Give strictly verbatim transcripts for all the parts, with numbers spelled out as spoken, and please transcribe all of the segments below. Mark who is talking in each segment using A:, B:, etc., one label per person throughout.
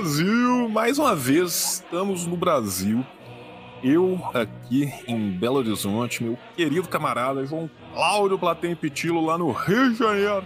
A: Brasil! Mais uma vez, estamos no Brasil. Eu aqui em Belo Horizonte, meu querido camarada João Cláudio Platen Pitilo lá no Rio de Janeiro.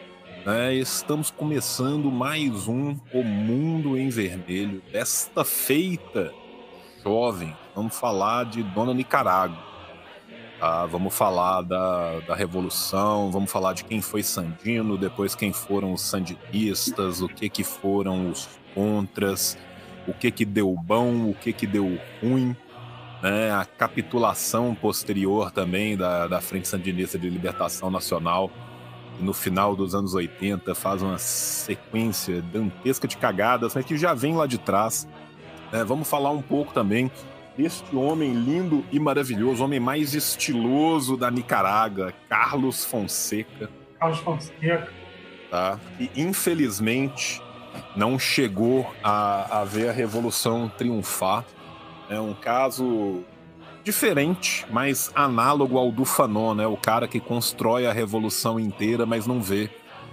A: É, estamos começando mais um O Mundo em Vermelho. Desta feita, jovem, vamos falar de Dona Nicarágua. Ah, vamos falar da, da Revolução, vamos falar de quem foi Sandino, depois quem foram os sandinistas, o que que foram os contras, o que que deu bom, o que que deu ruim, né? A capitulação posterior também da, da Frente Sandinista de Libertação Nacional, que no final dos anos oitenta faz uma sequência dantesca de cagadas, mas que já vem lá de trás. É, vamos falar um pouco também deste homem lindo e maravilhoso, o homem mais estiloso da Nicarágua, Carlos Fonseca.
B: Carlos Fonseca.
A: Tá? E infelizmente não chegou a, a ver a Revolução triunfar. É um caso diferente, mas análogo ao do Fanon, né? O cara que constrói a Revolução inteira, mas não vê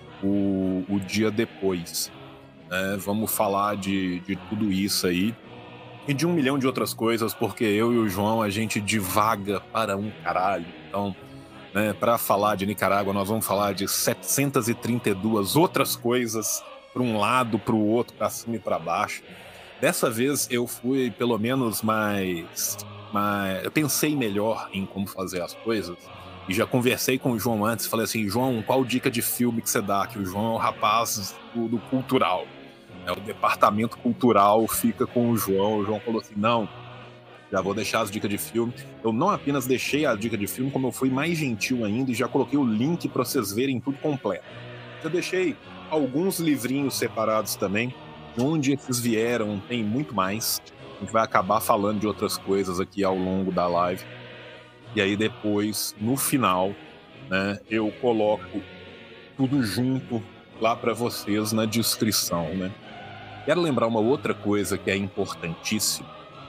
A: o, o dia depois. É, vamos falar de, de tudo isso aí. E de um milhão de outras coisas, porque eu e o João, a gente divaga para um caralho. Então, né, para falar de Nicarágua, nós vamos falar de setecentas e trinta e duas outras coisas, para um lado, para o outro, para cima e para baixo. Dessa vez eu fui pelo menos mais, mais... Eu pensei melhor em como fazer as coisas. E já conversei com o João antes, falei assim, João, qual dica de filme que você dá? Que o João é o rapaz do, do cultural. O departamento cultural fica com o João. O João falou assim, não, já vou deixar as dicas de filme. Eu não apenas deixei a dica de filme, como eu fui mais gentil ainda e já coloquei o link para vocês verem tudo completo. Eu deixei alguns livrinhos separados também. De onde esses vieram, tem muito mais. A gente vai acabar falando de outras coisas aqui ao longo da live. E aí depois, no final, né, eu coloco tudo junto lá para vocês na descrição, né? Quero lembrar uma outra coisa que é importantíssima,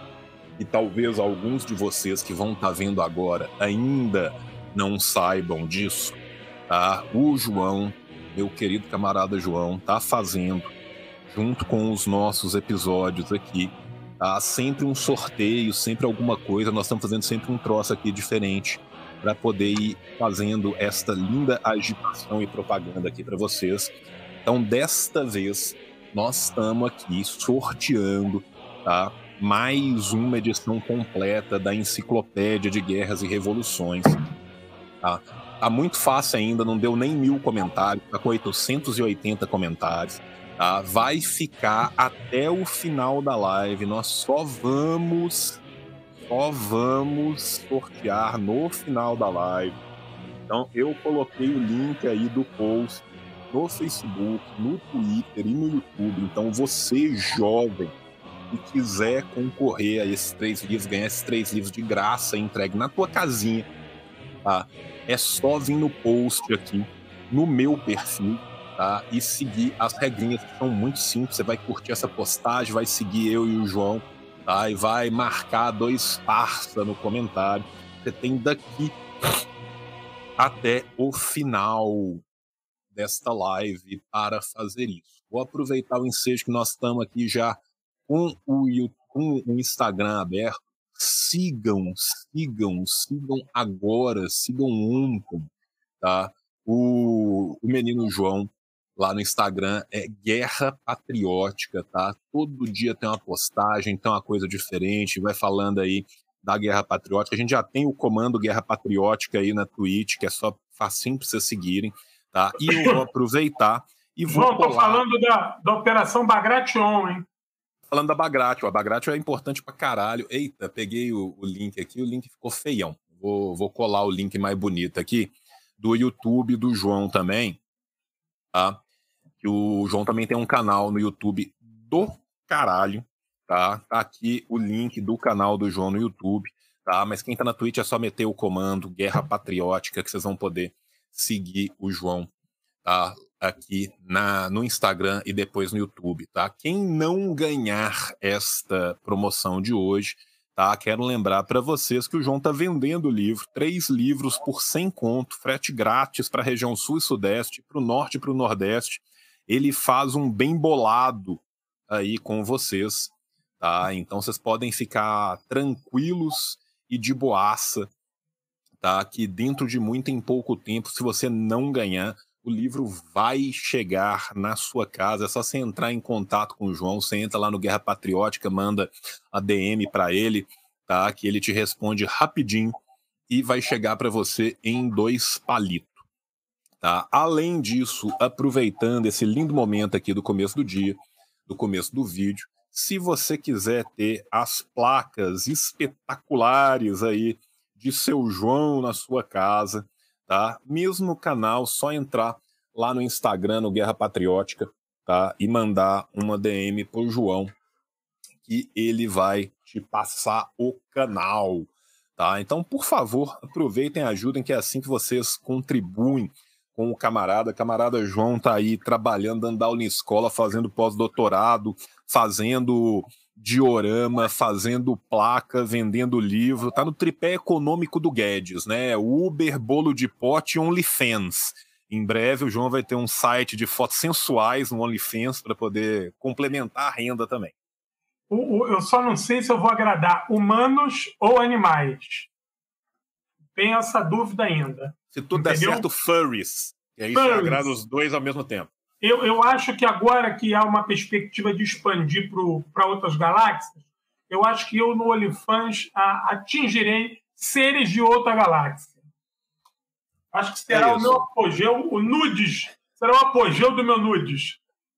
A: e talvez alguns de vocês que vão estar vendo agora ainda não saibam disso, tá? O João, meu querido camarada João, tá fazendo, junto com os nossos episódios aqui, tá? Sempre um sorteio, sempre alguma coisa, nós estamos fazendo sempre um troço aqui diferente, para poder ir fazendo esta linda agitação e propaganda aqui para vocês. Então, desta vez, nós estamos aqui sorteando, tá, mais uma edição completa da Enciclopédia de Guerras e Revoluções. Tá, tá muito fácil ainda, não deu nem mil comentários, tá com oitocentos e oitenta comentários. Tá, vai ficar até o final da live. Nós só vamos, só vamos sortear no final da live. Então, eu coloquei o link aí do post no Facebook, no Twitter e no YouTube. Então, você jovem que quiser concorrer a esses três livros, ganhar esses três livros de graça entregue na tua casinha, tá? É só vir no post aqui, no meu perfil, tá? E seguir as regrinhas, que são muito simples. Você vai curtir essa postagem, vai seguir eu e o João, tá? E vai marcar dois parça no comentário. Você tem daqui até o final desta live para fazer isso. Vou aproveitar o ensejo que nós estamos aqui já com o, YouTube, com o Instagram aberto. Sigam, sigam, sigam agora, sigam ontem, tá? O, o menino João lá no Instagram é Guerra Patriótica, tá? Todo dia tem uma postagem, tem uma coisa diferente, vai falando aí da Guerra Patriótica. A gente já tem o comando Guerra Patriótica aí na Twitch, que é só facinho para vocês seguirem. Tá? E eu vou aproveitar e vou
B: João,
A: colar...
B: tô falando da, da Operação Bagration, hein?
A: Falando da Bagration, a Bagration é importante pra caralho. Eita, peguei o, o link aqui, o link ficou feião. Vou, vou colar o link mais bonito aqui, do YouTube do João também, tá? Que o João também tem um canal no YouTube do caralho, tá? Tá aqui o link do canal do João no YouTube, tá? Mas quem tá na Twitch é só meter o comando Guerra Patriótica, que vocês vão poder seguir o João, tá? Aqui na, no Instagram e depois no YouTube, tá? Quem não ganhar esta promoção de hoje, tá? Quero lembrar para vocês que o João tá vendendo o livro, três livros por cem conto, frete grátis para a região sul e sudeste, para o norte e para o nordeste. Ele faz um bem bolado, aí com vocês, tá? Então vocês podem ficar tranquilos e de boaça, tá? Que dentro de muito em pouco tempo, se você não ganhar, o livro vai chegar na sua casa. É só você entrar em contato com o João, você entra lá no Guerra Patriótica, manda a D M para ele, tá? Que ele te responde rapidinho e vai chegar para você em dois palitos, tá? Além disso, aproveitando esse lindo momento aqui do começo do dia, do começo do vídeo, se você quiser ter as placas espetaculares aí de seu João na sua casa, tá? Mesmo no canal, só entrar lá no Instagram, no Guerra Patriótica, tá? E mandar uma D M pro João, que ele vai te passar o canal, tá? Então, por favor, aproveitem e ajudem, que é assim que vocês contribuem com o camarada. Camarada João tá aí trabalhando, dando aula em escola, fazendo pós-doutorado, fazendo diorama, fazendo placa, vendendo livro, tá no tripé econômico do Guedes, né? Uber, bolo de pote e OnlyFans. Em breve o João vai ter um site de fotos sensuais no OnlyFans para poder complementar a renda também.
B: O, o, eu só não sei se eu vou agradar humanos ou animais. Tenho essa dúvida ainda.
A: Se tudo
B: Entendeu?
A: der certo, furries. E aí
B: Furries.
A: você agrada os dois ao mesmo tempo.
B: Eu, eu acho que agora que há uma perspectiva de expandir para outras galáxias, eu acho que eu no OnlyFans a, atingirei seres de outra galáxia. Acho que será
A: É
B: o meu apogeu, o nudes. Será o apogeu do meu nudes.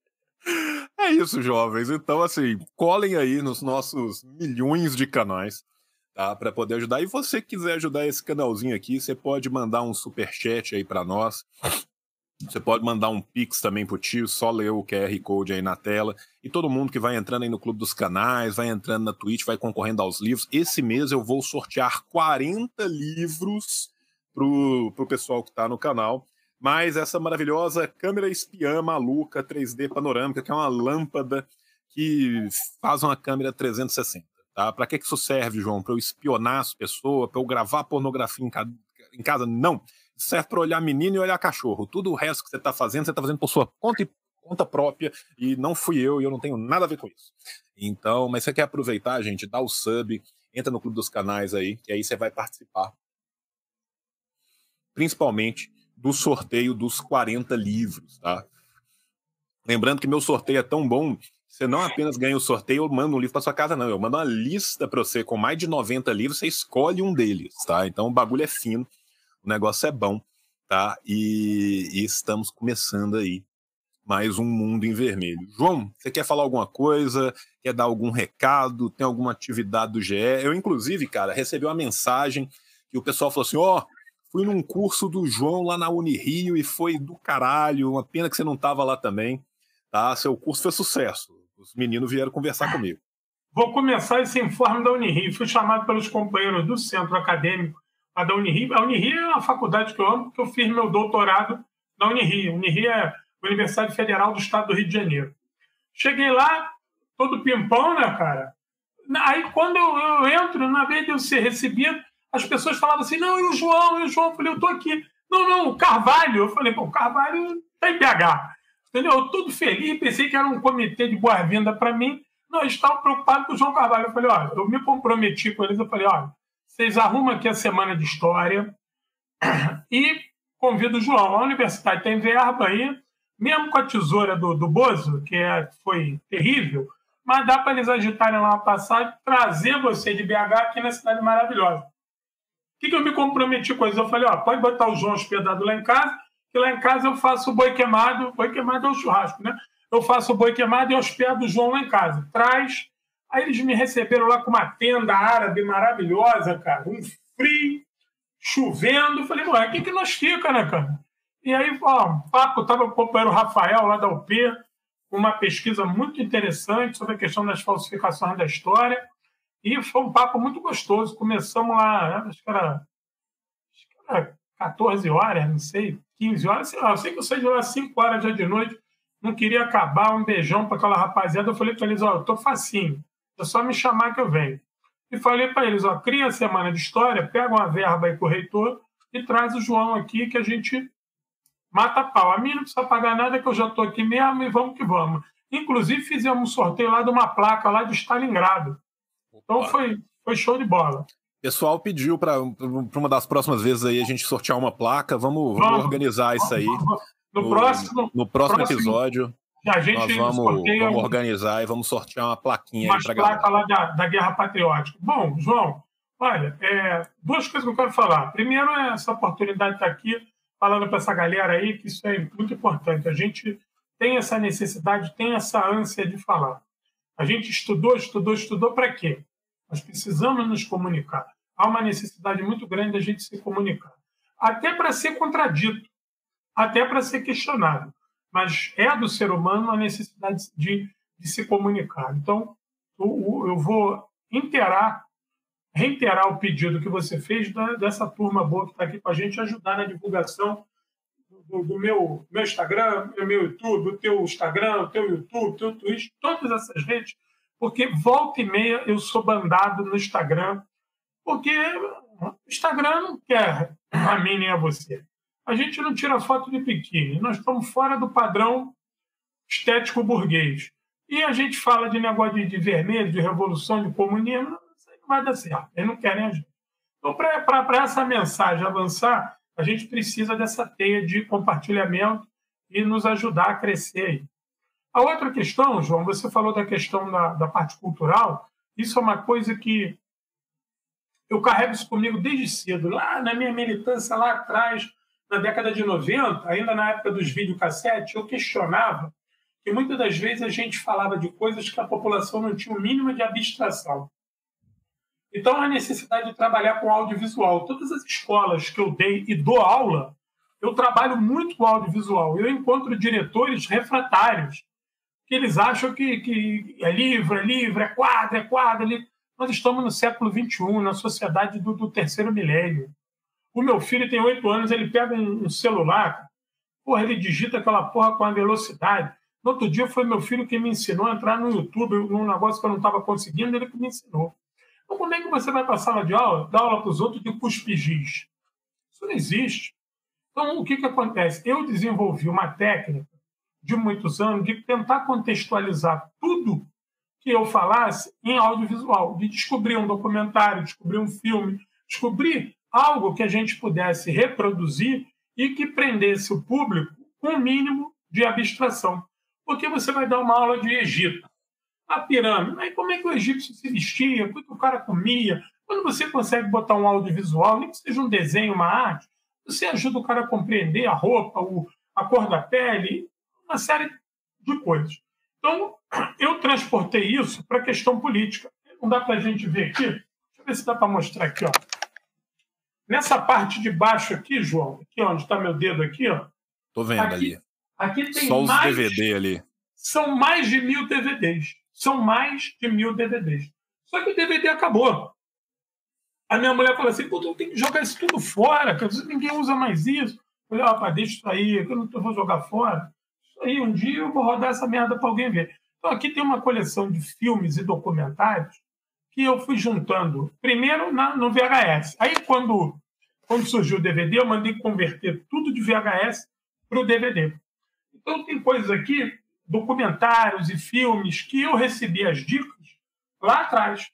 A: É isso, jovens. Então, assim, colhem aí nos nossos milhões de canais, tá? Para poder ajudar. E você que quiser ajudar esse canalzinho aqui, você pode mandar um superchat aí para nós. Você pode mandar um pix também pro tio, só ler o Q R Code aí na tela. E todo mundo que vai entrando aí no Clube dos Canais, vai entrando na Twitch, vai concorrendo aos livros. Esse mês eu vou sortear quarenta livros pro, pro pessoal que tá no canal. Mas essa maravilhosa câmera espiã maluca três D panorâmica, que é uma lâmpada que faz uma câmera trezentos e sessenta. Tá? Para que que isso serve, João? Para eu espionar as pessoas, para eu gravar pornografia em, ca... em casa? Não. Serve para olhar menino e olhar cachorro. Tudo o resto que você está fazendo, você está fazendo por sua conta, e... conta própria, e não fui eu, e eu não tenho nada a ver com isso. Então, mas você quer aproveitar, gente, dá o sub, entra no Clube dos Canais aí, que aí você vai participar, principalmente do sorteio dos quarenta livros, tá? Lembrando que meu sorteio é tão bom, você não apenas ganha o sorteio, eu mando um livro para sua casa, não. Eu mando uma lista para você com mais de noventa livros, você escolhe um deles, tá? Então o bagulho é fino, o negócio é bom, tá? E, e estamos começando aí mais um Mundo em Vermelho. João, você quer falar alguma coisa? Quer dar algum recado? Tem alguma atividade do G E? Eu, inclusive, cara, recebi uma mensagem que o pessoal falou assim, ó, oh, fui num curso do João lá na Unirio e foi do caralho, uma pena que você não tava lá também, tá? Seu curso foi sucesso. Os meninos vieram conversar comigo.
B: Vou começar esse informe da Unirio. Fui chamado pelos companheiros do centro acadêmico da Unirio. A Unirio é uma faculdade que eu amo, porque eu fiz meu doutorado na Unirio. A Unirio é a Universidade Federal do Estado do Rio de Janeiro. Cheguei lá, todo pimpão, né, cara? Aí, quando eu, eu entro, na vez de eu ser recebido, as pessoas falavam assim, não, e o João? E o João? Eu falei, eu tô aqui. Não, não, o Carvalho. Eu falei, pô, o Carvalho tá em B H. Entendeu? Eu todo feliz, pensei que era um comitê de boa-vinda para mim. Não, eles estavam preocupados com o João Carvalho. Eu falei, olha, eu me comprometi com eles. Eu falei, olha, vocês arrumam aqui a semana de história e convido o João. A universidade tem verba aí, mesmo com a tesoura do, do Bozo, que é, foi terrível, mas dá para eles agitarem lá uma passagem, trazer você de B H aqui na cidade maravilhosa. O que, que eu me comprometi com eles? Eu falei, ó, pode botar o João hospedado lá em casa, que lá em casa eu faço o boi queimado, boi queimado é o churrasco, né? Eu faço o boi queimado e hospedo o João lá em casa. Traz. Aí eles me receberam lá com uma tenda árabe maravilhosa, cara. Um frio, chovendo. Eu falei, ué, o que, que nós fica, né, cara? E aí, ó, o papo estava com o companheiro Rafael lá da U P, uma pesquisa muito interessante sobre a questão das falsificações da história. E foi um papo muito gostoso. Começamos lá, acho que era, acho que era quatorze horas, não sei, quinze horas, sei lá. Eu sei que eu saí de lá cinco horas já de noite, não queria acabar, um beijão para aquela rapaziada. Eu falei para eles, ó, eu tô facinho, é só me chamar que eu venho. E falei para eles, ó, cria a semana de história, pega uma verba aí com o reitor e traz o João aqui que a gente mata a pau. A mim não precisa pagar nada, que eu já tô aqui mesmo e vamos que vamos. Inclusive, fizemos um sorteio lá de uma placa lá de Stalingrado. Então, foi, foi show de bola.
A: O pessoal pediu para uma das próximas vezes aí a gente sortear uma placa. Vamos, vamos, vamos organizar isso aí.
B: No,
A: no,
B: próximo,
A: no próximo, próximo
B: episódio, a gente
A: nós vamos,
B: sorteia
A: vamos organizar e vamos sortear uma plaquinha
B: umas
A: aí para
B: placas lá da, da Guerra Patriótica. Bom, João, olha, é, duas coisas que eu quero falar. Primeiro, é essa oportunidade de estar aqui falando para essa galera aí, que isso é muito importante. A gente tem essa necessidade, tem essa ânsia de falar. A gente estudou, estudou, estudou para quê? Nós precisamos nos comunicar. Há uma necessidade muito grande da gente se comunicar. Até para ser contradito, até para ser questionado. Mas é do ser humano a necessidade de, de se comunicar. Então, eu, eu vou inteirar, reiterar o pedido que você fez da, dessa turma boa que está aqui com a gente, ajudar na divulgação do, do meu, meu Instagram, do meu YouTube, o teu Instagram, o teu YouTube, o teu Twitch, todas essas redes, porque volta e meia eu sou bandado no Instagram, porque o Instagram não quer a mim nem a você. A gente não tira foto de biquíni, nós estamos fora do padrão estético burguês. E a gente fala de negócio de, de vermelho, de revolução, de comunismo, isso aí não vai dar certo, eles não querem a gente. Então, para essa mensagem avançar, a gente precisa dessa teia de compartilhamento e nos ajudar a crescer aí. A outra questão, João, você falou da questão da, da parte cultural, isso é uma coisa que eu carrego isso comigo desde cedo, lá na minha militância, lá atrás, na década de noventa, ainda na época dos videocassetes, eu questionava que muitas das vezes a gente falava de coisas que a população não tinha o mínimo de abstração. Então, a necessidade de trabalhar com audiovisual. Todas as escolas que eu dei e dou aula, eu trabalho muito com audiovisual. Eu encontro diretores refratários, que eles acham que, que é livro, é livro, é quadro, é quadro. É livro. Nós estamos no século vinte e um, na sociedade do, do terceiro milênio. O meu filho tem oito anos, ele pega um, um celular, porra, ele digita aquela porra com a velocidade. No outro dia foi meu filho que me ensinou a entrar no YouTube, num negócio que eu não estava conseguindo, ele que me ensinou. Então, como é que você vai para a sala de aula, dar aula para os outros de cuspir-giz? Isso não existe. Então, o que, que acontece? Eu desenvolvi uma técnica de muitos anos de tentar contextualizar tudo que eu falasse em audiovisual, de descobrir um documentário, descobrir um filme, descobrir algo que a gente pudesse reproduzir e que prendesse o público com o mínimo de abstração. Porque você vai dar uma aula de Egito. A pirâmide, aí como é que o egípcio se vestia, o que o cara comia. Quando você consegue botar um audiovisual, nem que seja um desenho, uma arte, você ajuda o cara a compreender a roupa, o, a cor da pele, uma série de coisas. Então, eu transportei isso para a questão política. Não dá para a gente ver aqui? Deixa eu ver se dá para mostrar aqui. Ó. Nessa parte de baixo aqui, João, aqui onde está meu dedo aqui, ó.
A: Tô vendo
B: aqui,
A: ali.
B: Aqui tem
A: só os
B: mais,
A: D V D ali.
B: São mais de mil D V Ds. São mais de mil D V Ds. Só que o D V D acabou. A minha mulher fala assim, pô, tu tem que jogar isso tudo fora, cara. Ninguém usa mais isso. Eu falei, rapaz, deixa isso aí, que eu não vou jogar fora. Isso aí, um dia eu vou rodar essa merda para alguém ver. Então aqui tem uma coleção de filmes e documentários que eu fui juntando, primeiro na, no V H S. Aí, quando, quando surgiu o D V D, eu mandei converter tudo de V H S para o D V D. Então, tem coisas aqui, documentários e filmes, que eu recebi as dicas lá atrás.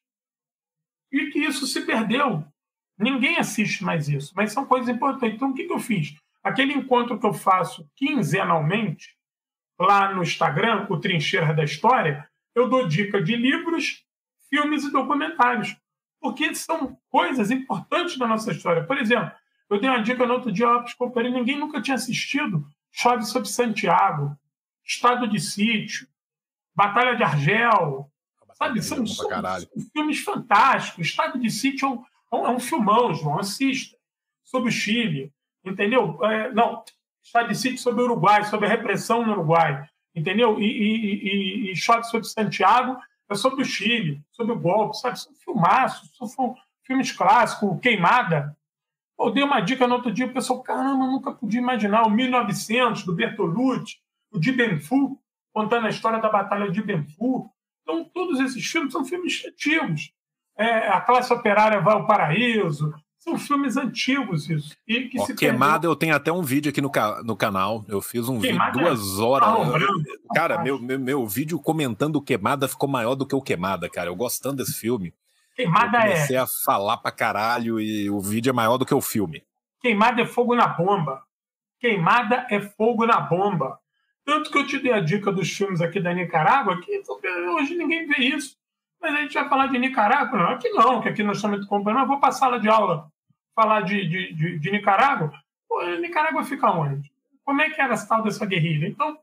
B: E que isso se perdeu. Ninguém assiste mais isso, mas são coisas importantes. Então, o que, que eu fiz? Aquele encontro que eu faço quinzenalmente, lá no Instagram, o Trincheira da História, eu dou dica de livros, filmes e documentários, porque são coisas importantes da nossa história. Por exemplo, eu dei uma dica no outro dia lá para os companheiros, ninguém nunca tinha assistido Chove sobre Santiago, Estado de Sítio, Batalha de Argel, sabe? São, são, são filmes fantásticos. Estado de Sítio é um, é um filmão, João, assista. Sobre o Chile, entendeu? É, não, Estado de Sítio sobre o Uruguai, sobre a repressão no Uruguai, entendeu? E, e, e, e Chove sobre Santiago é sobre o Chile, sobre o golpe, sabe? São filmaços, são filmes clássicos, Queimada. Eu dei uma dica no outro dia, o pessoal, caramba, nunca podia imaginar o mil e novecentos, do Bertolucci, o de Benfu, contando a história da Batalha de Benfu. Então, todos esses filmes são filmes antigos. É, a Classe Operária Vai ao Paraíso. São filmes antigos, isso. E que
A: Ó,
B: se
A: Queimada,
B: perdeu.
A: eu tenho até um vídeo aqui no, ca no canal. Eu fiz um vídeo,
B: Queimada
A: duas
B: é
A: horas.
B: Marlon Brando,
A: Cara, meu,
B: fantástico.
A: meu, meu vídeo comentando Queimada ficou maior do que o Queimada, cara. Eu gostando desse filme. Eu
B: Queimada é,
A: comecei a falar pra caralho e o vídeo é maior do que o filme.
B: queimada é fogo na bomba. Queimada é fogo na bomba. Tanto que eu te dei a dica dos filmes aqui da Nicarágua, que hoje ninguém vê isso. Mas a gente vai falar de Nicarágua? Não, aqui não, que aqui nós estamos muito companheiros. Mas vou para a sala de aula falar de, de, de, de Nicarágua. Pô, Nicarágua fica onde? Como é que era essa tal dessa guerrilha? Então,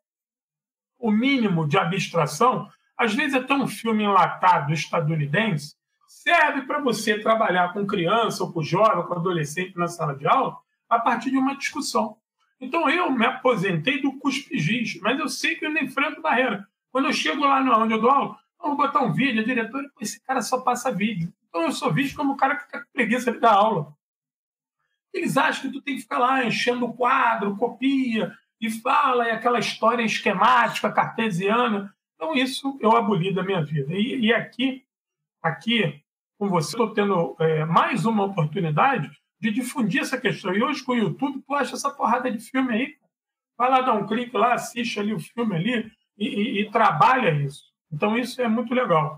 B: o mínimo de abstração, às vezes até um filme enlatado estadunidense, serve para você trabalhar com criança, ou com jovem, ou com adolescente na sala de aula, a partir de uma discussão. Então, eu me aposentei do cuspe-giz, mas eu sei que eu não enfrento barreira. Quando eu chego lá onde eu dou aula, eu vou botar um vídeo, a diretora, esse cara só passa vídeo. Então, eu sou visto como o cara que fica com preguiça de dar aula. Eles acham que tu tem que ficar lá enchendo o quadro, copia e fala, e aquela história esquemática, cartesiana. Então, isso eu aboli da minha vida. E, e aqui, aqui, com você, estou tendo é, mais uma oportunidade de difundir essa questão. E hoje, com o YouTube, tu acha essa porrada de filme aí. Vai lá, dá um clique lá, assiste ali o filme ali e, e, e trabalha isso. Então, isso é muito legal.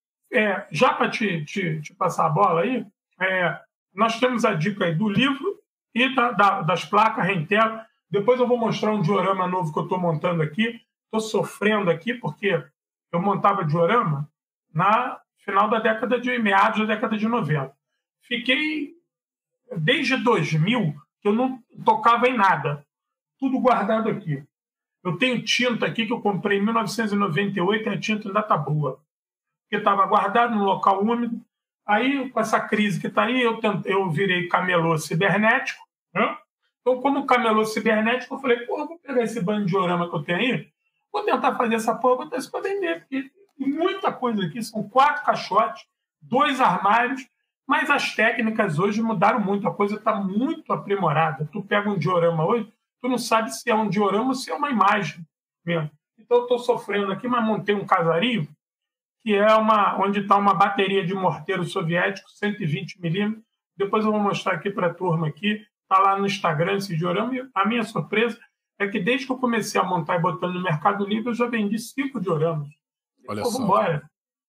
B: É, já para te, te, te passar a bola aí, é, nós temos a dica aí do livro e da, da, das placas Rentelo. Depois eu vou mostrar um diorama novo que eu estou montando aqui. Estou sofrendo aqui porque eu montava diorama na final da década de meados da década de noventa. Fiquei desde dois mil que eu não tocava em nada. Tudo guardado aqui. Eu tenho tinta aqui que eu comprei em mil novecentos e noventa e oito e a tinta ainda está boa. Porque estava guardado no local úmido. Aí, com essa crise que está aí, eu, tentei, eu virei camelô cibernético. Né? Então, como camelô cibernético, eu falei, pô, eu vou pegar esse bando de diorama que eu tenho aí, vou tentar fazer essa porra, botar isso para vender. Porque tem muita coisa aqui, são quatro caixotes, dois armários, mas as técnicas hoje mudaram muito, a coisa está muito aprimorada. Tu pega um diorama hoje, tu não sabe se é um diorama ou se é uma imagem mesmo. Então, eu estou sofrendo aqui, mas montei um casario, que é uma, onde está uma bateria de morteiro soviético, cento e vinte milímetros. Depois eu vou mostrar aqui para a turma aqui. Está lá no Instagram esse diorama. E a minha surpresa é que desde que eu comecei a montar e botando no Mercado Livre, eu já vendi cinco dioramas.
A: Olha
B: Pô,
A: só.
B: vambora.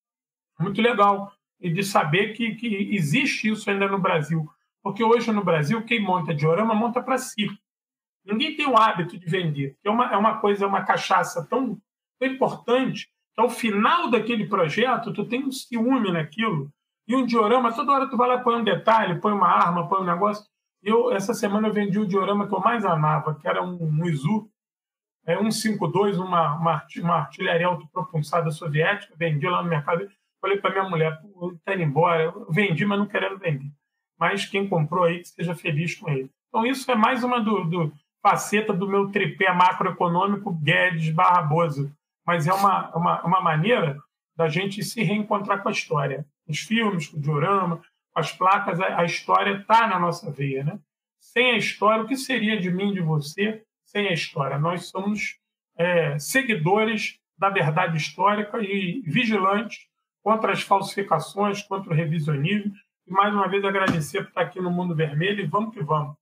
B: Muito legal. E de saber que, que existe isso ainda no Brasil. Porque hoje no Brasil, quem monta diorama, monta para si. Ninguém tem o hábito de vender. É uma, é uma coisa, é uma cachaça tão, tão importante que ao final daquele projeto, tu tem um ciúme naquilo. E um diorama, toda hora tu vai lá, põe um detalhe, põe uma arma, põe um negócio. Eu, essa semana eu vendi o diorama que eu mais amava, que era um, um Izu, é, um cinquenta e dois, uma, uma, uma artilharia autopropulsada soviética, vendi lá no mercado. Falei para minha mulher, está indo embora. Eu vendi, mas não querendo vender. Mas quem comprou aí, que seja feliz com ele. Então isso é mais uma do, do, faceta do meu tripé macroeconômico Guedes barra Bozo. Mas é uma, uma, uma maneira da gente se reencontrar com a história. Os filmes, com o diorama, com as placas, a, a história está na nossa veia. Né? Sem a história, o que seria de mim, de você, sem a história? Nós somos é, seguidores da verdade histórica e vigilantes contra as falsificações, contra o revisionismo. E, mais uma vez, agradecer por estar aqui no Mundo Vermelho e vamos que vamos.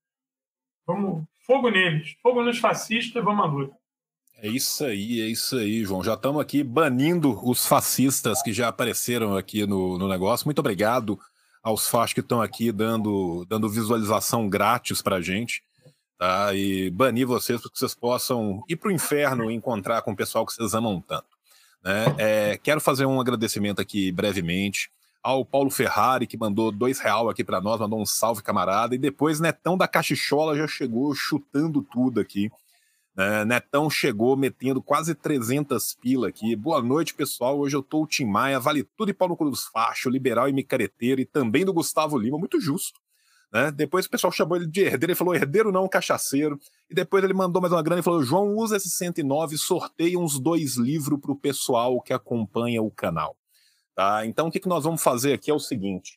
B: Vamos, fogo neles, fogo nos fascistas, vamos à luta.
A: É isso aí, é isso aí, João. Já estamos aqui banindo os fascistas que já apareceram aqui no, no negócio. Muito obrigado aos fachos que estão aqui dando, dando visualização grátis para a gente. Tá? E banir vocês para que vocês possam ir para o inferno e encontrar com o pessoal que vocês amam tanto. Né? É, quero fazer um agradecimento aqui brevemente ao Paulo Ferrari, que mandou dois real aqui para nós, mandou um salve, camarada. E depois Netão da Cachichola já chegou chutando tudo aqui. Uh, Netão chegou metendo quase trezentas pila aqui. Boa noite, pessoal. Hoje eu tô o Tim Maia, vale tudo e pau no cu dos fachos, liberal e micareteiro, e também do Gustavo Lima, muito justo. Né? Depois o pessoal chamou ele de herdeiro, ele falou herdeiro não, cachaceiro. E depois ele mandou mais uma grana e falou: João, usa esse cento e nove, sorteia uns dois livros pro pessoal que acompanha o canal. Tá? Então o que, que nós vamos fazer aqui é o seguinte: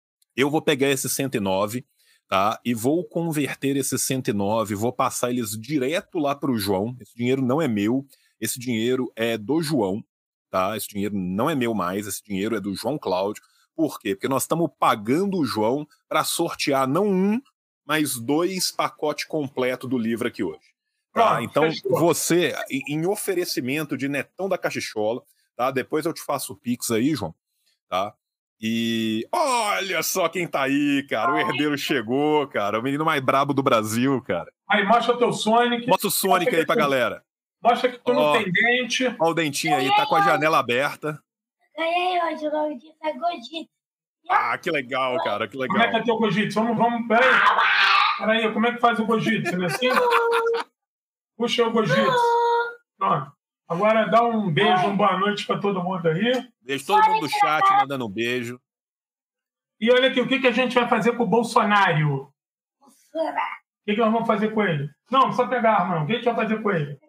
A: eu vou pegar esse cento e nove. Tá? E vou converter esses cento e nove, vou passar eles direto lá para o João. Esse dinheiro não é meu, esse dinheiro é do João, tá? Esse dinheiro não é meu mais, esse dinheiro é do João Cláudio. Por quê? Porque nós estamos pagando o João para sortear não um, mas dois pacotes completos do livro aqui hoje. Tá?
B: Pronto,
A: Então,
B: fechou.
A: você, em oferecimento de Netão da Cachichola, tá? Depois eu te faço o Pix aí, João, tá? E olha só quem tá aí, cara. O herdeiro chegou, cara. O menino mais brabo do Brasil, cara.
B: Aí mostra o teu Sonic.
A: Mostra o Sonic aí pra galera.
B: Mostra que tu não
A: Ó,
B: tem dente.
A: Ó o dentinho aí, tá com a janela aberta.
C: Ganhei hoje, o nome disso é Gogito.
A: Ah, que legal, cara, que legal.
B: Como é que é teu Gogito? Vamos, vamos, peraí. Peraí, como é que faz o Gogito? Não é assim? Puxa o Gogito. Pronto. Agora dá um beijo, uma boa noite pra todo mundo aí.
A: Beijo todo mundo do chat mandando um beijo.
B: E olha aqui, o que, que a gente vai fazer com o Bolsonaro? O que, que nós vamos fazer com ele? Não, não precisa pegar a arma, não. O que a gente vai fazer com ele?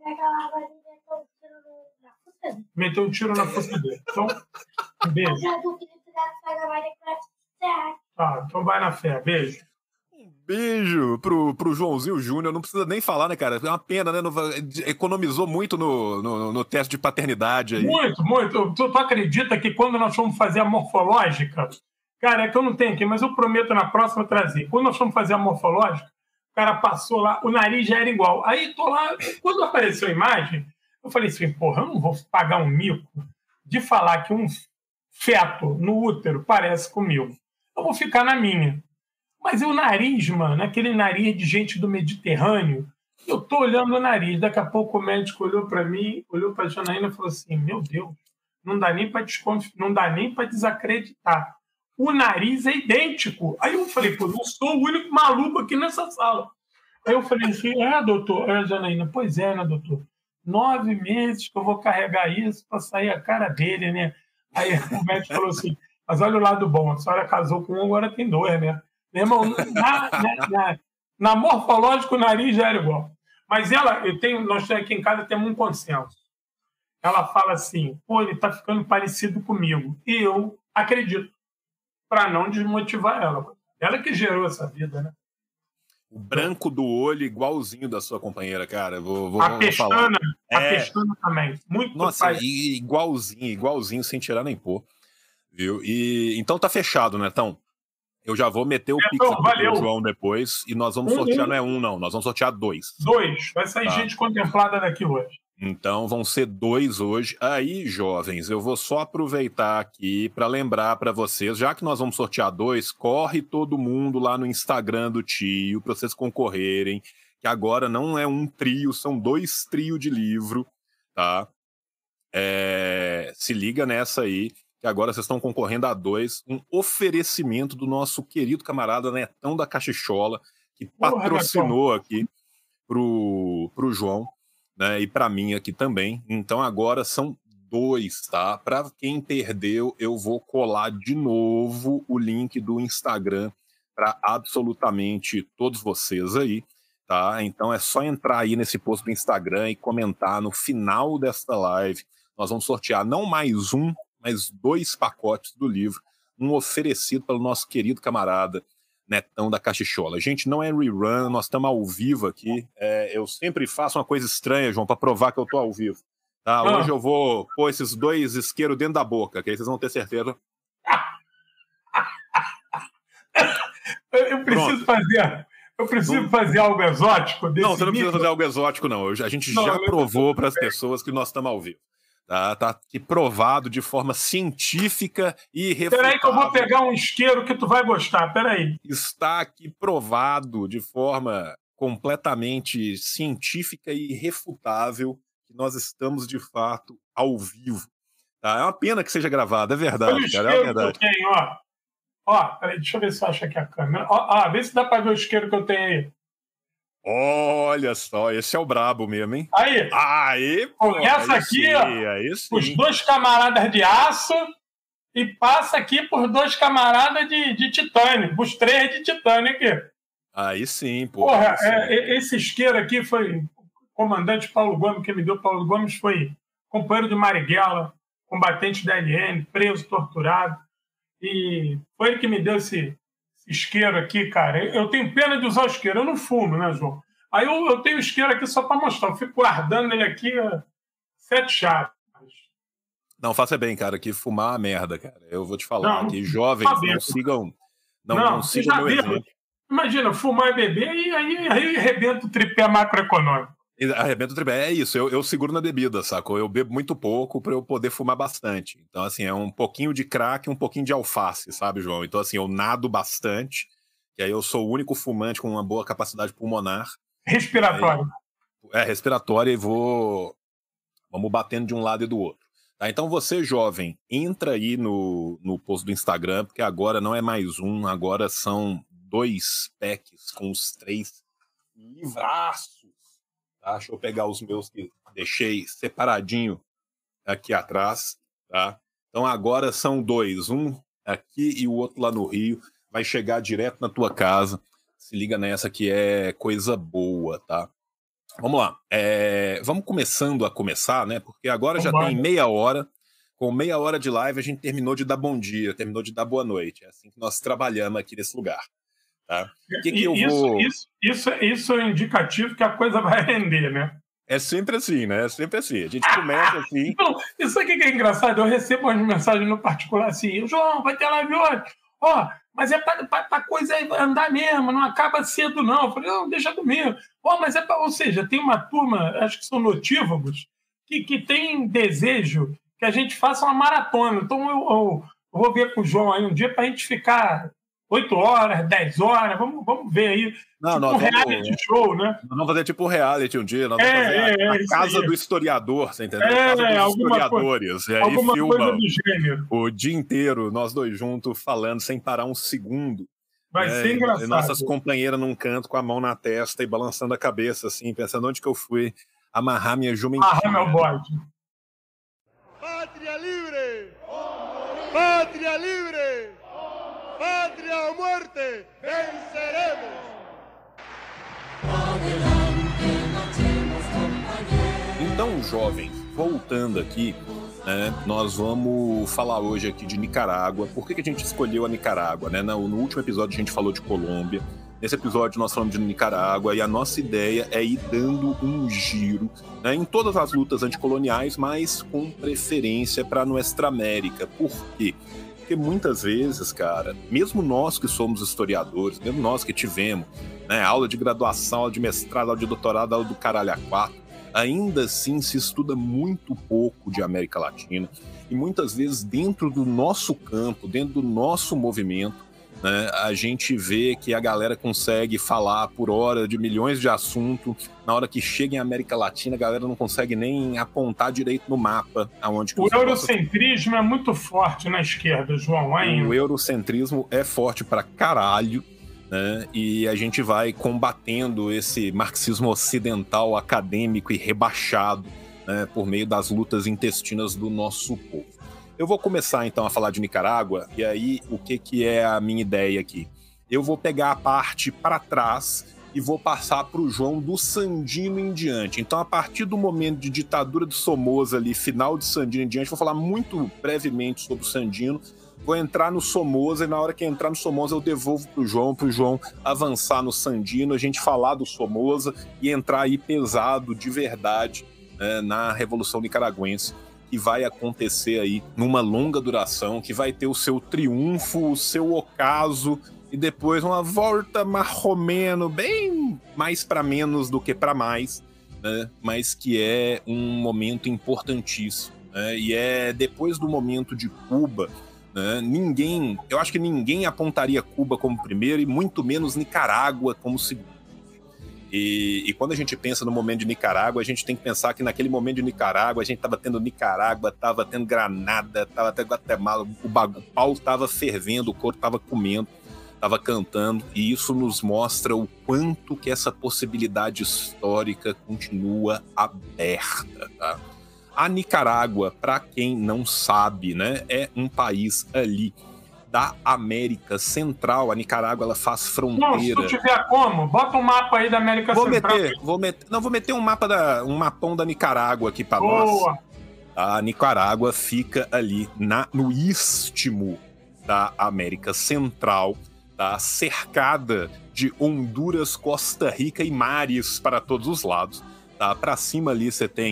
B: Meter um tiro na força dele. Então, um beijo. Tá, então vai na fé. Beijo.
A: Um beijo pro, pro Joãozinho Júnior. Não precisa nem falar, né, cara? É uma pena, né? Não, economizou muito no, no, no teste de paternidade aí.
B: Muito, muito. Tu, tu acredita que quando nós fomos fazer a morfológica... Cara, é que eu não tenho aqui, mas eu prometo na próxima trazer. Quando nós fomos fazer a morfológica, o cara passou lá, o nariz já era igual. Aí tô lá, quando apareceu a imagem, eu falei assim, porra, eu não vou pagar um mico de falar que um feto no útero parece comigo. Eu vou ficar na minha. Mas o nariz, mano, aquele nariz de gente do Mediterrâneo, eu tô olhando o nariz, daqui a pouco o médico olhou para mim, olhou para a Janaína e falou assim, meu Deus, não dá nem para desconf... não dá nem para desacreditar. O nariz é idêntico. Aí eu falei, pô, não sou o único maluco aqui nessa sala. Aí eu falei assim, é, doutor? É, Janaína, pois é, né, doutor? Nove meses que eu vou carregar isso para sair a cara dele, né? Aí o médico falou assim, mas olha o lado bom, a senhora casou com um, agora tem dois, né? Meu irmão, na, na, na, na morfológica o nariz já era igual. Mas ela, eu tenho, nós aqui em casa temos um consenso. Ela fala assim, pô, ele tá ficando parecido comigo. E eu acredito. Para não desmotivar ela. Ela que gerou essa vida, né?
A: O branco do olho igualzinho da sua companheira, cara. Vou, vou,
B: a
A: vou
B: pestana,
A: falar.
B: a
A: É.
B: pestana também. Muito
A: Nossa,
B: pai.
A: e igualzinho, igualzinho, sem tirar nem pôr. Viu? E, então tá fechado, né, então? Eu já vou meter o
B: É,
A: pix
B: então,
A: aqui pro João depois e nós vamos
B: Um,
A: sortear,
B: um.
A: não é um, não. Nós vamos sortear dois.
B: Dois. Vai sair
A: Tá.
B: gente contemplada daqui hoje.
A: Então vão ser dois hoje. Aí, jovens, eu vou só aproveitar aqui para lembrar para vocês, já que nós vamos sortear dois, corre todo mundo lá no Instagram do tio para vocês concorrerem, que agora não é um trio, são dois trios de livro, tá? É... Se liga nessa aí, que agora vocês estão concorrendo a dois, um oferecimento do nosso querido camarada Netão da Cachichola, que patrocinou aqui pro, pro João. Né, e para mim aqui também. Então agora são dois, tá? Para quem perdeu, eu vou colar de novo o link do Instagram para absolutamente todos vocês aí, tá? Então é só entrar aí nesse post do Instagram e comentar no final desta live. Nós vamos sortear não mais um, mas dois pacotes do livro, um oferecido pelo nosso querido camarada Netão da Cachichola. Gente, não é rerun, nós estamos ao vivo aqui. É, eu sempre faço uma coisa estranha, João, para provar que eu tô ao vivo. Tá?
B: Ah.
A: Hoje eu vou pôr esses dois isqueiros dentro da boca, que aí vocês vão ter certeza.
B: eu, eu preciso Pronto. fazer. Eu preciso não, fazer algo exótico desse
A: Não, você não
B: nível?
A: precisa fazer algo exótico, não. Eu, a gente
B: não,
A: já provou para as pessoas que nós estamos ao vivo. Tá, tá aqui provado de forma científica e refutável.
B: Peraí que eu vou pegar um isqueiro que tu vai gostar, peraí.
A: Está aqui provado de forma completamente científica e irrefutável que nós estamos, de fato, ao vivo. Tá? É uma pena que seja gravado, é verdade,
B: Olha o
A: cara, é
B: Que
A: verdade.
B: eu tenho, ó. Ó, peraí, deixa eu ver se eu acho aqui a câmera. Ó, ó, vê se dá para ver o isqueiro que eu tenho aí.
A: Olha só, esse é o brabo mesmo, hein?
B: Aí.
A: Aí,
B: pô, essa
A: aí
B: aqui,
A: sim,
B: ó,
A: aí sim.
B: os dois camaradas de aço e passa aqui por dois camaradas de, de titânio, os três de titânio aqui.
A: Aí sim, pô.
B: Porra,
A: sim.
B: É, esse isqueiro aqui foi o comandante Paulo Gomes, que me deu. Paulo Gomes foi companheiro de Marighella, combatente da L N, preso, torturado. E foi ele que me deu esse isqueiro aqui, cara. Eu tenho pena de usar o isqueiro. Eu não fumo, né, João? Aí eu, eu tenho isqueiro aqui só para mostrar. Eu fico guardando ele aqui, ó, sete chaves.
A: Não, faça bem, cara, que fumar é uma merda, cara. Eu vou te falar
B: Não,
A: que jovens
B: saber.
A: não sigam, não,
B: Não,
A: não
B: você
A: sigam
B: já
A: meu
B: viu.
A: exemplo.
B: Imagina, fumar e beber e aí, aí arrebenta o tripé macroeconômico.
A: E arrebenta o tripé. É isso, eu, eu seguro na bebida, sacou? Eu bebo muito pouco pra eu poder fumar bastante. Então, assim, é um pouquinho de crack e um pouquinho de alface, sabe, João? Então, assim, eu nado bastante, que aí eu sou o único fumante com uma boa capacidade pulmonar.
B: Respiratório.
A: É, respiratória e vou... Vamos batendo de um lado e do outro. Tá, então você, jovem, entra aí no, no post do Instagram, porque agora não é mais um, agora são dois packs com os três livraços. Tá? Deixa eu pegar os meus que deixei separadinho aqui atrás. Tá? Então agora são dois, um aqui e o outro lá no Rio. Vai chegar direto na tua casa. Se liga nessa que é coisa boa, tá? Vamos lá. É, vamos começando a começar, né? Porque agora já tem meia hora. Com meia hora de live, a gente terminou de dar bom dia, terminou de dar boa noite. É assim que nós trabalhamos aqui nesse lugar. Tá? Que que eu
B: isso,
A: vou...
B: isso, isso, isso é indicativo que a coisa vai render, né?
A: É sempre assim, né? É sempre assim. A gente começa assim.
B: Não, isso aqui que é engraçado. Eu recebo umas mensagens no particular assim: João, vai ter live hoje. Ó, oh, mas é pra, pra, pra coisa andar mesmo, não acaba cedo, não. Eu falei: não, deixa comigo. Ó, oh, mas é pra. Ou seja, tem uma turma, acho que são notívagos, que, que tem desejo que a gente faça uma maratona. Então eu, eu, eu vou ver com o João aí um dia pra gente ficar oito horas, dez horas, vamos, vamos ver aí.
A: Não,
B: tipo
A: nós
B: um
A: vamos,
B: reality show, né?
A: Nós vamos fazer tipo reality um dia, nós
B: É,
A: vamos fazer
B: é,
A: a,
B: é,
A: a casa
B: aí.
A: do historiador, você entendeu?
B: É,
A: a casa dos
B: alguma
A: historiadores.
B: Coisa,
A: e aí
B: alguma
A: filma
B: coisa do gênero.
A: o dia inteiro, nós dois juntos, falando sem parar um segundo.
B: Vai
A: né?
B: ser engraçado.
A: E nossas companheiras num canto com a mão na testa e balançando a cabeça, assim, pensando onde que eu fui amarrar minha jumentinha.
B: Amarrar meu bode.
D: Pátria livre! Pátria livre! Pátria ou morte! Venceremos!
A: Então, jovens, voltando aqui, né, nós vamos falar hoje aqui de Nicarágua. Por que, que a gente escolheu a Nicarágua? Né? No, no último episódio a gente falou de Colômbia. Nesse episódio nós falamos de Nicarágua e a nossa ideia é ir dando um giro, né, em todas as lutas anticoloniais, mas com preferência para a Nuestra América. Por quê? Porque muitas vezes, cara, mesmo nós que somos historiadores, mesmo nós que tivemos né, aula de graduação, aula de mestrado, aula de doutorado, aula do caralho a quatro, ainda assim se estuda muito pouco de América Latina. E muitas vezes dentro do nosso campo, dentro do nosso movimento, né, a gente vê que a galera consegue falar por hora de milhões de assuntos. Na hora que chega em América Latina, a galera não consegue nem apontar direito no mapa aonde que
B: o eurocentrismo é muito forte na esquerda, João. Ainda.
A: O eurocentrismo é forte pra caralho, né? E a gente vai combatendo esse marxismo ocidental acadêmico e rebaixado, né, por meio das lutas intestinas do nosso povo. Eu vou começar então a falar de Nicarágua, e aí o que, que é a minha ideia aqui? Eu vou pegar a parte para trás e vou passar para o João do Sandino em diante. Então, a partir do momento de ditadura de Somoza ali, final de Sandino em diante, vou falar muito brevemente sobre o Sandino, vou entrar no Somoza, e na hora que entrar no Somoza eu devolvo para o João, para o João avançar no Sandino, a gente falar do Somoza e entrar aí pesado de verdade, né, na Revolução Nicaragüense, que vai acontecer aí numa longa duração, que vai ter o seu triunfo, o seu ocaso, e depois uma volta marromeno, bem mais para menos do que para mais, né? Mas que é um momento importantíssimo, né? E é depois do momento de Cuba, né? Ninguém, eu acho que ninguém apontaria Cuba como primeiro, e muito menos Nicarágua como segundo. E, e quando a gente pensa no momento de Nicarágua, a gente tem que pensar que naquele momento de Nicarágua, a gente estava tendo Nicarágua, estava tendo Granada, estava tendo Guatemala, o, bagu, o pau estava fervendo, o corpo estava comendo, estava cantando, e isso nos mostra o quanto que essa possibilidade histórica continua aberta, tá? A Nicarágua, para quem não sabe, né, é um país ali da América Central. A Nicarágua, ela faz fronteira.
B: Não, se tu tiver como, bota um mapa aí da América
A: vou
B: Central.
A: Meter, vou meter, não, vou meter um mapa da, um mapão da Nicarágua aqui para nós. A Nicarágua fica ali na, no istmo da América Central, tá, cercada de Honduras, Costa Rica e mares para todos os lados. Tá? Para cima ali você tem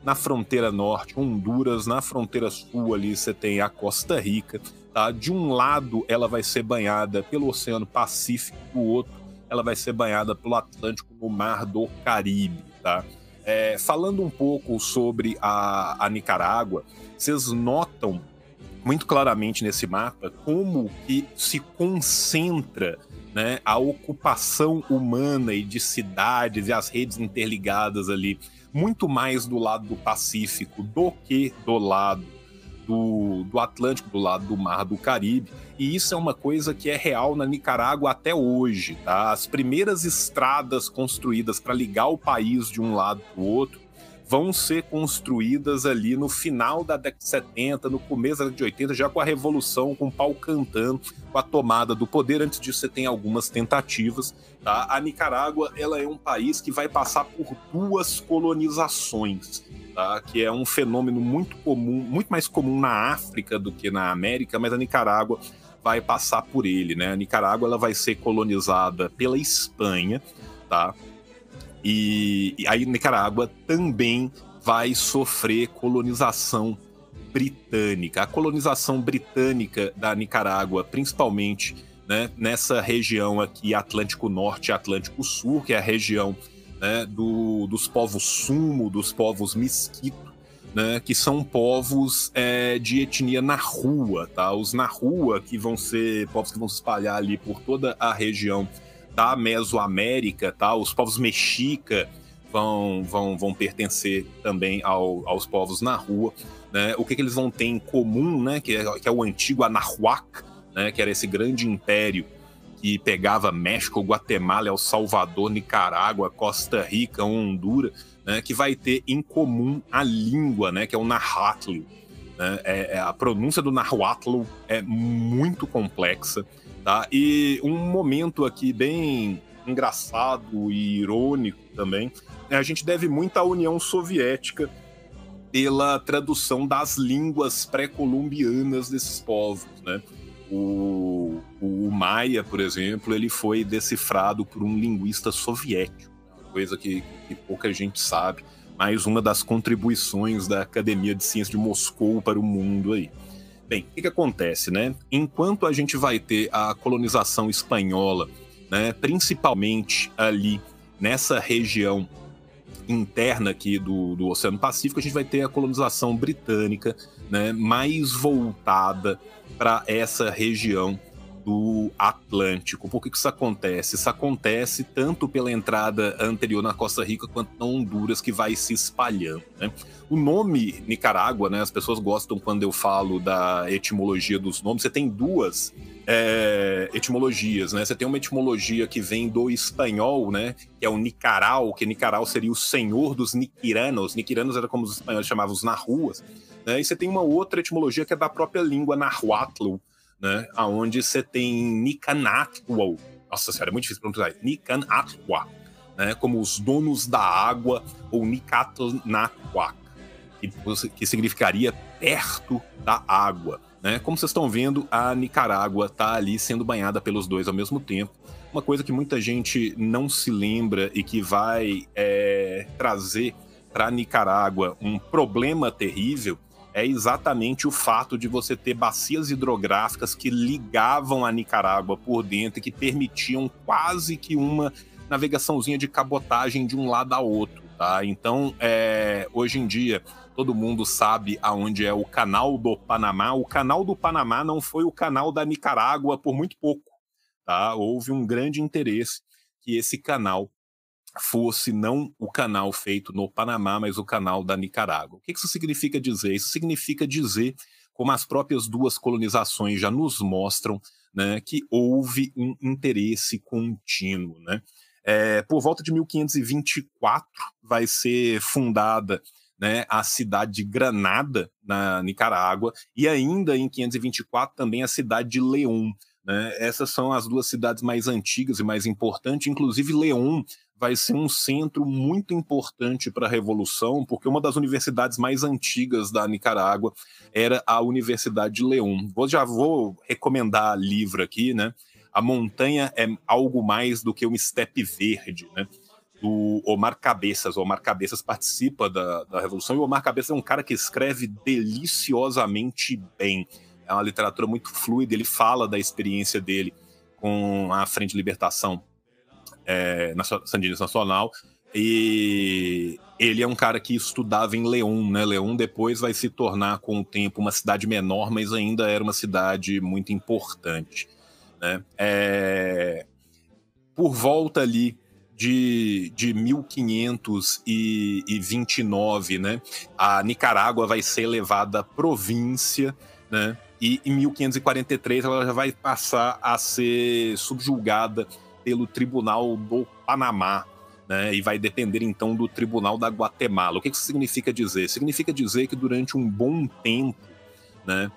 A: Na fronteira norte, Honduras. Na fronteira sul ali você tem a Costa Rica. Tá? De um lado ela vai ser banhada pelo Oceano Pacífico, do outro ela vai ser banhada pelo Atlântico no Mar do Caribe. Tá? É, falando um pouco sobre a, a Nicarágua, vocês notam muito claramente nesse mapa como que se concentra, né, a ocupação humana e de cidades e as redes interligadas ali, muito mais do lado do Pacífico do que do lado do, do Atlântico, do lado do Mar do Caribe. E isso é uma coisa que é real na Nicarágua até hoje. Tá? As primeiras estradas construídas para ligar o país de um lado para o outro vão ser construídas ali no final da década de setenta, no começo da década de oitenta, já com a Revolução, com o pau cantando, com a tomada do poder. Antes disso, você tem algumas tentativas. Tá? A Nicarágua ela é um país que vai passar por duas colonizações, tá? Que é um fenômeno muito comum, muito mais comum na África do que na América, mas a Nicarágua vai passar por ele. Né? A Nicarágua ela vai ser colonizada pela Espanha, tá? E, e aí Nicarágua também vai sofrer colonização britânica. A colonização britânica da Nicarágua, principalmente, né, nessa região aqui, Atlântico Norte e Atlântico Sul, que é a região, né, do, dos povos Sumo, dos povos Mesquito, né, que são povos é, de etnia Nahua, tá? Os Nahua, que vão ser povos que vão se espalhar ali por toda a região da Mesoamérica, tá? Os povos mexica vão, vão, vão pertencer também ao, aos povos Nahua, né? O que, que eles vão ter em comum, né? Que é, que é o antigo Anahuac, né? Que era esse grande império que pegava México, Guatemala, El Salvador, Nicarágua, Costa Rica, Honduras, né? Que vai ter em comum a língua, né? Que é o Nahuatl. Né? É, é, a pronúncia do Nahuatl é muito complexa. Tá? E um momento aqui bem engraçado e irônico também, a gente deve muito à União Soviética pela tradução das línguas pré-colombianas desses povos. Né? O, o Maia, por exemplo, ele foi decifrado por um linguista soviético, uma coisa que, que pouca gente sabe, mas uma das contribuições da Academia de Ciências de Moscou para o mundo aí. Bem, o que, que acontece, né? Enquanto a gente vai ter a colonização espanhola, né, principalmente ali nessa região interna aqui do, do Oceano Pacífico, a gente vai ter a colonização britânica, né, mais voltada para essa região do Atlântico. Por que, que isso acontece? Isso acontece tanto pela entrada anterior na Costa Rica quanto na Honduras, que vai se espalhando. Né? O nome Nicarágua, né, as pessoas gostam quando eu falo da etimologia dos nomes. Você tem duas é, etimologias, né? Você tem uma etimologia que vem do espanhol, né, que é o Nicaral, que Nicaral seria o senhor dos Niquiranos. Niquiranos era como os espanhóis chamavam os Nahuas. Né? E você tem uma outra etimologia que é da própria língua Nahuatl, né, onde você tem Nicanatwa, nossa senhora, é muito difícil pronunciar, Nicanatwa, né, como os donos da água, ou Nicatlanatwa, que, que significaria perto da água. Né? Como vocês estão vendo, a Nicarágua está ali sendo banhada pelos dois ao mesmo tempo. Uma coisa que muita gente não se lembra e que vai é, trazer para a Nicarágua um problema terrível é exatamente o fato de você ter bacias hidrográficas que ligavam a Nicarágua por dentro e que permitiam quase que uma navegaçãozinha de cabotagem de um lado a outro. Tá? Então, é, hoje em dia, todo mundo sabe aonde é o Canal do Panamá. O Canal do Panamá não foi o canal da Nicarágua por muito pouco. Tá? Houve um grande interesse que esse canal fosse não o canal feito no Panamá, mas o canal da Nicarágua. O que isso significa dizer? Isso significa dizer, como as próprias duas colonizações já nos mostram, né, que houve um interesse contínuo. Né? É, por volta de mil quinhentos e vinte e quatro vai ser fundada, né, a cidade de Granada, na Nicarágua, e ainda em quinhentos e vinte e quatro também a cidade de León. Né? Essas são as duas cidades mais antigas e mais importantes, inclusive León vai ser um centro muito importante para a Revolução, porque uma das universidades mais antigas da Nicarágua era a Universidade de León. Vou, já vou recomendar livro aqui, né? A Montanha é algo mais do que uma estepe verde, né? do Omar Cabeças. O Omar Cabeças participa da, da Revolução, e o Omar Cabeças é um cara que escreve deliciosamente bem. É uma literatura muito fluida, ele fala da experiência dele com a Frente de Libertação é, Sandinista Nacional, e ele é um cara que estudava em León, né? León depois vai se tornar, com o tempo, uma cidade menor, mas ainda era uma cidade muito importante, né? É... Por volta ali de, de mil quinhentos e vinte e nove, né, a Nicarágua vai ser elevada à província, né, e em mil quinhentos e quarenta e três ela já vai passar a ser subjugada pelo Tribunal do Panamá, né, e vai depender então do Tribunal da Guatemala. O que isso significa dizer? Significa dizer que durante um bom tempo, né,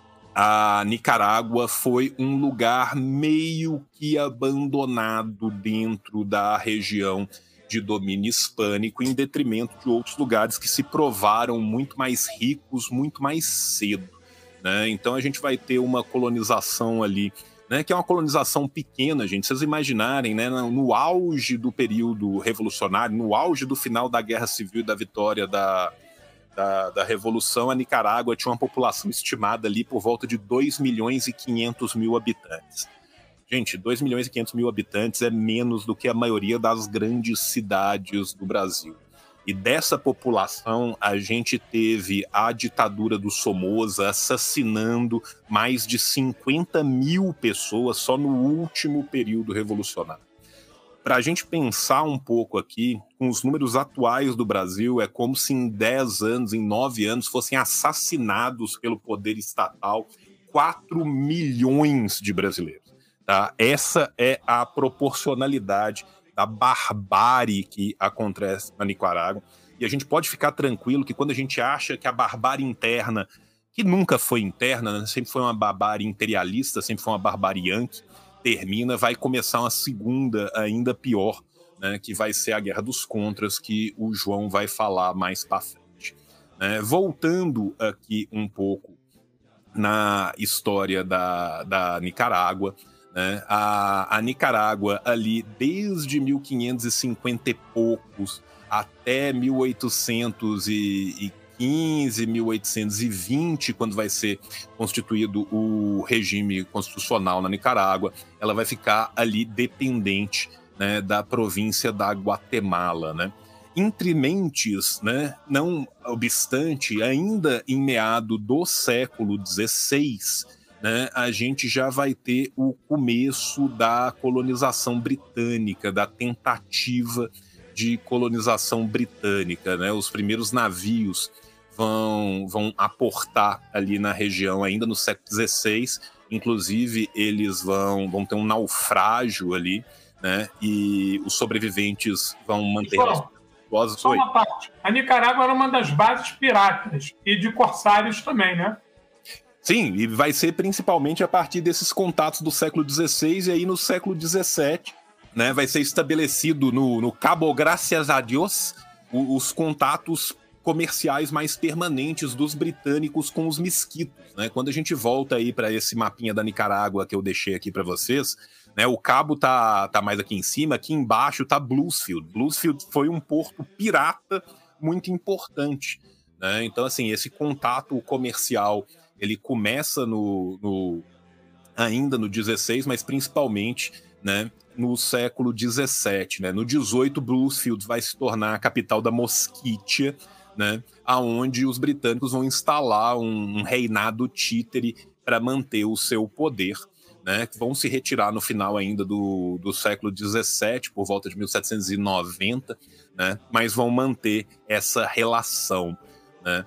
A: a Nicarágua foi um lugar meio que abandonado dentro da região de domínio hispânico, em detrimento de outros lugares que se provaram muito mais ricos, muito mais cedo, né? Então a gente vai ter uma colonização ali, né, que é uma colonização pequena, gente. Vocês imaginarem, né, no auge do período revolucionário, no auge do final da Guerra Civil e da vitória da Da, da Revolução, a Nicarágua tinha uma população estimada ali por volta de dois milhões e quinhentos mil habitantes. Gente, dois milhões e quinhentos mil habitantes é menos do que a maioria das grandes cidades do Brasil. E dessa população, a gente teve a ditadura do Somoza assassinando mais de cinquenta mil pessoas só no último período revolucionário. Para a gente pensar um pouco aqui, com os números atuais do Brasil, é como se em dez anos, em nove anos, fossem assassinados pelo poder estatal quatro milhões de brasileiros. Tá? Essa é a proporcionalidade da barbárie que acontece na Nicarágua. E a gente pode ficar tranquilo que quando a gente acha que a barbárie interna, que nunca foi interna, né? Sempre foi uma barbárie imperialista, sempre foi uma barbárie yankee, termina, vai começar uma segunda ainda pior, né, que vai ser a Guerra dos Contras, que o João vai falar mais para frente. Né? Voltando aqui um pouco na história da, da Nicarágua, né, a, a Nicarágua ali desde mil quinhentos e cinquenta e poucos até mil oitocentos e quinze, mil oitocentos e vinte, quando vai ser constituído o regime constitucional na Nicarágua, ela vai ficar ali dependente, né, da província da Guatemala, né? Entre mentes, né, não obstante, ainda em meado do século dezesseis, né, a gente já vai ter o começo da colonização britânica, da tentativa de colonização britânica, né? Os primeiros navios Vão, vão aportar ali na região ainda no século dezesseis, inclusive eles vão, vão ter um naufrágio ali, né? E os sobreviventes vão manter...
B: Só,
A: as...
B: só uma parte. A Nicarágua era uma das bases piratas e de corsários também, né?
A: Sim, e vai ser principalmente a partir desses contatos do século dezesseis, e aí no século dezessete, né, vai ser estabelecido no, no Cabo Gracias a Dios os, os contatos comerciais mais permanentes dos britânicos com os mesquitos, né? Quando a gente volta aí para esse mapinha da Nicarágua que eu deixei aqui para vocês, né, o cabo tá, tá mais aqui em cima, aqui embaixo tá Bluesfield. Bluesfield foi um porto pirata muito importante, né? Então, assim, esse contato comercial, ele começa no, no ainda no dezesseis, mas principalmente, né, no século dezessete, né? No dezoito, Bluesfield vai se tornar a capital da Mosquitia, né, aonde os britânicos vão instalar um, um reinado títere para manter o seu poder, né, vão se retirar no final ainda do, do século dezessete, por volta de mil setecentos e noventa, né, mas vão manter essa relação, né.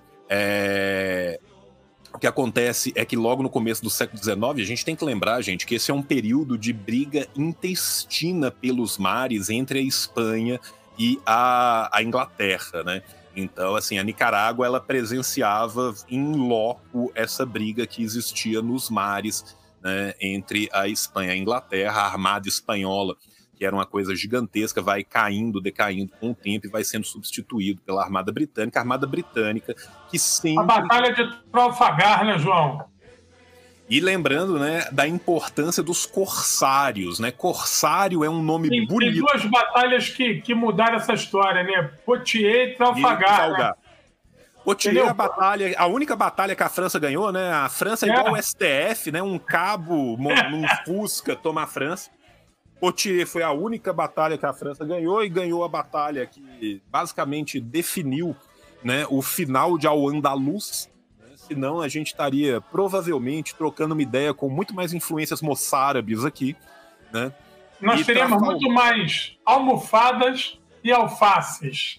A: É... O que acontece é que logo no começo do século dezenove, a gente tem que lembrar, gente, que esse é um período de briga intestina pelos mares entre a Espanha e a, a Inglaterra, né? Então, assim, a Nicarágua, ela presenciava em loco essa briga que existia nos mares, né, entre a Espanha e a Inglaterra. A Armada Espanhola, que era uma coisa gigantesca, vai caindo, decaindo com o tempo e vai sendo substituído pela Armada Britânica. A Armada Britânica, que sempre...
B: A Batalha de Trafalgar, né, João?
A: E lembrando, né, da importância dos corsários, né? Corsário é um nome
B: tem,
A: bonito.
B: Tem duas batalhas que, que mudaram essa história, né? Poitiers e Trafalgar. Né?
A: Poitiers, a batalha, a única batalha que a França ganhou, né? A França é igual o S T F, né? Um cabo num Fusca toma a França. Poitiers foi a única batalha que a França ganhou e ganhou a batalha que basicamente definiu, né, o final de Al-Andalus. Senão a gente estaria provavelmente trocando uma ideia com muito mais influências moçárabes aqui, né?
B: Nós
A: e
B: teríamos
A: Trafal...
B: muito mais almofadas e alfaces.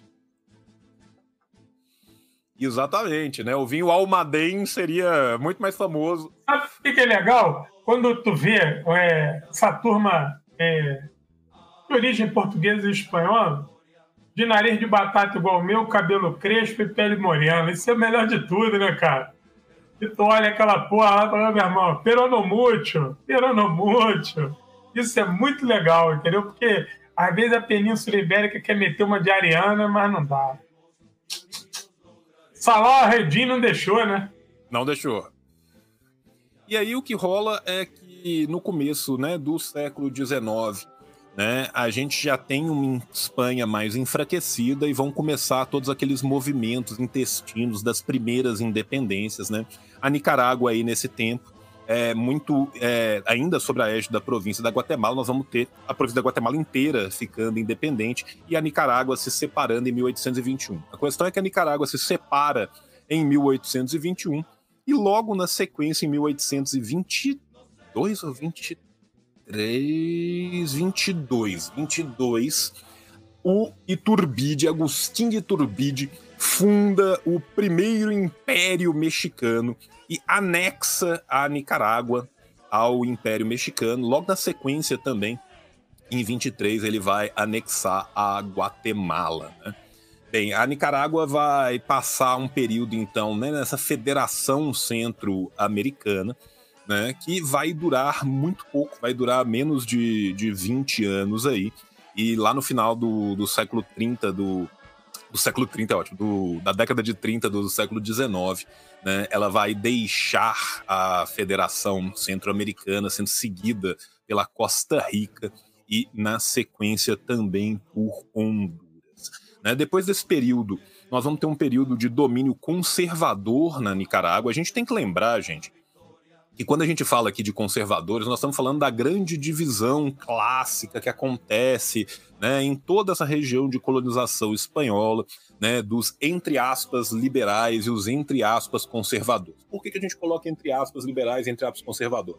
A: Exatamente, né? O vinho Almaden seria muito mais famoso.
B: Sabe o que é legal? Quando tu vê é, essa turma é, de origem portuguesa e espanhola, de nariz de batata igual o meu, cabelo crespo e pele morena. Isso é o melhor de tudo, né, cara? E tu olha aquela porra lá e fala, meu irmão, peronomútil, peronomútil. Isso é muito legal, entendeu? Porque às vezes a Península Ibérica quer meter uma de ariana, mas não dá. Salah Redin não deixou, né?
A: Não deixou. E aí o que rola é que no começo, né, do século dezenove, né, a gente já tem uma Espanha mais enfraquecida e vão começar todos aqueles movimentos intestinos das primeiras independências, né? A Nicarágua aí nesse tempo é muito, é, ainda sobre a égide da província da Guatemala, nós vamos ter a província da Guatemala inteira ficando independente e a Nicarágua se separando em mil oitocentos e vinte e um. A questão é que a Nicarágua se separa em mil oitocentos e vinte e um e logo na sequência em mil oitocentos e vinte e dois ou vinte e três, vinte e dois, vinte e dois, o Iturbide, Agustín de Iturbide, funda o primeiro Império Mexicano e anexa a Nicarágua ao Império Mexicano. Logo na sequência também, em vinte e três, ele vai anexar a Guatemala, né? Bem, a Nicarágua vai passar um período, então, né, nessa federação centro-americana, né, que vai durar muito pouco, vai durar menos de, de vinte anos aí, e lá no final do, do século trinta, do, do século trinta é ótimo, do, da década de trinta do século dezenove, né, ela vai deixar a Federação Centro-Americana, sendo seguida pela Costa Rica e, na sequência, também por Honduras. Né, depois desse período, nós vamos ter um período de domínio conservador na Nicarágua. A gente tem que lembrar, gente, que quando a gente fala aqui de conservadores, nós estamos falando da grande divisão clássica que acontece, né, em toda essa região de colonização espanhola, né, dos, entre aspas, liberais e os, entre aspas, conservadores. Por que que a gente coloca entre aspas liberais e entre aspas conservadores?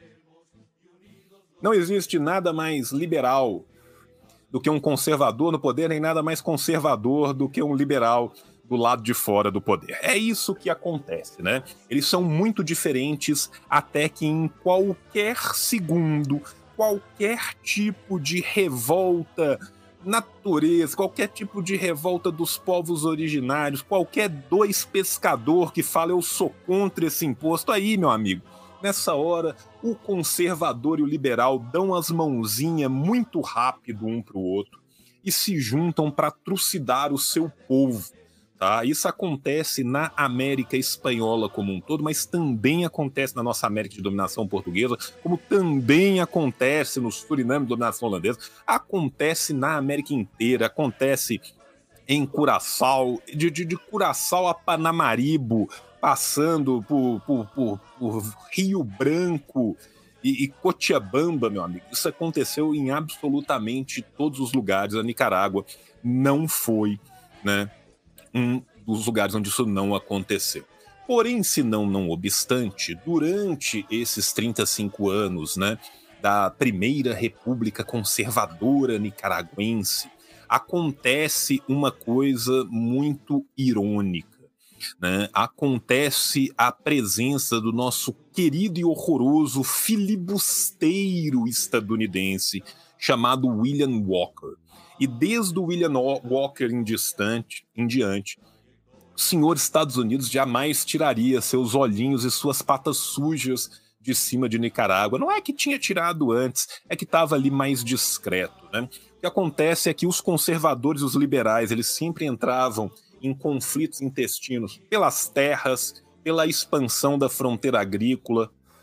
A: Não existe nada mais liberal do que um conservador no poder, nem nada mais conservador do que um liberal do lado de fora do poder. É isso que acontece, né? Eles são muito diferentes até que em qualquer segundo, qualquer tipo de revolta natureza, qualquer tipo de revolta dos povos originários, qualquer dois pescador que fala eu sou contra esse imposto, aí, meu amigo, nessa hora, o conservador e o liberal dão as mãozinhas muito rápido um para o outro e se juntam para trucidar o seu povo. Tá? Isso acontece na América Espanhola como um todo, mas também acontece na nossa América de dominação portuguesa, como também acontece no Suriname de dominação holandesa, acontece na América inteira, acontece em Curaçao, de, de, de Curaçao a Panamaribo, passando por, por, por, por Rio Branco e, e Cochabamba, meu amigo. Isso aconteceu em absolutamente todos os lugares. A Nicarágua não foi, né, um dos lugares onde isso não aconteceu. Porém, se não, não obstante, durante esses trinta e cinco anos, né, da primeira república conservadora nicaragüense, acontece uma coisa muito irônica, né? Acontece a presença do nosso querido e horroroso filibusteiro estadunidense chamado William Walker. E desde o William Walker em, distante, em diante, o senhor Estados Unidos jamais tiraria seus olhinhos e suas patas sujas de cima de Nicarágua. Não é que tinha tirado antes, é que estava ali mais discreto, né? O que acontece é que os conservadores e os liberais, eles sempre entravam em conflitos intestinos pelas terras, pela expansão da fronteira agrícola,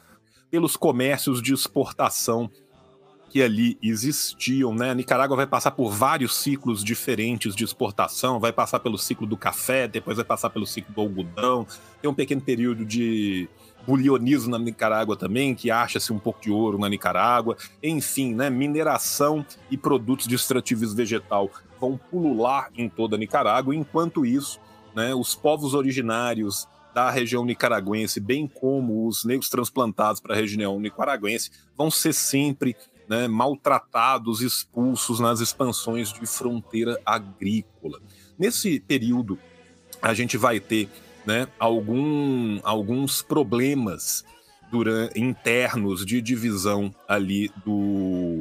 A: pelos comércios de exportação que ali existiam, né? A Nicarágua vai passar por vários ciclos diferentes de exportação, vai passar pelo ciclo do café, depois vai passar pelo ciclo do algodão, tem um pequeno período de bulionismo na Nicarágua também, que acha-se um pouco de ouro na Nicarágua, enfim, né? Mineração e produtos de extrativismo vegetal vão pulular em toda a Nicarágua, enquanto isso, né, os povos originários da região nicaragüense, bem como os negros transplantados para a região nicaragüense, vão ser sempre, né, maltratados, expulsos nas expansões de fronteira agrícola. Nesse período, a gente vai ter, né, algum, alguns problemas durante, internos de divisão ali do,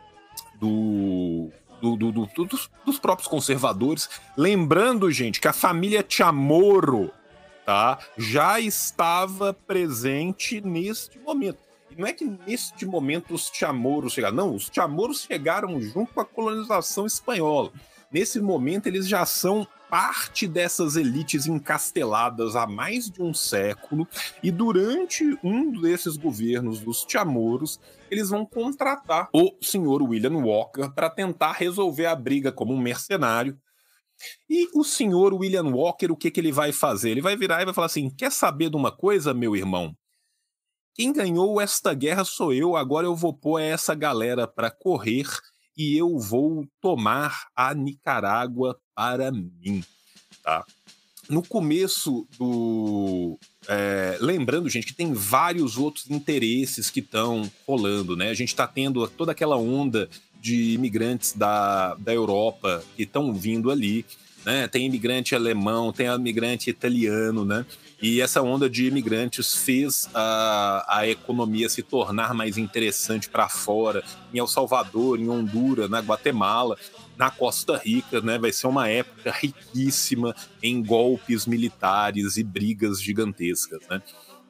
A: do, do, do, do, do dos, dos próprios conservadores. Lembrando, gente, que a família Chamorro, tá, já estava presente neste momento. Não é que neste momento os Chamorros chegaram, não, os Chamorros chegaram junto com a colonização espanhola. Nesse momento eles já são parte dessas elites encasteladas há mais de um século, e durante um desses governos dos Chamorros, eles vão contratar o senhor William Walker para tentar resolver a briga como um mercenário. E o senhor William Walker, o que, que ele vai fazer? Ele vai virar e vai falar assim: quer saber de uma coisa, meu irmão? Quem ganhou esta guerra sou eu, agora eu vou pôr essa galera para correr e eu vou tomar a Nicarágua para mim, tá? No começo do... É, lembrando, gente, que tem vários outros interesses que estão rolando, né? A gente está tendo toda aquela onda de imigrantes da, da Europa que estão vindo ali, né? Tem imigrante alemão, tem imigrante italiano, né? E essa onda de imigrantes fez a, a economia se tornar mais interessante para fora, em El Salvador, em Honduras, na Guatemala, na Costa Rica, né? Vai ser uma época riquíssima em golpes militares e brigas gigantescas, né?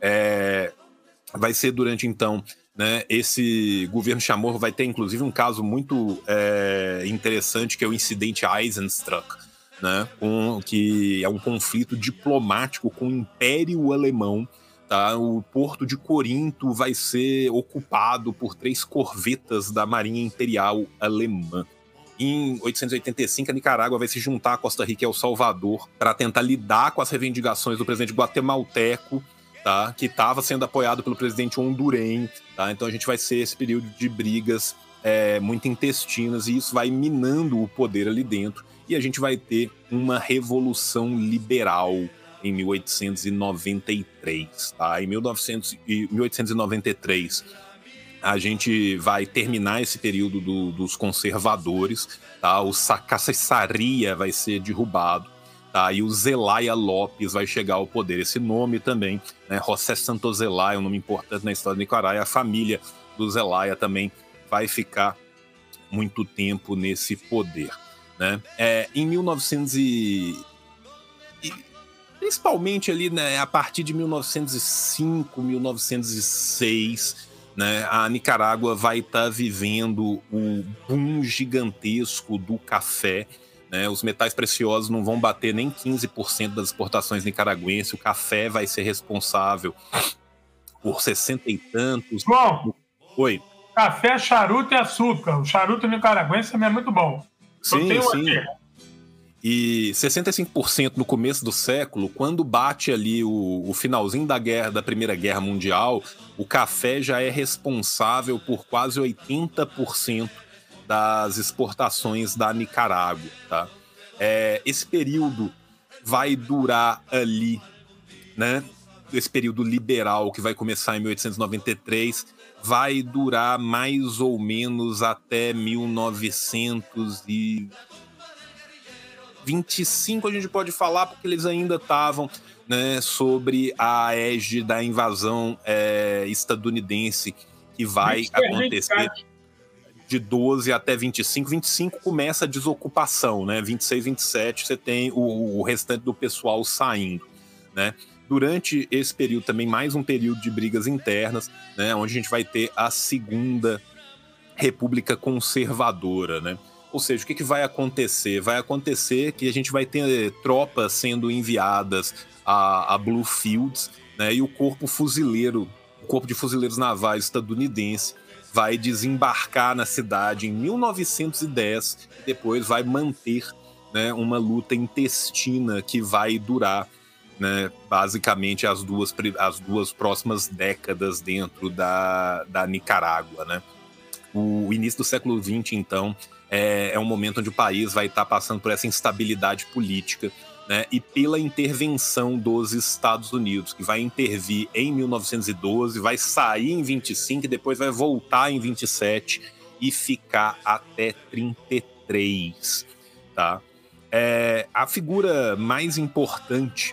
A: É, vai ser durante, então, né, esse governo Chamorro vai ter, inclusive, um caso muito é, interessante, que é o incidente Eisenstruck, né, com, que é um conflito diplomático com o Império Alemão. Tá? O porto de Corinto vai ser ocupado por três corvetas da Marinha Imperial Alemã. Em oitocentos e oitenta e cinco, a Nicarágua vai se juntar à Costa Rica e El Salvador para tentar lidar com as reivindicações do presidente guatemalteco, tá? Que estava sendo apoiado pelo presidente hondurenho. Tá? Então a gente vai ser esse período de brigas é, muito intestinas, e isso vai minando o poder ali dentro. E a gente vai ter uma revolução liberal em mil oitocentos e noventa e três. Tá? Em mil oitocentos e noventa e três, a gente vai terminar esse período do, dos conservadores. Tá? O Caçaçaria vai ser derrubado. Tá? E o Zelaya Lopes vai chegar ao poder. Esse nome também, né? José Santos Zelaya, é um nome importante na história do Nicarágua. A família do Zelaya também vai ficar muito tempo nesse poder. Né? É, em mil e novecentos e... e principalmente ali, né, a partir de mil novecentos e cinco, mil novecentos e seis, né, a Nicarágua vai estar tá vivendo o boom gigantesco do café. Né? Os metais preciosos não vão bater nem quinze por cento das exportações nicaragüenses. O café vai ser responsável por sessenta e tantos.
B: Bom,
A: Oi.
B: Café, charuto e açúcar. O charuto nicaragüense também é muito bom.
A: Sim, sim. Aqui. E sessenta e cinco por cento no começo do século, quando bate ali o, o finalzinho da guerra, da Primeira Guerra Mundial, o café já é responsável por quase oitenta por cento das exportações da Nicarágua. Tá? É, esse período vai durar ali, né? Esse período liberal que vai começar em mil oitocentos e noventa e três vai durar mais ou menos até mil novecentos e vinte e cinco, a gente pode falar, porque eles ainda estavam, né, sobre a égide da invasão é, estadunidense, que vai acontecer de doze até vinte e cinco. vinte e cinco começa a desocupação, né? vinte e seis, vinte e sete você tem o, o restante do pessoal saindo, né? Durante esse período também, mais um período de brigas internas, né, onde a gente vai ter a Segunda República Conservadora, né? Ou seja, o que, que vai acontecer? Vai acontecer que a gente vai ter tropas sendo enviadas a, a Bluefields, né, e o corpo fuzileiro o Corpo de Fuzileiros Navais estadunidense vai desembarcar na cidade em mil novecentos e dez e depois vai manter, né, uma luta intestina que vai durar, né, basicamente as duas, as duas próximas décadas dentro da, da Nicarágua, né? O início do século vinte, então, é, é um momento onde o país vai estar passando por essa instabilidade política, né, e pela intervenção dos Estados Unidos, que vai intervir em mil novecentos e doze, vai sair em vinte e cinco e depois vai voltar em vinte e sete e ficar até trinta e três, tá? É, a figura mais importante,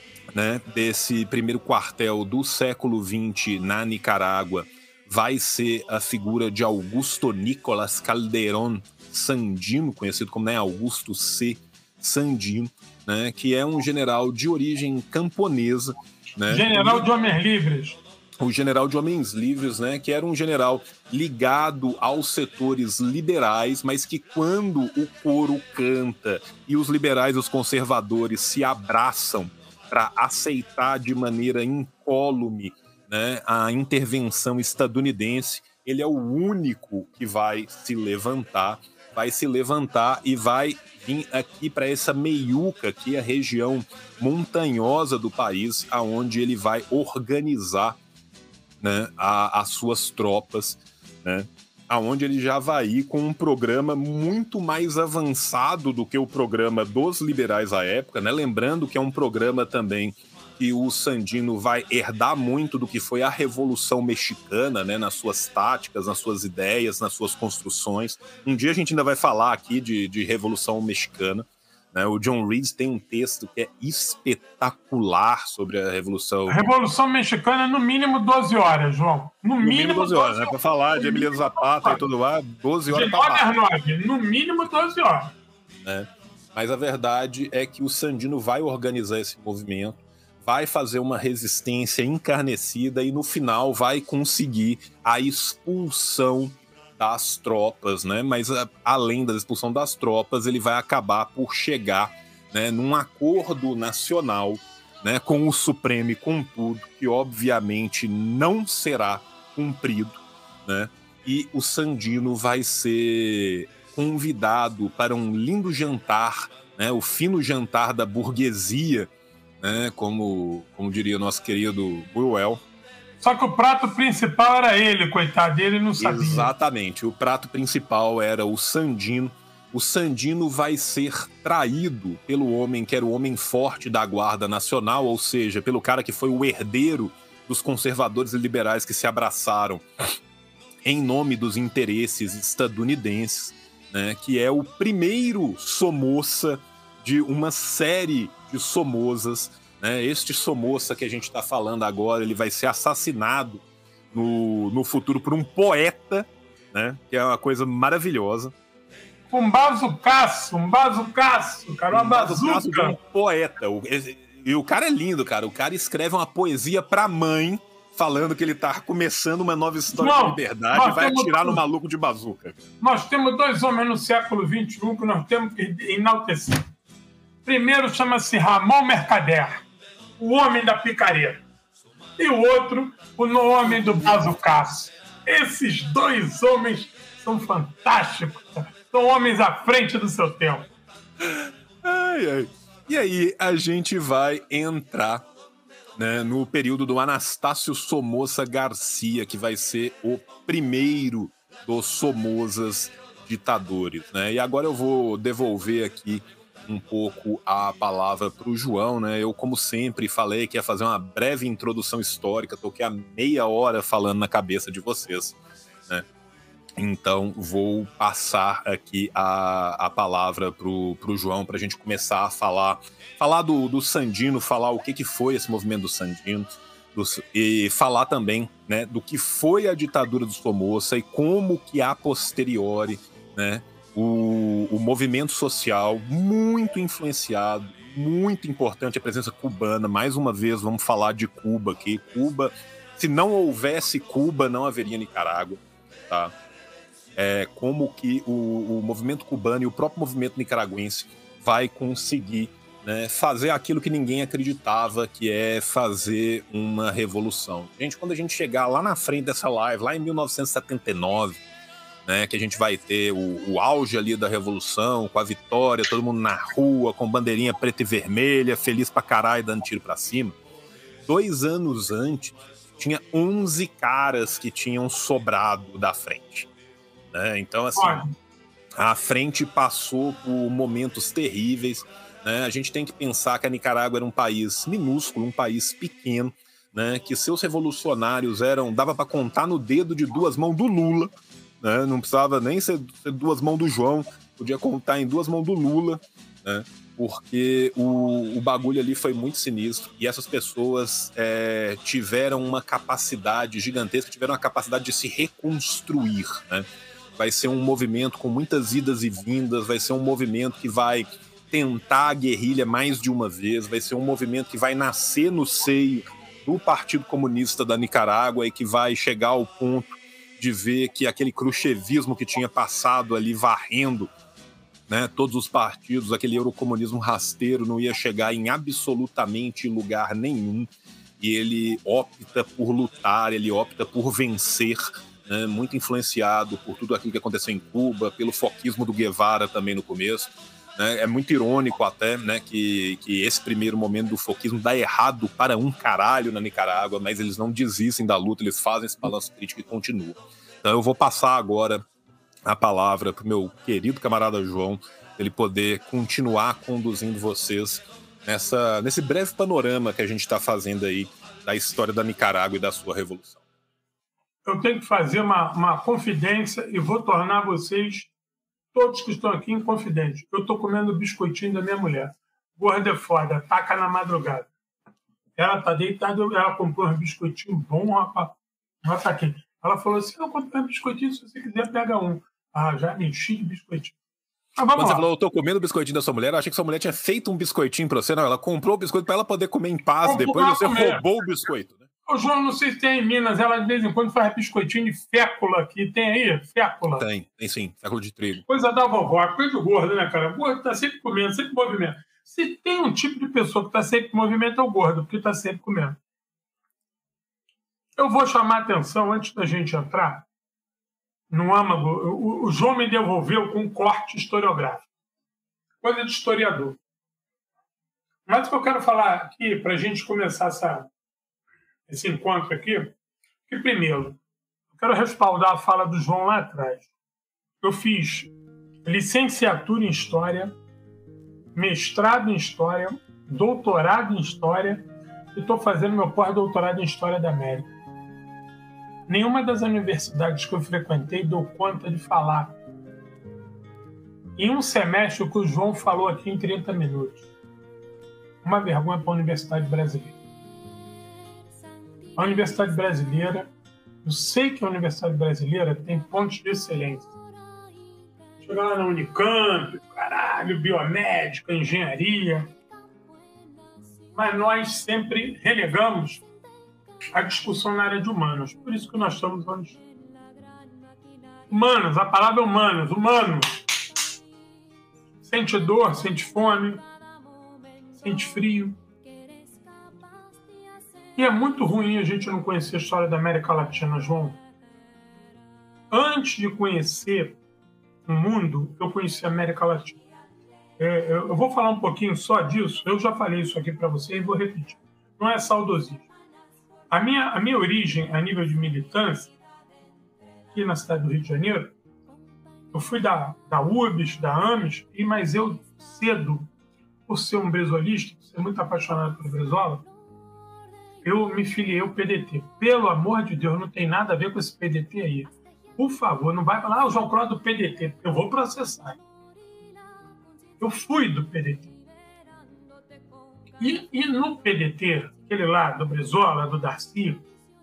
A: né, desse primeiro quartel do século vinte na Nicarágua vai ser a figura de Augusto Nicolás Calderón Sandino, conhecido como, né, Augusto C. Sandino, né, que é um general de origem camponesa, né,
B: general de homens livres.
A: O general de homens livres, né, que era um general ligado aos setores liberais, mas que quando o coro canta e os liberais e os conservadores se abraçam para aceitar de maneira incólume, né, a intervenção estadunidense, ele é o único que vai se levantar, vai se levantar e vai vir aqui para essa meiuca, que é a região montanhosa do país, aonde ele vai organizar, né, a, as suas tropas, né, aonde ele já vai ir com um programa muito mais avançado do que o programa dos liberais à época, né? Lembrando que é um programa também que o Sandino vai herdar muito do que foi a Revolução Mexicana, né, nas suas táticas, nas suas ideias, nas suas construções. Um dia a gente ainda vai falar aqui de, de Revolução Mexicana, né? O John Reed tem um texto que é espetacular sobre a Revolução.
B: A Revolução Mexicana, no mínimo doze horas, João. No,
A: no
B: mínimo,
A: mínimo doze horas, né? Para falar de Emiliano Zapata e tudo lá, doze horas.
B: De nove às nove, no mínimo doze horas.
A: Né? Mas a verdade é que o Sandino vai organizar esse movimento, vai fazer uma resistência encarnecida e no final vai conseguir a expulsão das tropas, né? Mas a, além da expulsão das tropas, ele vai acabar por chegar, né, num acordo nacional, né, com o Supremo e com tudo, que obviamente não será cumprido, né? E o Sandino vai ser convidado para um lindo jantar, né, o fino jantar da burguesia, né, como, como diria nosso querido Buell.
B: Só que o prato principal era ele, coitado dele, não sabia.
A: Exatamente, o prato principal era o Sandino. O Sandino vai ser traído pelo homem que era o homem forte da Guarda Nacional, ou seja, pelo cara que foi o herdeiro dos conservadores e liberais que se abraçaram em nome dos interesses estadunidenses, né, que é o primeiro Somoza de uma série de Somozas, né? Este Somoza que a gente está falando agora, ele vai ser assassinado no, no futuro por um poeta, né? Que é uma coisa maravilhosa.
B: Um bazucaço, um bazucaço, cara, uma
A: um bazuca. De um poeta. O, e o cara é lindo, cara. O cara escreve uma poesia pra mãe, falando que ele tá começando uma nova história Não, de liberdade e vai atirar no maluco de bazuca.
B: Nós temos dois homens no século vinte e um que nós temos que enaltecer. Primeiro chama-se Ramon Mercader, o homem da picareta. E o outro, o homem do bazucaço. Esses dois homens são fantásticos. São homens à frente do seu tempo.
A: Ai, ai. E aí a gente vai entrar, né, no período do Anastácio Somoza Garcia, que vai ser o primeiro dos Somozas ditadores, né? E agora eu vou devolver aqui um pouco a palavra para o João, né? Eu, como sempre, falei que ia fazer uma breve introdução histórica, toquei a meia hora falando na cabeça de vocês, né? Então, vou passar aqui a, a palavra para o João, para a gente começar a falar, falar do, do Sandino, falar o que, que foi esse movimento do Sandino, do, e falar também, né, do que foi a ditadura do Somoza e como que, a posteriori, né, O, o movimento social muito influenciado, muito importante a presença cubana. Mais uma vez, vamos falar de Cuba aqui. Cuba, se não houvesse Cuba, não haveria Nicarágua, tá? É, como que o, o movimento cubano e o próprio movimento nicaragüense vai conseguir né, fazer aquilo que ninguém acreditava, que é fazer uma revolução. Gente, quando a gente chegar lá na frente dessa live, lá em mil novecentos e setenta e nove, né, que a gente vai ter o, o auge ali da revolução, com a vitória, todo mundo na rua, com bandeirinha preta e vermelha, feliz pra caralho, dando tiro pra cima. Dois anos antes, tinha onze caras que tinham sobrado da frente, né? Então, assim, a frente passou por momentos terríveis, né? A gente tem que pensar que a Nicarágua era um país minúsculo, um país pequeno, né? Que seus revolucionários eram, dava para contar no dedo de duas mãos do Lula, né? Não precisava nem ser, ser duas mãos do João, podia contar em duas mãos do Lula, né? Porque o, o bagulho ali foi muito sinistro e essas pessoas é, tiveram uma capacidade gigantesca, tiveram a capacidade de se reconstruir, né? Vai ser um movimento com muitas idas e vindas, vai ser um movimento que vai tentar a guerrilha mais de uma vez, vai ser um movimento que vai nascer no seio do Partido Comunista da Nicarágua e que vai chegar ao ponto de ver que aquele khrushchevismo que tinha passado ali varrendo, né, todos os partidos, aquele eurocomunismo rasteiro não ia chegar em absolutamente lugar nenhum, e ele opta por lutar, ele opta por vencer, né, muito influenciado por tudo aquilo que aconteceu em Cuba, pelo foquismo do Guevara também no começo, né. É muito irônico até, né, que, que esse primeiro momento do foquismo dá errado para um caralho na Nicarágua, mas eles não desistem da luta, eles fazem esse balanço crítico e continuam. Então eu vou passar agora a palavra para o meu querido camarada João, ele poder continuar conduzindo vocês nessa, nesse breve panorama que a gente está fazendo aí da história da Nicarágua e da sua revolução.
B: Eu tenho que fazer uma, uma confidência e vou tornar vocês, todos que estão aqui, em confidente. Eu estou comendo o biscoitinho da minha mulher. Gorda é foda, taca na madrugada. Ela está deitada, ela comprou um biscoitinho bom, rapaz. Ela tá aqui. Ela falou assim, eu comprei um biscoitinho, se você quiser, pega um. Ah, já me enchi de biscoitinho. Mas vamos
A: Quando
B: lá.
A: você falou, eu tô comendo o biscoitinho da sua mulher, eu achei que sua mulher tinha feito um biscoitinho pra você. Não, ela comprou o biscoito pra ela poder comer em paz,
B: Comprou
A: depois
B: pra
A: você
B: comer.
A: roubou o biscoito, né?
B: Ô, João, não sei se tem em Minas, ela de vez em quando faz biscoitinho de fécula aqui. Tem aí? Fécula?
A: Tem, tem sim, fécula de trigo.
B: Coisa da vovó, coisa de gordo, né, cara? O gordo tá sempre comendo, sempre em movimento. Se tem um tipo de pessoa que tá sempre em movimento, é o gordo, porque tá sempre comendo. Eu vou chamar a atenção, antes da gente entrar, no âmago, o, o João me devolveu com um corte historiográfico. Coisa de historiador. Mas o que eu quero falar aqui, para a gente começar essa, esse encontro aqui, que primeiro, eu quero respaldar a fala do João lá atrás. Eu fiz licenciatura em História, mestrado em História, doutorado em História e estou fazendo meu pós-doutorado em História da América. Nenhuma das universidades que eu frequentei deu conta de falar em um semestre o que o João falou aqui em trinta minutos. Uma vergonha para a Universidade Brasileira. A Universidade Brasileira, eu sei que a Universidade Brasileira tem pontos de excelência. Chega lá na Unicamp, caralho, biomédica, engenharia. Mas nós sempre relegamos a discussão na área de humanos. Por isso que nós estamos onde humanos, a palavra é humanos, humanos. Sente dor, sente fome, sente frio. E é muito ruim a gente não conhecer a história da América Latina, João. Antes de conhecer o mundo, eu conheci a América Latina. Eu vou falar um pouquinho só disso. Eu já falei isso aqui para você e vou repetir. Não é saudosismo. A minha, a minha origem, a nível de militância, aqui na cidade do Rio de Janeiro, eu fui da, da U B S, da A M E S, e, mas eu cedo, por ser um bresolista, por ser muito apaixonado por Brezola, eu me filiei ao P D T. Pelo amor de Deus, não tem nada a ver com esse P D T aí. Por favor, não vai falar, ah, o João Cláudio do P D T, porque eu vou processar. Eu fui do P D T. E, e no P D T, aquele lá do Brizola, do Darcy,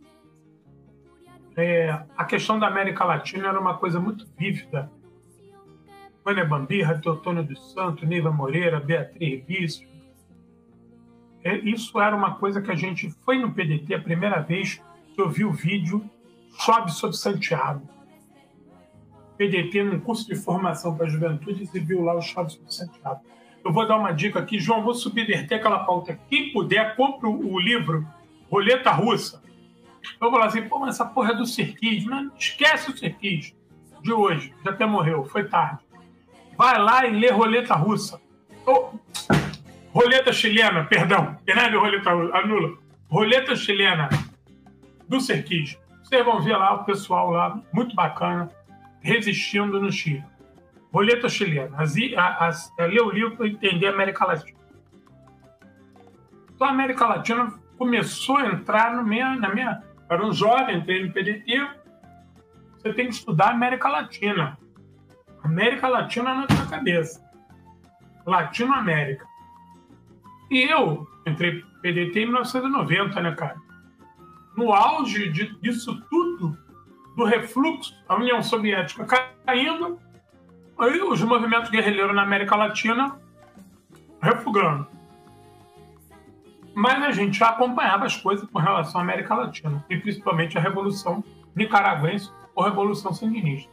B: é, a questão da América Latina era uma coisa muito vívida. Vânia Bambirra, Teotônio dos Santos, Neiva Moreira, Beatriz Vício. É, isso era uma coisa que a gente foi no P D T a primeira vez que eu vi o vídeo Chove sobre Santiago. P D T, num curso de formação para a juventude, e viu lá o Chove sobre Santiago. eu vou dar uma dica aqui. João, vou subverter aquela pauta. Quem puder, compre o livro Roleta Russa. Eu vou falar assim, pô, mas essa porra é do Sirkis. Não, esquece o Sirkis de hoje. Já até morreu, foi tarde. Vai lá e lê Roleta Russa. Oh, roleta chilena, perdão. Não é de roleta russa, anula. Roleta chilena do Sirkis. Vocês vão ver lá o pessoal lá, muito bacana, resistindo no Chile. Roleta chilena. As, as, é ler o livro para entender a América Latina. Então a América Latina começou a entrar no minha, na minha... Era um jovem, entrei no P D T. Você tem que estudar a América Latina. América Latina na sua cabeça. Latinoamérica. E eu entrei no P D T em mil novecentos e noventa, né, cara? No auge de, disso tudo, do refluxo, a União Soviética caindo, aí os movimentos guerrilheiros na América Latina refugando. Mas a gente já acompanhava as coisas com relação à América Latina, e principalmente a Revolução Nicaragüense ou Revolução Sandinista.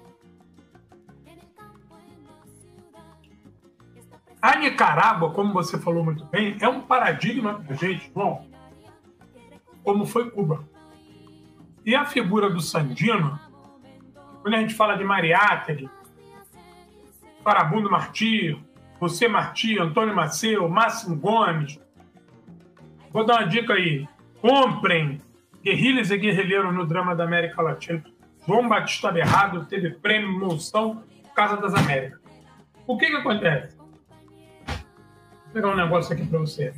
B: A Nicarágua, como você falou muito bem, é um paradigma para a gente, João, como foi Cuba. E a figura do Sandino, quando a gente fala de Mariátegui, Farabundo Martí, José Martí, Antônio Maceu, Máximo Gomes, vou dar uma dica aí, comprem Guerrilhas e Guerrilheiros no Drama da América Latina. João Batista Berrado teve prêmio Moção Casa das Américas. O que que acontece? Vou pegar um negócio aqui para você.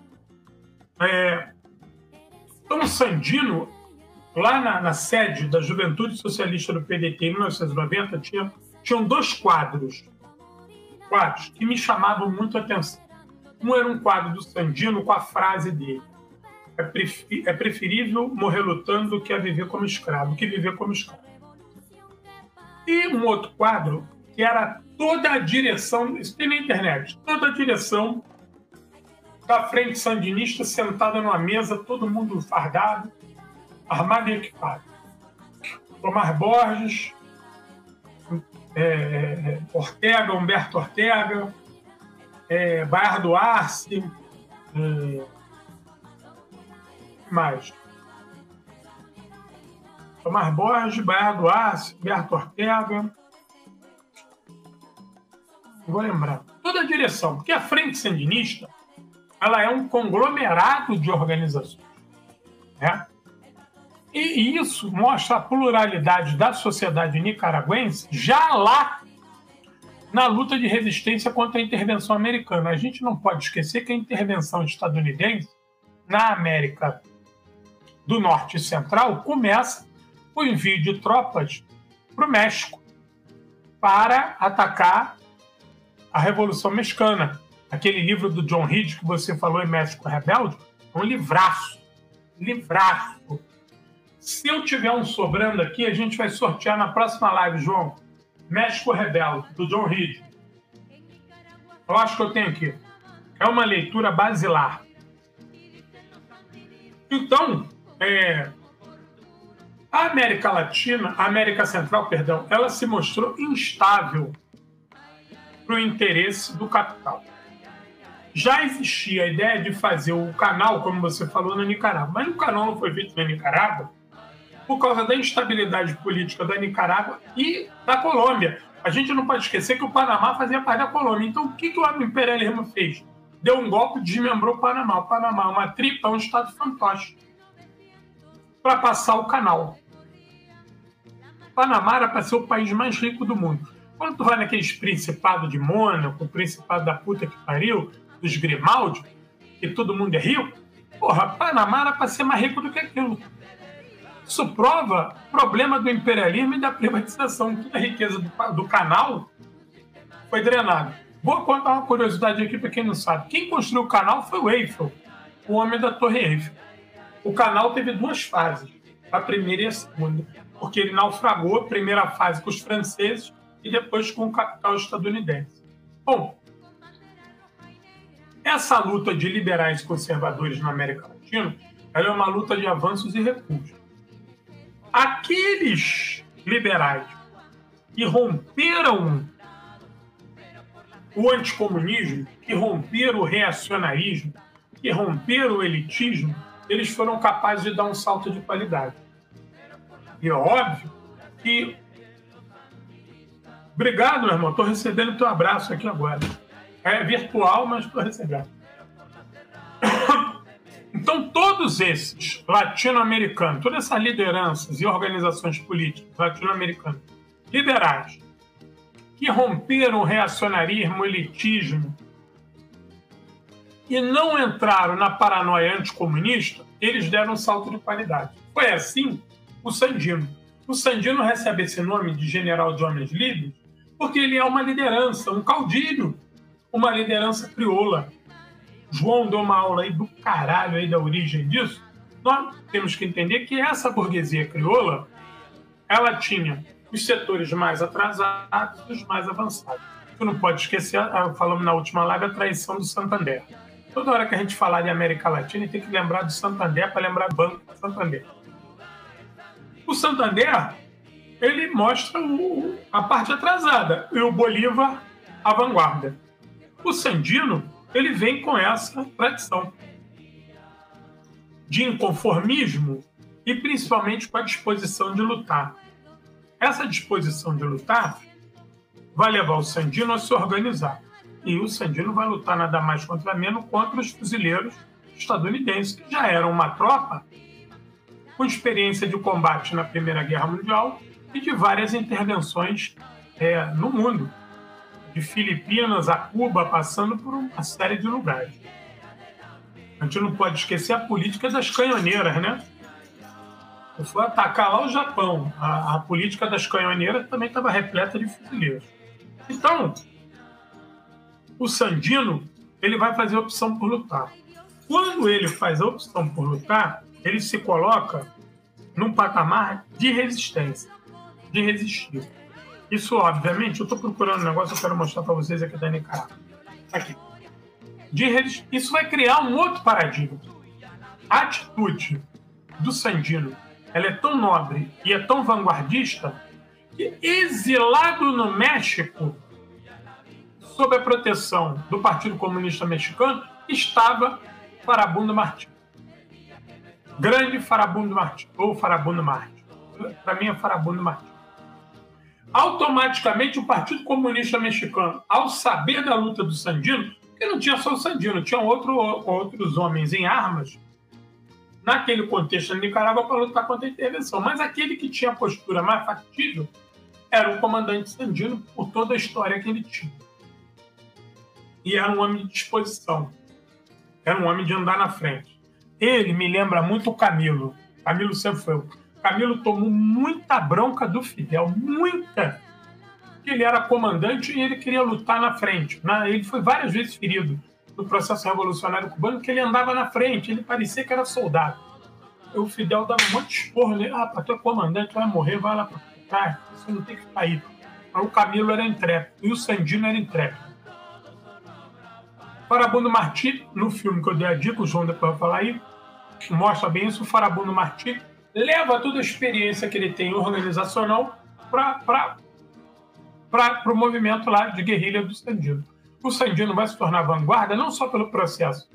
B: É, então, o Sandino, lá na, na sede da Juventude Socialista do P D T, em mil novecentos e noventa, tinha, tinham dois quadros, quadros que me chamavam muito a atenção. Um era um quadro do Sandino com a frase dele: é, prefi- é preferível morrer lutando do que a viver como escravo, do que viver como escravo. E um outro quadro que era toda a direção, isso tem na internet, toda a direção da frente sandinista sentada numa mesa, todo mundo fardado, armado e equipado. Tomás Borges, é, Ortega, Humberto Ortega, é, Bayardo Arce, é, mais. Tomás Borges, Bayardo Arce, Humberto Ortega. Vou lembrar. Toda a direção, porque a frente sandinista ela é um conglomerado de organizações, né? E isso mostra a pluralidade da sociedade nicaragüense já lá na luta de resistência contra a intervenção americana. A gente não pode esquecer que a intervenção estadunidense na América do Norte e Central começa o envio de tropas para o México para atacar a Revolução Mexicana. Aquele livro do John Reed que você falou em México Rebelde, é um livraço. Livraço. Se eu tiver um sobrando aqui, a gente vai sortear na próxima live, João. México Rebelde, do John Reed. Eu acho que eu tenho aqui. É uma leitura basilar. Então, é, a América Latina, a América Central, perdão, ela se mostrou instável para o interesse do capital. Já existia a ideia de fazer o canal, como você falou, na Nicarágua. Mas o canal não foi feito na Nicarágua por causa da instabilidade política da Nicarágua e da Colômbia. A gente não pode esquecer que o Panamá fazia parte da Colômbia. Então, o que, que o imperialismo fez? Deu um golpe e desmembrou o Panamá. O Panamá é uma tripa, é um estado fantoche para passar o canal. O Panamá era para ser o país mais rico do mundo. Quando tu vai naqueles principados de Mônaco, o principado da puta que pariu, dos Grimaldi, que todo mundo é rico, porra, Panamá era para ser mais rico do que aquilo. Isso prova o problema do imperialismo e da privatização. Toda a riqueza do, do canal foi drenada. Vou contar uma curiosidade aqui para quem não sabe. Quem construiu o canal foi o Eiffel, o homem da Torre Eiffel. O canal teve duas fases, a primeira e a segunda, porque ele naufragou, a primeira fase com os franceses e depois com o capital estadunidense. Bom, essa luta de liberais e conservadores na América Latina, ela é uma luta de avanços e recuos. Aqueles liberais que romperam o anticomunismo, que romperam o reacionarismo, que romperam o elitismo, eles foram capazes de dar um salto de qualidade. E é óbvio que... Obrigado, meu irmão. Estou recebendo teu abraço aqui agora. É virtual, mas estou recebendo. Então, todos esses latino-americanos, todas essas lideranças e organizações políticas latino-americanas liberais, que romperam o reacionarismo, o elitismo, e não entraram na paranoia anticomunista, eles deram um salto de qualidade. Foi assim o Sandino. O Sandino recebe esse nome de general de homens livres porque ele é uma liderança, um caudilho, uma liderança crioula. João deu uma aula aí do caralho aí da origem disso. Nós temos que entender que essa burguesia crioula, ela tinha os setores mais atrasados e os mais avançados. Tu não pode esquecer, falamos na última live, a traição do Santander. Toda hora que a gente falar de América Latina, tem que lembrar do Santander para lembrar do Banco Santander. O Santander, ele mostra o, a parte atrasada e o Bolívar a vanguarda. O Sandino, ele vem com essa tradição de inconformismo e principalmente com a disposição de lutar. Essa disposição de lutar vai levar o Sandino a se organizar. E o Sandino vai lutar nada mais contra menos contra os fuzileiros estadunidenses, que já eram uma tropa com experiência de combate na Primeira Guerra Mundial e de várias intervenções é, no mundo, de Filipinas a Cuba, passando por uma série de lugares. A gente não pode esquecer a política das canhoneiras, né? Eu fui atacar lá o Japão. A, a política das canhoneiras também estava repleta de fuzileiros. Então, o Sandino, ele vai fazer a opção por lutar. Quando ele faz a opção por lutar, ele se coloca num patamar de resistência, de resistir. Isso, obviamente, eu estou procurando um negócio que eu quero mostrar para vocês aqui da Nicarágua. Aqui. De resist... Isso vai criar um outro paradigma. A atitude do Sandino, ela é tão nobre e é tão vanguardista que, exilado no México, sob a proteção do Partido Comunista Mexicano, estava Farabundo Martí. Grande Farabundo Martí, ou Farabundo Martí. Para mim é Farabundo Martí. Automaticamente o Partido Comunista Mexicano, ao saber da luta do Sandino, porque não tinha só o Sandino, tinham outro, outros homens em armas naquele contexto da Nicarágua para lutar contra a intervenção. Mas aquele que tinha a postura mais factível era o comandante Sandino, por toda a história que ele tinha. E era um homem de disposição. Era um homem de andar na frente. Ele me lembra muito o Camilo. Camilo sempre foi. Camilo tomou muita bronca do Fidel, muita. Porque ele era comandante e ele queria lutar na frente. Ele foi várias vezes ferido no processo revolucionário cubano, porque ele andava na frente, ele parecia que era soldado. E o Fidel dava um monte de esporro nele. Ah, para tu é comandante, vai morrer, vai lá para trás, você não tem que ficar aí. Mas o Camilo era intrépido e o Sandino era intrépido. Farabundo Martí, no filme que eu dei a dica, o João depois vai falar aí, mostra bem isso. O Farabundo Martí leva toda a experiência que ele tem organizacional para o movimento lá de guerrilha do Sandino. O Sandino vai se tornar vanguarda não só pelo processo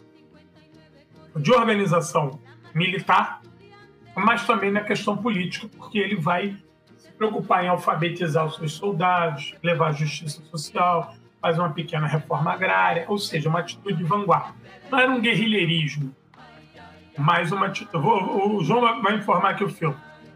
B: de organização militar, mas também na questão política, porque ele vai se preocupar em alfabetizar os seus soldados, levar a justiça social, fazer uma pequena reforma agrária, ou seja, uma atitude de vanguarda. Não era um guerrilheirismo, mas uma atitude... O João vai informar aqui o filme.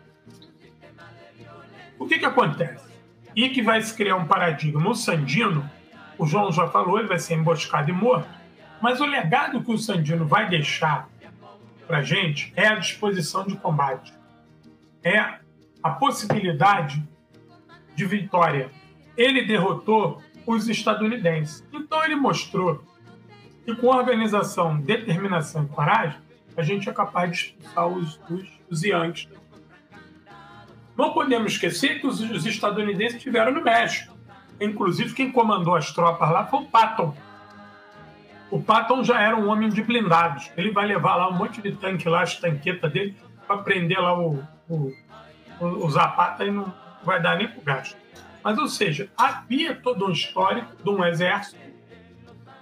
B: O que que acontece? E que vai se criar um paradigma. O Sandino, o João já falou, ele vai ser emboscado e morto, mas o legado que o Sandino vai deixar para a gente é a disposição de combate. É a possibilidade de vitória. Ele derrotou os estadunidenses. Então ele mostrou que com organização, determinação e coragem, a gente é capaz de expulsar os, os, os Yankees. Não podemos esquecer que os, os estadunidenses estiveram no México. Inclusive, quem comandou as tropas lá foi o Patton. O Patton já era um homem de blindados. Ele vai levar lá um monte de tanque lá, as tanquetas dele, para prender lá o, o, o Zapata e não vai dar nem pro gasto. Mas, ou seja, havia todo um histórico de um exército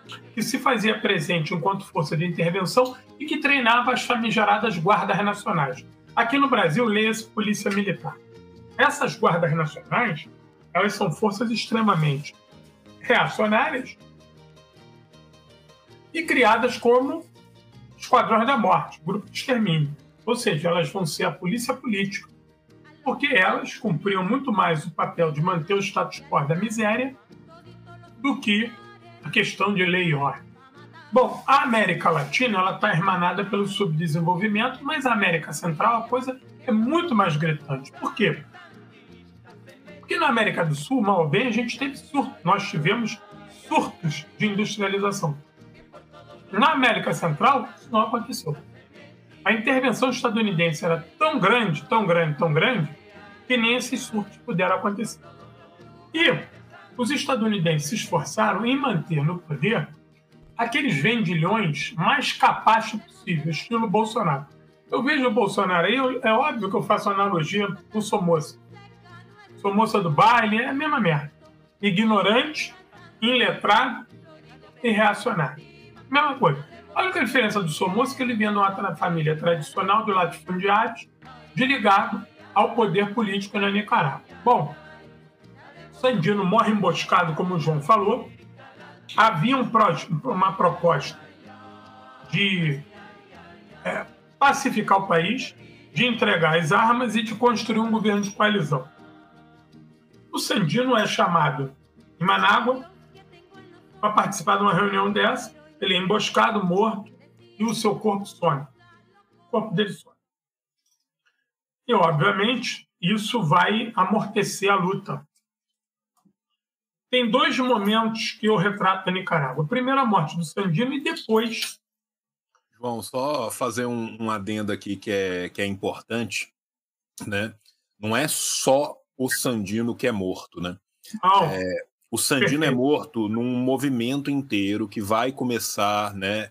B: que se fazia presente enquanto força de intervenção e que treinava as famigeradas guardas nacionais. Aqui no Brasil, lê-se Polícia Militar. Essas guardas nacionais, elas são forças extremamente reacionárias e criadas como esquadrões da morte, grupo de extermínio. Ou seja, elas vão ser a polícia política, porque elas cumpriam muito mais o papel de manter o status quo da miséria do que a questão de lei e ordem. Bom, a América Latina ela está hermanada pelo subdesenvolvimento, mas a América Central a coisa é muito mais gritante. Por quê? Porque na América do Sul, mal ou bem, a gente teve surto. Nós tivemos surtos de industrialização. Na América Central, isso não aconteceu. A intervenção estadunidense era tão grande, tão grande, tão grande, que nem esses surtos puderam acontecer. E os estadunidenses se esforçaram em manter no poder aqueles vendilhões mais capazes possível, estilo Bolsonaro. Eu vejo o Bolsonaro aí, é óbvio que eu faço analogia com o Somoza. Sou moça do baile, é a mesma merda. Ignorante, iletrado e reacionário. Mesma coisa. Olha a diferença do Somoza, que ele vinha de uma família tradicional de latifundiários, de ligado ao poder político na Nicarágua. Bom, Sandino morre emboscado, como o João falou. Havia um pro, uma proposta de é, pacificar o país, de entregar as armas e de construir um governo de coalizão. O Sandino é chamado em Manágua para participar de uma reunião dessa. Ele é emboscado, morto, e o seu corpo some. O corpo dele some. E, obviamente, isso vai amortecer a luta. Tem dois momentos que eu retrato da Nicarágua. Primeiro, a morte do Sandino e depois...
A: João, só fazer um, um adendo aqui que é, que é importante, né? Não é só o Sandino que é morto, né?
B: Não.
A: É, o Sandino Perfeito. É morto num movimento inteiro que vai começar, né,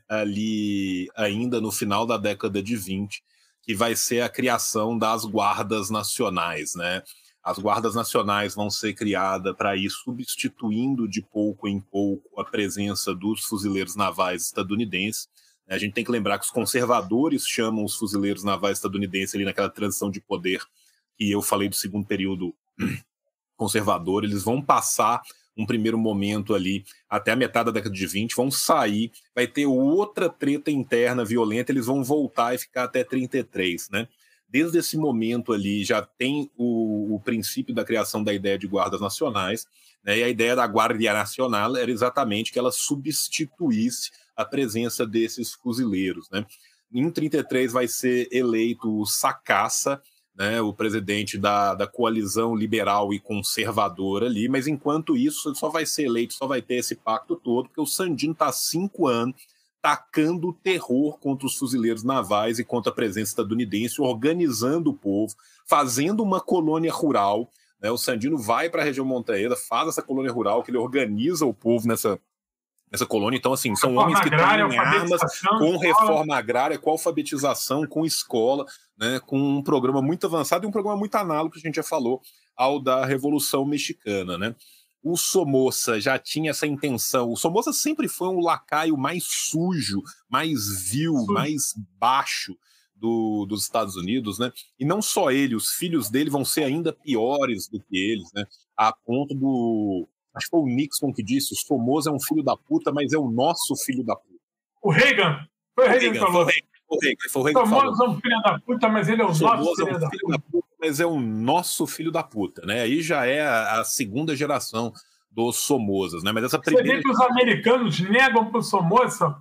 A: ali ainda no final da década de vinte, que vai ser a criação das guardas nacionais, né? As guardas nacionais vão ser criadas para ir substituindo de pouco em pouco a presença dos fuzileiros navais estadunidenses. A gente tem que lembrar que os conservadores chamam os fuzileiros navais estadunidenses ali naquela transição de poder que eu falei do segundo período conservador. Eles vão passar um primeiro momento ali até a metade da década de vinte, vão sair, vai ter outra treta interna violenta, eles vão voltar e ficar até trinta e três, né? Desde esse momento ali já tem o, o princípio da criação da ideia de guardas nacionais, né? E a ideia da Guardia Nacional era exatamente que ela substituísse a presença desses fuzileiros, né? Em trinta e três vai ser eleito o Sacassa, né, o presidente da, da coalizão liberal e conservadora ali, mas enquanto isso ele só vai ser eleito, só vai ter esse pacto todo, porque o Sandino está há cinco anos tacando terror contra os fuzileiros navais e contra a presença estadunidense, organizando o povo, fazendo uma colônia rural, né? O Sandino vai para a região montanhesa, faz essa colônia rural, que ele organiza o povo nessa Essa colônia, então, assim, são homens que
B: agrária,
A: têm armas, com reforma agrária, com alfabetização, com escola, né, com um programa muito avançado e um programa muito análogo, que a gente já falou, ao da Revolução Mexicana, né? O Somoza já tinha essa intenção. O Somoza sempre foi um lacaio mais sujo, mais vil, sujo. mais baixo do, dos Estados Unidos, né? E não só ele, os filhos dele vão ser ainda piores do que eles, né? A ponto do... Acho que foi o Nixon que disse: o Somoza é um filho da puta, mas é o nosso filho da puta.
B: O Reagan. Foi o Reagan que falou.
A: Foi o Reagan, foi o Reagan que falou.
B: Somoza é um filho da puta, mas ele é o, o nosso filho,
A: é um
B: da,
A: filho
B: puta.
A: da puta. Mas é o nosso filho da puta, né? Aí já é a, a segunda geração dos Somozas, né? Mas essa primeira...
B: Você vê que os americanos negam pro Somoza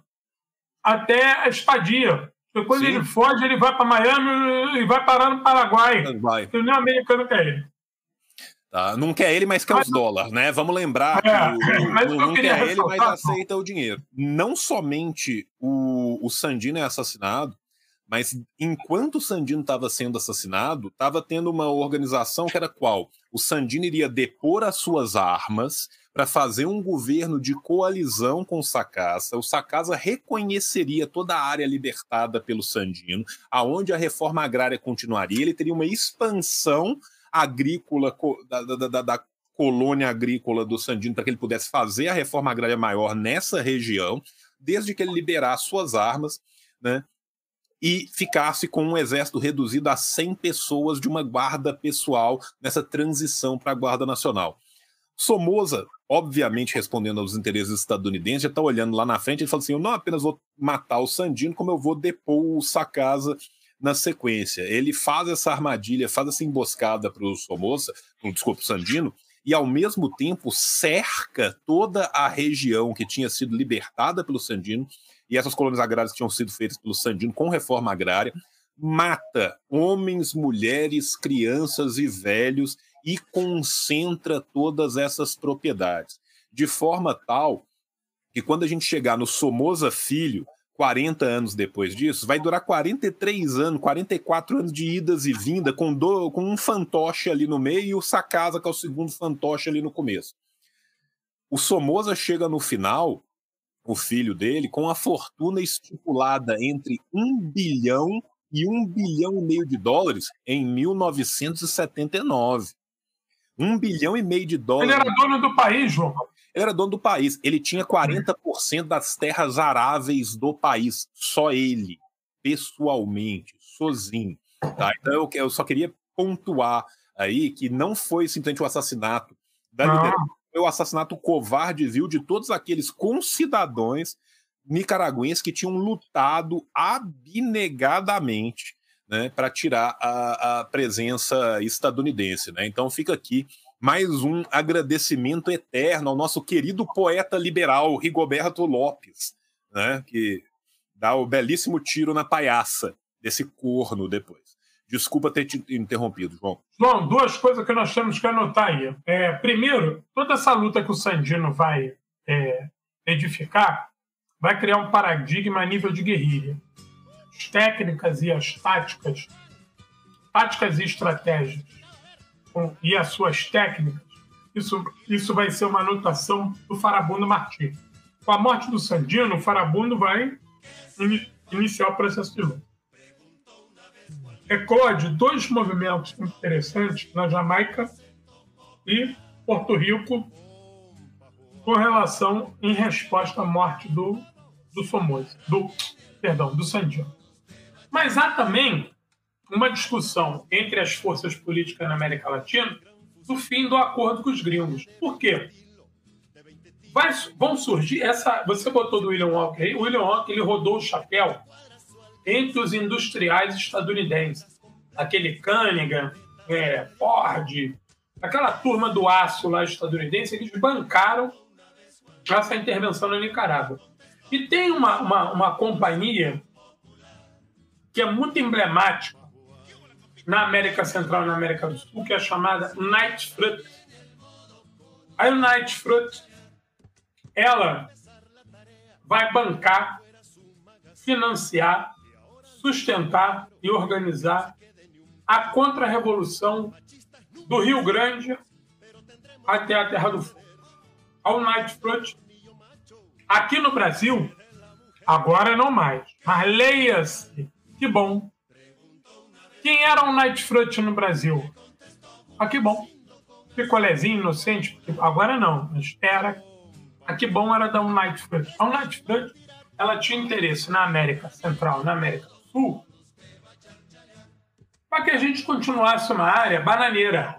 B: até a estadia. Porque quando Sim. ele foge, ele vai para Miami e vai parar no Paraguai. Paraguai. Porque nem o americano quer ele.
A: Tá? Não quer ele, mas quer mas, os dólares, né? Vamos lembrar
B: é,
A: que o,
B: mas
A: o, não quer ele, mas aceita o dinheiro. Não somente o, o Sandino é assassinado, mas enquanto o Sandino estava sendo assassinado, estava tendo uma organização que era qual? O Sandino iria depor as suas armas para fazer um governo de coalizão com o Sacassa. O Sacassa reconheceria toda a área libertada pelo Sandino, aonde a reforma agrária continuaria. Ele teria uma expansão agrícola da, da, da, da colônia agrícola do Sandino para que ele pudesse fazer a reforma agrária maior nessa região, desde que ele liberasse suas armas, né, e ficasse com um exército reduzido a cem pessoas de uma guarda pessoal nessa transição para a Guarda Nacional. Somoza, obviamente respondendo aos interesses estadunidenses, já está olhando lá na frente, ele fala assim, eu não apenas vou matar o Sandino, como eu vou depor o Sacasa na sequência. Ele faz essa armadilha, faz essa emboscada para o Somoza, desculpa, o Sandino, e ao mesmo tempo cerca toda a região que tinha sido libertada pelo Sandino, e essas colônias agrárias que tinham sido feitas pelo Sandino com reforma agrária, mata homens, mulheres, crianças e velhos e concentra todas essas propriedades, de forma tal que quando a gente chegar no Somoza Filho, quarenta anos depois disso, vai durar quarenta e três anos, quarenta e quatro anos de idas e vindas, com, do, com um fantoche ali no meio e o Sacasa, que é o segundo fantoche ali no começo. O Somoza chega no final, o filho dele, com a fortuna estipulada entre um bilhão e um bilhão e meio de dólares em mil novecentos e setenta e nove. Um bilhão e meio de dólares.
B: Ele era dono do país, João.
A: Ele era dono do país. Ele tinha quarenta por cento das terras aráveis do país. Só ele, pessoalmente, sozinho. Tá? Então eu, eu só queria pontuar aí que não foi simplesmente o assassinato da liderança, foi o assassinato covarde, viu, de todos aqueles concidadãos nicaragüenses que tinham lutado abnegadamente, né, para tirar a, a presença estadunidense, né? Então fica aqui mais um agradecimento eterno ao nosso querido poeta liberal Rigoberto Lopes, né, que dá o belíssimo tiro na palhaça desse corno depois. Desculpa ter te interrompido, João.
B: João, duas coisas que nós temos que anotar aí. É, primeiro, toda essa luta que o Sandino vai é, edificar vai criar um paradigma a nível de guerrilha. As técnicas e as táticas, táticas e estratégias, com, e as suas técnicas, isso, isso vai ser uma anotação do Farabundo Martí. Com a morte do Sandino, o Farabundo vai in, iniciar o processo de luta. Eclode dois movimentos interessantes na Jamaica e Porto Rico com relação em resposta à morte do, do Somoza, do, perdão, do Sandino. Mas há também uma discussão entre as forças políticas na América Latina do fim do acordo com os gringos. Por quê? Vai, vão surgir essa... Você botou do William Walker aí. O William Walker, ele rodou o chapéu entre os industriais estadunidenses. Aquele Cunningham, é, Ford, aquela turma do aço lá estadunidense, eles bancaram essa intervenção na Nicarágua. E tem uma, uma, uma companhia que é muito emblemática na América Central e na América do Sul, que é chamada Knight Fruit. A Knight Fruit, ela vai bancar, financiar, sustentar e organizar a contra-revolução do Rio Grande até a Terra do Fogo. A Knight Fruit, aqui no Brasil, agora não mais, mas leia-se, que bom. Quem era o Knight Fruit no Brasil? Ah, que bom. Picolézinho, inocente, agora não, mas era. Ah, que bom era da Knight Fruit. A Knight Fruit, ela tinha interesse na América Central, na América do Sul, para que a gente continuasse uma área bananeira.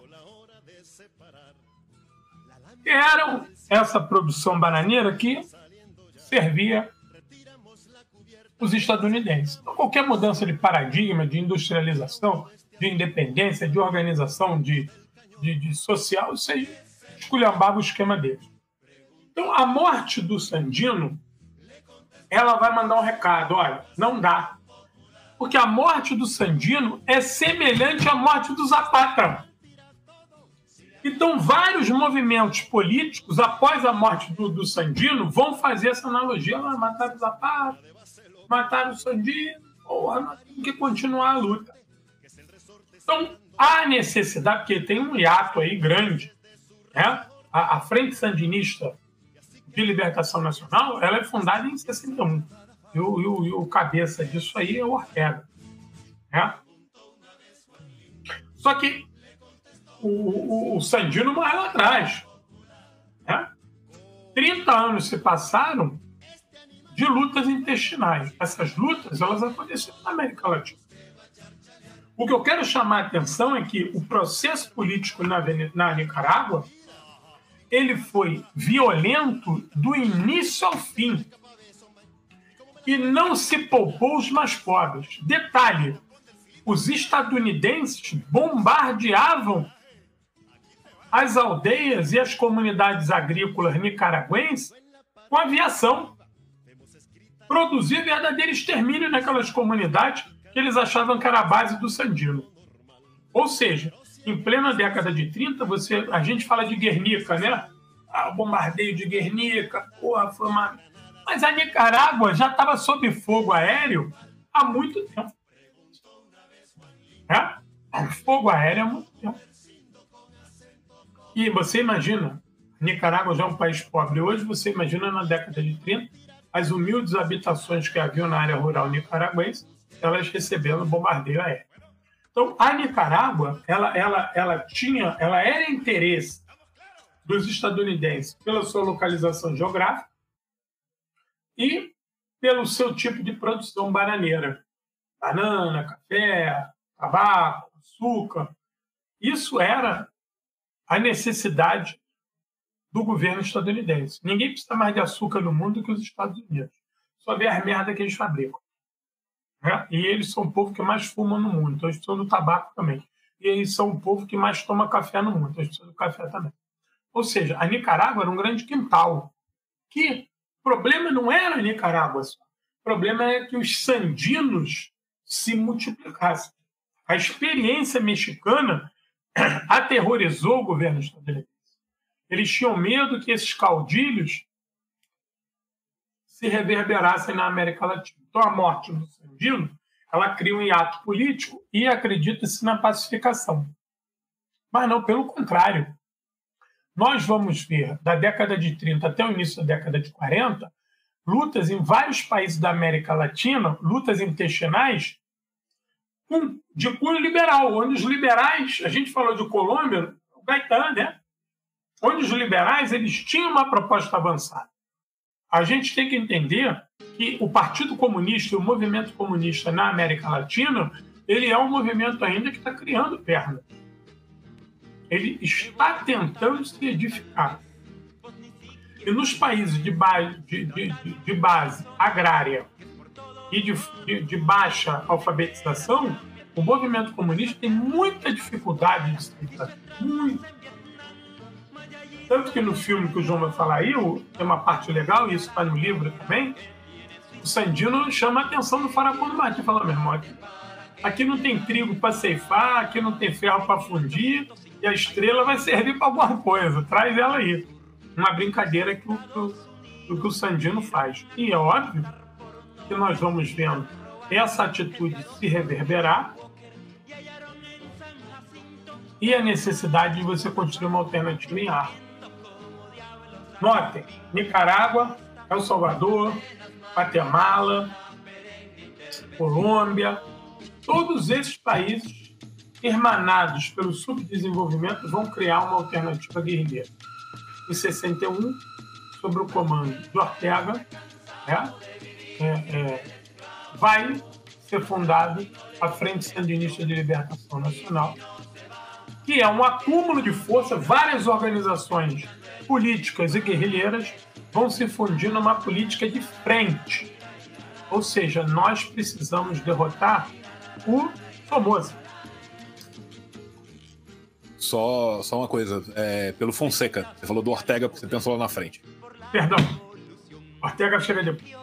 B: Era essa produção bananeira que servia os estadunidenses. Então, qualquer mudança de paradigma, de industrialização, de independência, de organização de, de, de social, isso aí esculhambava o esquema deles. Então, a morte do Sandino, ela vai mandar um recado, olha, não dá. Porque a morte do Sandino é semelhante à morte do Zapata. Então, vários movimentos políticos, após a morte do, do Sandino, vão fazer essa analogia. Ah, mataram o Zapata, mataram o Sandino, ou tem que continuar a luta. Então, há necessidade, porque tem um hiato aí grande, né? A, a Frente Sandinista de Libertação Nacional, ela é fundada em sessenta e um. E o, e o, e o cabeça disso aí é o Ortega. Né? Só que o, o, o Sandino morreu lá atrás. Né? trinta anos se passaram de lutas intestinais. Essas lutas, elas aconteceram na América Latina. O que eu quero chamar a atenção é que o processo político na, na Nicarágua, ele foi violento do início ao fim. E não se poupou os mais pobres. Detalhe, os estadunidenses bombardeavam as aldeias e as comunidades agrícolas nicaragüenses com aviação. Produzir verdadeiro extermínio naquelas comunidades que eles achavam que era a base do Sandino. Ou seja, em plena década de trinta, você, a gente fala de Guernica, né? Ah, o bombardeio de Guernica, porra, foi uma... Mas a Nicarágua já estava sob fogo aéreo há muito tempo. É? Fogo aéreo há muito tempo. E você imagina, a Nicarágua já é um país pobre. Hoje você imagina na década de trinta, as humildes habitações que haviam na área rural nicaragüense, elas recebendo bombardeio aéreo. Então, a Nicarágua, ela, ela, ela tinha, ela era interesse dos estadunidenses pela sua localização geográfica e pelo seu tipo de produção bananeira. Banana, café, tabaco, açúcar. Isso era a necessidade do governo estadunidense. Ninguém precisa mais de açúcar no mundo do que os Estados Unidos. Só vê as merdas que eles fabricam. Né? E eles são o povo que mais fuma no mundo, então eles precisam do tabaco também. E eles são o povo que mais toma café no mundo, então eles precisam do café também. Ou seja, a Nicarágua era um grande quintal. Que o problema não era a Nicarágua só. O problema é que os sandinos se multiplicassem. A experiência mexicana aterrorizou o governo estadunidense. Eles tinham medo que esses caudilhos se reverberassem na América Latina. Então, a morte do Sandino, ela cria um hiato político e acredita-se na pacificação. Mas não, pelo contrário. Nós vamos ver, da década de trinta até o início da década de quarenta, lutas em vários países da América Latina, lutas intestinais, de cunho liberal, onde os liberais, a gente falou de Colômbia, o Gaitán, né? Onde os liberais eles tinham uma proposta avançada. A gente tem que entender que o Partido Comunista e o movimento comunista na América Latina, ele é um movimento ainda que está criando perna. Ele está tentando se edificar. E nos países de base, de, de, de base agrária e de, de, de baixa alfabetização, o movimento comunista tem muita dificuldade de se edificar. Muito. Tanto que no filme que o João vai falar aí, tem uma parte legal, e isso está no livro também, o Sandino chama a atenção do Farabundo Martins e fala, meu irmão, aqui, aqui não tem trigo para ceifar, aqui não tem ferro para fundir, e a estrela vai servir para alguma coisa, traz ela aí. Uma brincadeira que o, que, que o Sandino faz. E é óbvio que nós vamos vendo essa atitude se reverberar e a necessidade de você construir uma alternativa em ar. Notem, Nicarágua, El Salvador, Guatemala, Colômbia, todos esses países hermanados pelo subdesenvolvimento vão criar uma alternativa guerrilheira. Em sessenta e um, sob o comando de Ortega, né, é, é, vai ser fundada a Frente Sandinista de Libertação Nacional, que é um acúmulo de força, várias organizações políticas e guerrilheiras vão se fundir numa política de frente. Ou seja, nós precisamos derrotar o Somoza.
A: Só, só uma coisa, é, pelo Fonseca, você falou do Ortega, porque você pensou lá na frente.
B: Perdão, Ortega chega depois.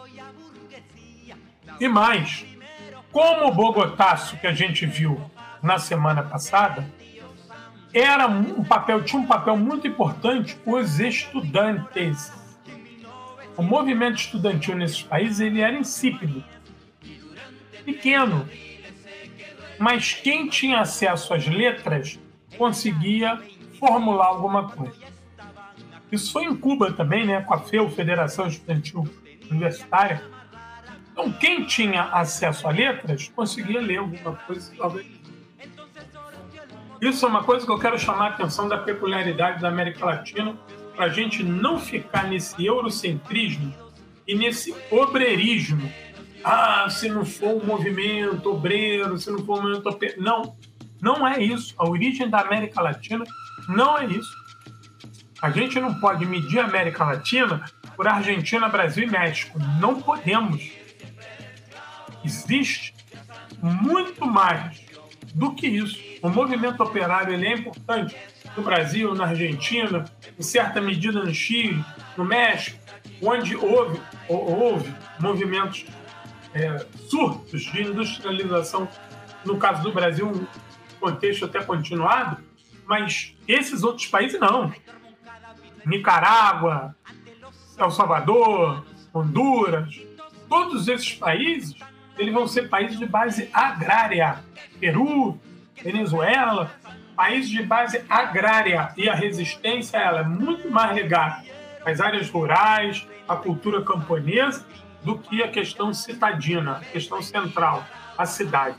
B: E mais, como o Bogotaço que a gente viu na semana passada, era um papel, tinha um papel muito importante os estudantes. O movimento estudantil nesses países ele era insípido, pequeno, mas quem tinha acesso às letras conseguia formular alguma coisa. Isso foi em Cuba também, né, com a F E U, Federação Estudantil Universitária. Então, quem tinha acesso a letras conseguia ler alguma coisa. Isso é uma coisa que eu quero chamar a atenção da peculiaridade da América Latina, para a gente não ficar nesse eurocentrismo e nesse obreirismo. Ah, se não for um movimento obreiro, se não for um movimento operário. Não, não é isso. A origem da América Latina não é isso. A gente não pode medir a América Latina por Argentina, Brasil e México. Não podemos. Existe muito mais do que isso. O movimento operário ele é importante no Brasil, na Argentina, em certa medida no Chile, no México, onde houve, houve movimentos é, surtos de industrialização, no caso do Brasil, um contexto até continuado, mas esses outros países não. Nicarágua, El Salvador, Honduras, todos esses países eles vão ser países de base agrária. Peru, Venezuela, países de base agrária, e a resistência ela é muito mais ligada às áreas rurais, à cultura camponesa, do que a questão citadina, a questão central, a cidade.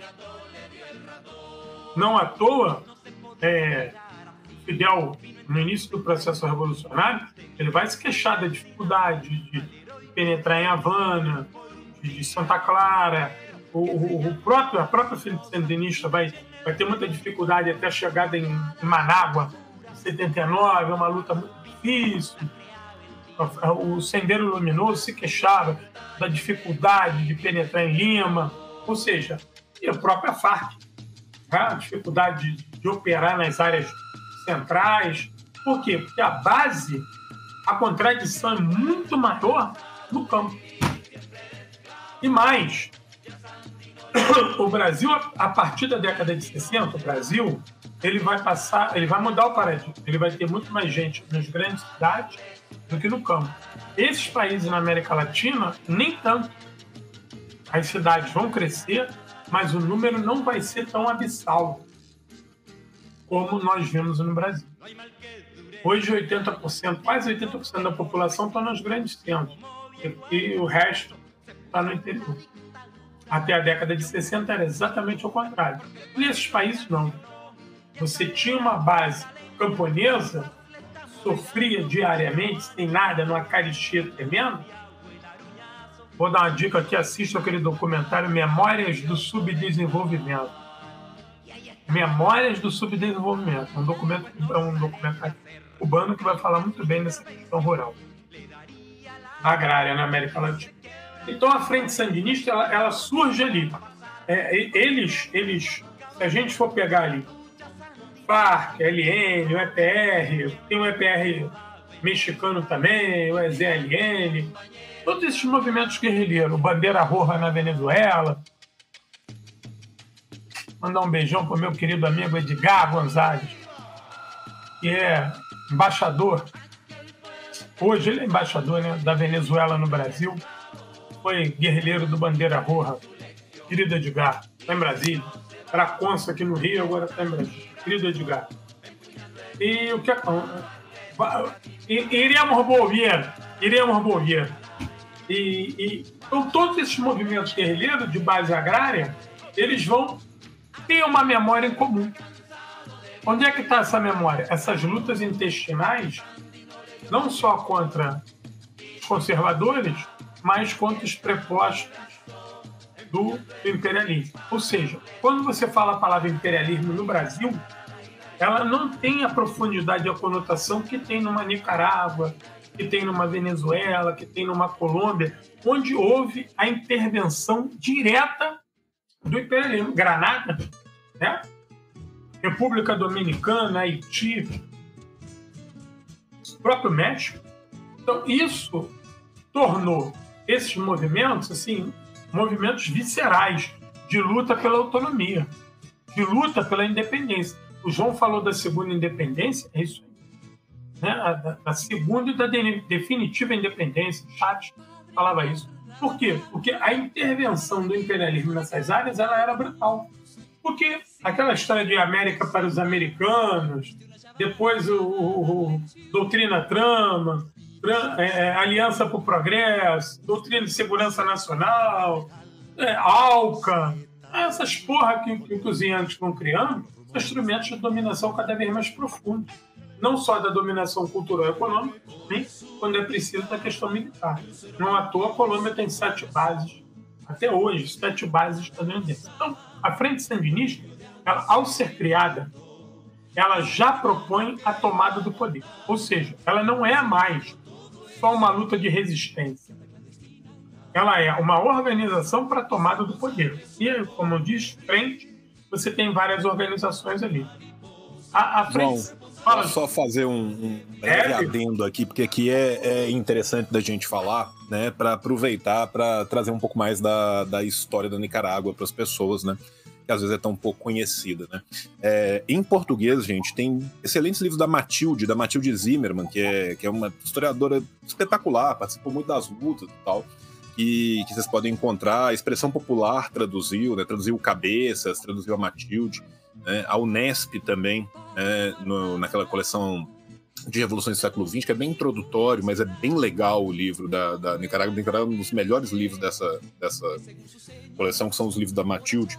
B: Não à toa, é, Fidel, no início do processo revolucionário, ele vai se queixar da dificuldade de penetrar em Havana, de Santa Clara. O, o, o próprio, a própria frente sandinista vai, vai ter muita dificuldade até a chegada em Manágua, em setenta e nove, é uma luta muito difícil. O Sendeiro Luminoso se queixava da dificuldade de penetrar em Lima, ou seja, e a própria Farc, né? A dificuldade de, de operar nas áreas centrais. Por quê? Porque a base, a contradição é muito maior no campo. E mais, o Brasil, a partir da década de sessenta, o Brasil, ele vai passar, ele vai mudar o paradigma. Ele vai ter muito mais gente nas grandes cidades do que no campo. Esses países na América Latina, nem tanto. As cidades vão crescer, mas o número não vai ser tão abissal como nós vimos no Brasil. Hoje, oitenta por cento, quase oitenta por cento da população está nos grandes centros, e o resto está no interior. Até a década de sessenta era exatamente o contrário. Nesses países, não. Você tinha uma base camponesa, sofria diariamente, sem nada, numa carestia tremenda. Vou dar uma dica aqui, assista aquele documentário Memórias do Subdesenvolvimento. Memórias do Subdesenvolvimento. É um, documento, é um documentário cubano que vai falar muito bem dessa questão rural, agrária na América Latina. Então, a Frente Sandinista, ela, ela surge ali. É, eles, eles, se a gente for pegar ali, Farc, L N, o E P R, tem o E P R mexicano também, o E Z L N, todos esses movimentos guerrilheiros, o Bandeira Roja na Venezuela. Mandar um beijão para o meu querido amigo Edgar Gonzalez, que é embaixador, hoje ele é embaixador, né, da Venezuela no Brasil, foi guerrilheiro do Bandeira Roja, querido Edgar, está em Brasília, era cônsul aqui no Rio, agora está em Brasília, querido Edgar. E o que é... Iremos volver, iremos volver. E, e, então, todos esses movimentos guerrilheiros de base agrária, eles vão ter uma memória em comum. Onde é que está essa memória? Essas lutas intestinais, não só contra os conservadores, mas contra os prepostos do imperialismo. Ou seja, quando você fala a palavra imperialismo no Brasil, ela não tem a profundidade e a conotação que tem numa Nicarágua, que tem numa Venezuela, que tem numa Colômbia, onde houve a intervenção direta do imperialismo. Granada, né? República Dominicana, Haiti, o próprio México. Então, isso tornou esses movimentos, assim, movimentos viscerais de luta pela autonomia, de luta pela independência. O João falou da segunda independência, é isso aí, né? Da, da segunda e da de, definitiva independência. Chaves falava isso. Por quê? Porque a intervenção do imperialismo nessas áreas ela era brutal. Porque aquela história de América para os americanos, depois o, o, o Doutrina Trama, é, Aliança para o Progresso, Doutrina de Segurança Nacional, é, ALCA, essas porra que, que os cozinhantes vão criando, são instrumentos de dominação cada vez mais profundos. Não só da dominação cultural e econômica, nem quando é preciso da questão militar. Não à toa, a Colômbia tem sete bases, até hoje, sete bases estadunidenses. Então, a Frente Sandinista, ela, ao ser criada, ela já propõe a tomada do poder. Ou seja, ela não é mais só uma luta de resistência. Ela é uma organização para a tomada do poder. E, como diz Frente, você tem várias organizações ali. A, a Frente...
A: João, Fala. Só fazer um, um breve é, adendo aqui, porque aqui é, é interessante da gente falar, né, para aproveitar, para trazer um pouco mais da, da história da Nicarágua para as pessoas, né, que às vezes é tão pouco conhecida, né. É, em português, gente, tem excelentes livros da Matilde, da Matilde Zimmermann, que é, que é uma historiadora espetacular, participou muito das lutas e tal, e que vocês podem encontrar. A Expressão Popular traduziu, né, traduziu Cabeças, traduziu a Matilde. Né, a Unesp também, né, no, naquela coleção de Revoluções do século vinte, que é bem introdutório, mas é bem legal o livro da, da Nicarágua. Nicarágua é um dos melhores livros dessa, dessa coleção, que são os livros da Matilde.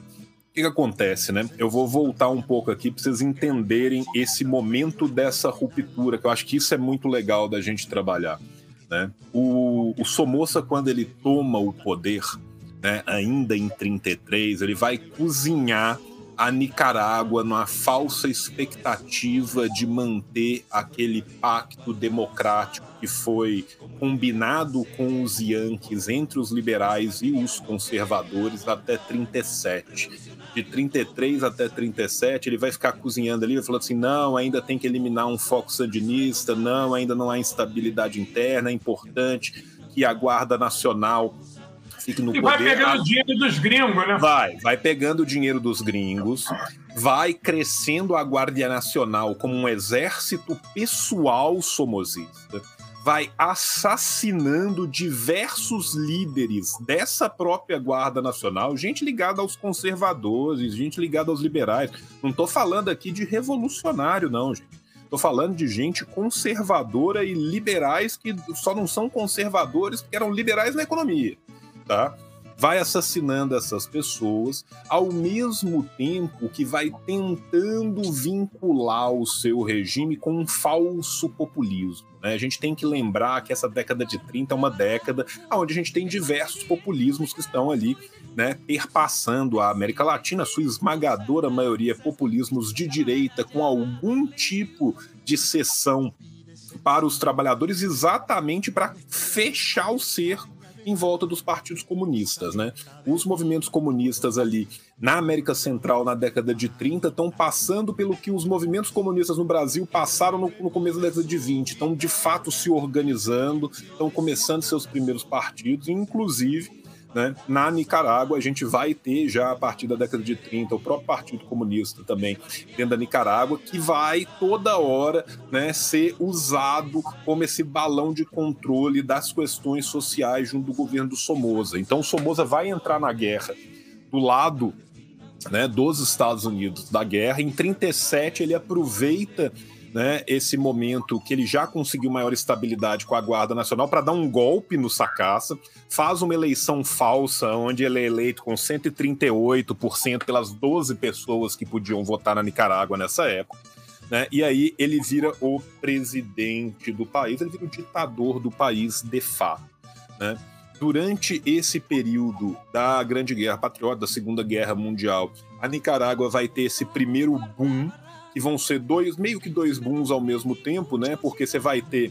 A: O que, que acontece, né? Eu vou voltar um pouco aqui para vocês entenderem esse momento dessa ruptura, que eu acho que isso é muito legal da gente trabalhar. Né? O, o Somoza, quando ele toma o poder, né, ainda em trinta e três, ele vai cozinhar a Nicarágua numa falsa expectativa de manter aquele pacto democrático que foi combinado com os Yankees entre os liberais e os conservadores até trinta e sete. De trinta e três até trinta e sete, ele vai ficar cozinhando ali, vai falando assim, não, ainda tem que eliminar um foco sandinista, não, ainda não há instabilidade interna, é importante que a Guarda Nacional fique no
B: e
A: poder.
B: vai pegando o dinheiro dos gringos, né?
A: Vai, vai pegando o dinheiro dos gringos, vai crescendo a Guarda Nacional como um exército pessoal somozista, vai assassinando diversos líderes dessa própria Guarda Nacional, gente ligada aos conservadores, gente ligada aos liberais. Não estou falando aqui de revolucionário, não, gente. Estou falando de gente conservadora e liberais que só não são conservadores porque eram liberais na economia. Tá? Vai assassinando essas pessoas, ao mesmo tempo que vai tentando vincular o seu regime com um falso populismo. Né? A gente tem que lembrar que essa década de trinta é uma década onde a gente tem diversos populismos que estão ali, né, perpassando a América Latina, sua esmagadora maioria populismos de direita, com algum tipo de cessão para os trabalhadores, exatamente para fechar o cerco em volta dos partidos comunistas, né? Os movimentos comunistas ali na América Central, na década de trinta, estão passando pelo que os movimentos comunistas no Brasil passaram no, no começo da década de vinte. Estão, de fato, se organizando, estão começando seus primeiros partidos, inclusive, né, na Nicarágua a gente vai ter já a partir da década de trinta o próprio Partido Comunista também dentro da Nicarágua, que vai toda hora, né, ser usado como esse balão de controle das questões sociais junto do governo do Somoza. Então o Somoza vai entrar na guerra do lado, né, dos Estados Unidos da guerra. Em trinta e sete ele aproveita, né, esse momento que ele já conseguiu maior estabilidade com a Guarda Nacional para dar um golpe no Sacasa, faz uma eleição falsa, onde ele é eleito com cento e trinta e oito por cento pelas doze pessoas que podiam votar na Nicarágua nessa época, né, e aí ele vira o presidente do país, ele vira o ditador do país de fato, né. Durante esse período da Grande Guerra Patriota, da Segunda Guerra Mundial, a Nicarágua vai ter esse primeiro boom, que vão ser dois, meio que dois booms ao mesmo tempo, né? Porque você vai ter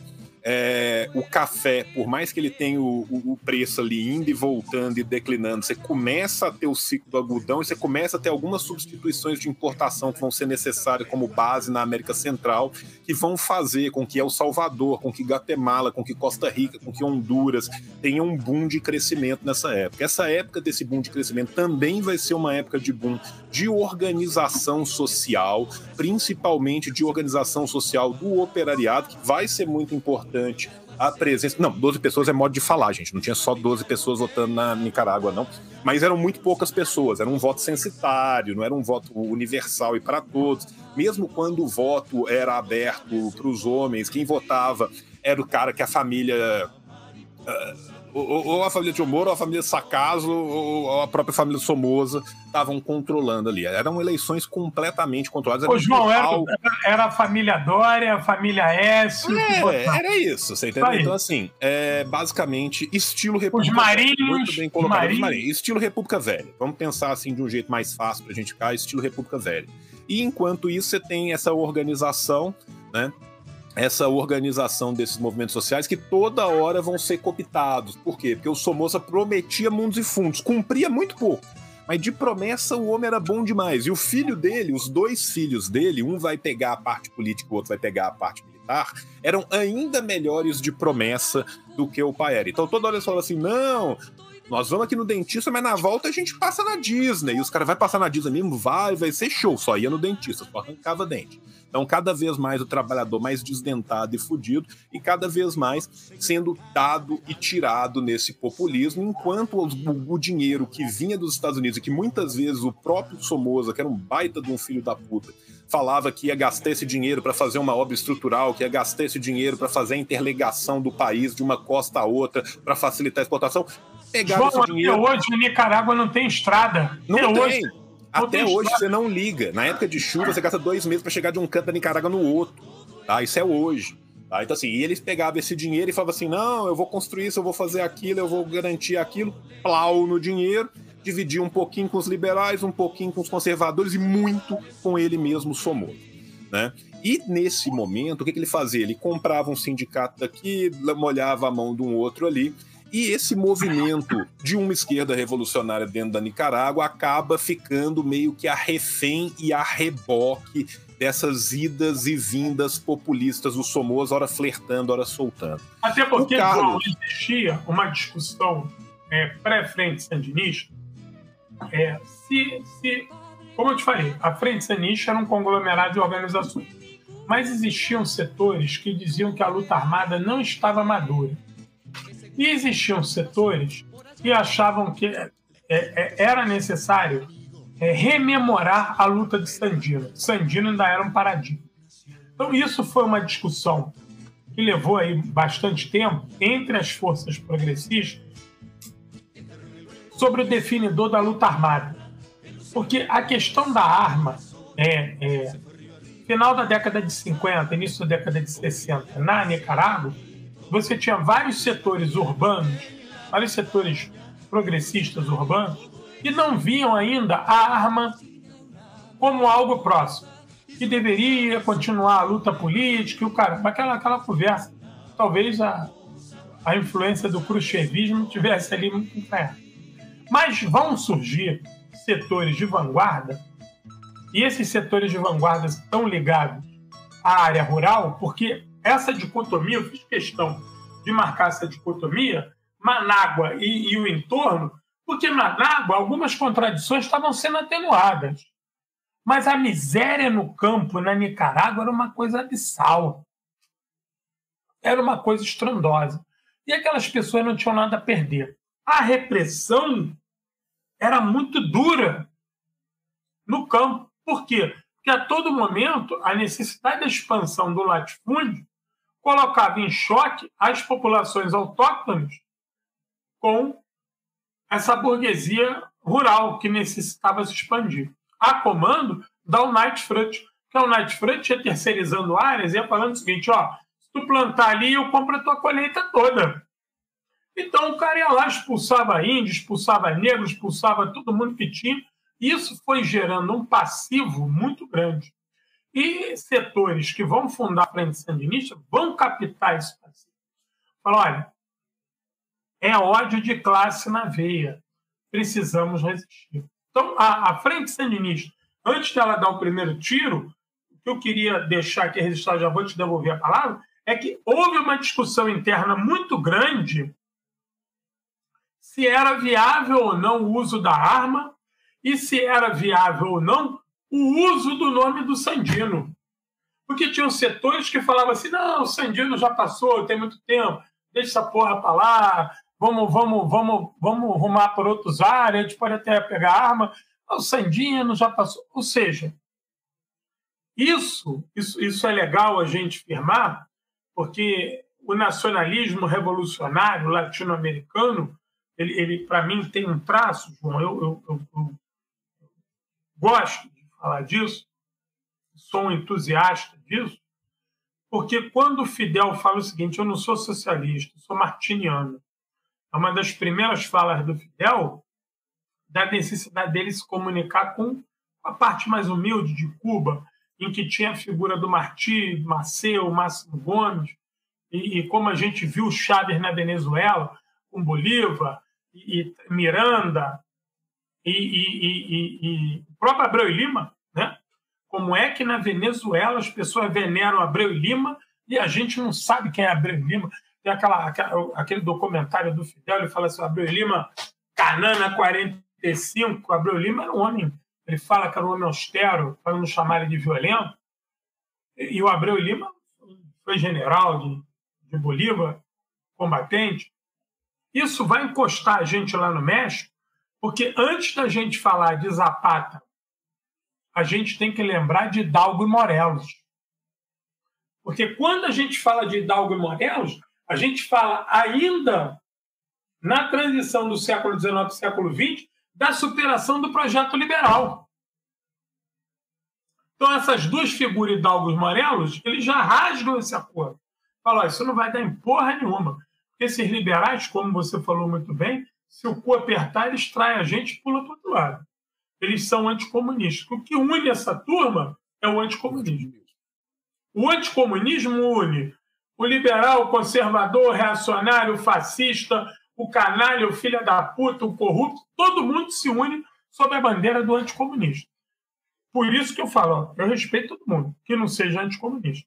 A: é, o café, por mais que ele tenha o, o, o preço ali indo e voltando e declinando, você começa a ter o ciclo do algodão e você começa a ter algumas substituições de importação que vão ser necessárias como base na América Central, que vão fazer com que El Salvador, com que Guatemala, com que Costa Rica, com que Honduras tenham um boom de crescimento nessa época. Essa época desse boom de crescimento também vai ser uma época de boom de organização social, principalmente de organização social do operariado, que vai ser muito importante a presença... Não, doze pessoas é modo de falar, gente. Não tinha só doze pessoas votando na Nicarágua, não. Mas eram muito poucas pessoas. Era um voto censitário, não era um voto universal e para todos. Mesmo quando o voto era aberto para os homens, quem votava era o cara que a família Ou, ou a família Tio Moro, ou a família Sakazo, ou a própria família Somoza estavam controlando ali. Eram eleições completamente controladas.
B: Ô, João, era, era a família Dória, a família Écio.
A: É, era isso, você entendeu? Então, assim, é basicamente estilo República
B: Os Marinhos.
A: Velha. Muito bem colocado.
B: Marinhos.
A: Os Marinhos. Estilo República Velha. Vamos pensar assim de um jeito mais fácil pra gente ficar, estilo República Velha. E enquanto isso, você tem essa organização, né? Essa organização desses movimentos sociais que toda hora vão ser cooptados. Por quê? Porque o Somoza prometia mundos e fundos, cumpria muito pouco. Mas de promessa o homem era bom demais. E o filho dele, os dois filhos dele, um vai pegar a parte política, o outro vai pegar a parte militar, eram ainda melhores de promessa do que o pai era. Então toda hora eles falam assim, não, nós vamos aqui no dentista, mas na volta a gente passa na Disney. E os caras vão passar na Disney mesmo? Vai, vai ser show. Só ia no dentista, só arrancava dente. Então, cada vez mais o trabalhador mais desdentado e fudido, e cada vez mais sendo dado e tirado nesse populismo, enquanto o, o dinheiro que vinha dos Estados Unidos, e que muitas vezes o próprio Somoza, que era um baita de um filho da puta, falava que ia gastar esse dinheiro para fazer uma obra estrutural, que ia gastar esse dinheiro para fazer a interligação do país de uma costa a outra, para facilitar a exportação, pegaram
B: João,
A: esse dinheiro...
B: até hoje a Nicarágua não tem estrada.
A: Não
B: até
A: tem.
B: Hoje...
A: Até hoje você não liga. Na época de chuva, você gasta dois meses para chegar de um canto da Nicarágua no outro. Tá? Isso é hoje. Tá? Então, assim, e eles pegavam esse dinheiro e falavam assim: não, eu vou construir isso, eu vou fazer aquilo, eu vou garantir aquilo. Plau no dinheiro, dividia um pouquinho com os liberais, um pouquinho com os conservadores e muito com ele mesmo, Somoza. Né? E nesse momento, o que, que ele fazia? Ele comprava um sindicato daqui, molhava a mão de um outro ali. E esse movimento de uma esquerda revolucionária dentro da Nicarágua acaba ficando meio que a refém e a reboque dessas idas e vindas populistas do Somoza, ora flertando, ora soltando.
B: Até porque,
A: Carlos...
B: João, existia uma discussão é, pré-frente sandinista. É, se, se, como eu te falei, a frente sandinista era um conglomerado de organizações. Mas existiam setores que diziam que a luta armada não estava madura. E existiam setores que achavam que é, é, era necessário é, rememorar a luta de Sandino. Sandino ainda era um paradigma. Então isso foi uma discussão que levou aí bastante tempo entre as forças progressistas sobre o definidor da luta armada. Porque a questão da arma, é, é, final da década de cinquenta, início da década de sessenta, na Nicarágua, você tinha vários setores urbanos, vários setores progressistas urbanos, que não viam ainda a arma como algo próximo, que deveria continuar a luta política, e o cara, aquela, aquela conversa, talvez a, a influência do khrushchevismo tivesse ali muito encaixada. Mas vão surgir setores de vanguarda, e esses setores de vanguarda estão ligados à área rural, porque essa dicotomia, eu fiz questão de marcar essa dicotomia, Manágua e, e o entorno, porque Manágua, algumas contradições estavam sendo atenuadas. Mas a miséria no campo, na Nicarágua, era uma coisa abissal. Era uma coisa estrondosa. E aquelas pessoas não tinham nada a perder. A repressão era muito dura no campo. Por quê? Porque a todo momento a necessidade da expansão do latifúndio colocava em choque as populações autóctones com essa burguesia rural que necessitava se expandir. A comando da United-Front, que a United-Front ia terceirizando áreas e ia falando o seguinte, ó, se tu plantar ali, eu compro a tua colheita toda. Então o cara ia lá, expulsava índio, expulsava negro, expulsava todo mundo que tinha. Isso foi gerando um passivo muito grande. E setores que vão fundar a Frente Sandinista vão captar esse passivo. Falam, olha, é ódio de classe na veia. Precisamos resistir. Então, a, a Frente Sandinista, antes dela dar o primeiro tiro, o que eu queria deixar aqui registrado, já vou te devolver a palavra, é que houve uma discussão interna muito grande se era viável ou não o uso da arma e se era viável ou não o uso do nome do Sandino. Porque tinham setores que falavam assim, não, o Sandino já passou, tem muito tempo, deixa essa porra pra lá, vamos, vamos, vamos, vamos arrumar por outros áreas, a gente pode até pegar arma, o Sandino já passou. Ou seja, isso, isso, isso é legal a gente firmar, porque o nacionalismo revolucionário latino-americano, ele, ele para mim, tem um traço, João, eu, eu, eu, eu gosto de falar disso, sou um entusiasta disso, porque quando o Fidel fala o seguinte, eu não sou socialista, sou martiniano, é uma das primeiras falas do Fidel da necessidade dele se comunicar com a parte mais humilde de Cuba, em que tinha a figura do Martí, Maceo, Máximo Gomes, e, e como a gente viu o Chávez na Venezuela, com Bolívar, e, e Miranda, e, e, e, e o próprio Abreu e Lima, né? Como é que na Venezuela as pessoas veneram Abreu e Lima e a gente não sabe quem é Abreu e Lima? Tem aquela, aquela, aquele documentário do Fidel, ele fala assim, Abreu e Lima, Canana quarenta e cinco, Abreu e Lima era um homem, ele fala que era um homem austero, para não chamar ele de violento, e, e o Abreu e Lima foi general de, de Bolívar, combatente. Isso vai encostar a gente lá no México, porque antes da gente falar de Zapata, a gente tem que lembrar de Hidalgo e Morelos. Porque quando a gente fala de Hidalgo e Morelos, a gente fala ainda na transição do século dezenove para o século vinte da superação do projeto liberal. Então, essas duas figuras, Hidalgo e Morelos, eles já rasgam esse acordo. Falam, isso não vai dar em porra nenhuma. Porque esses liberais, como você falou muito bem, se o cu apertar, eles traem a gente e pulam para o outro lado. Eles são anticomunistas. O que une essa turma é o anticomunismo. O anticomunismo une o liberal, o conservador, o reacionário, o fascista, o canalha, o filho da puta, o corrupto. Todo mundo se une sob a bandeira do anticomunismo. Por isso que eu falo, ó, eu respeito todo mundo que não seja anticomunista.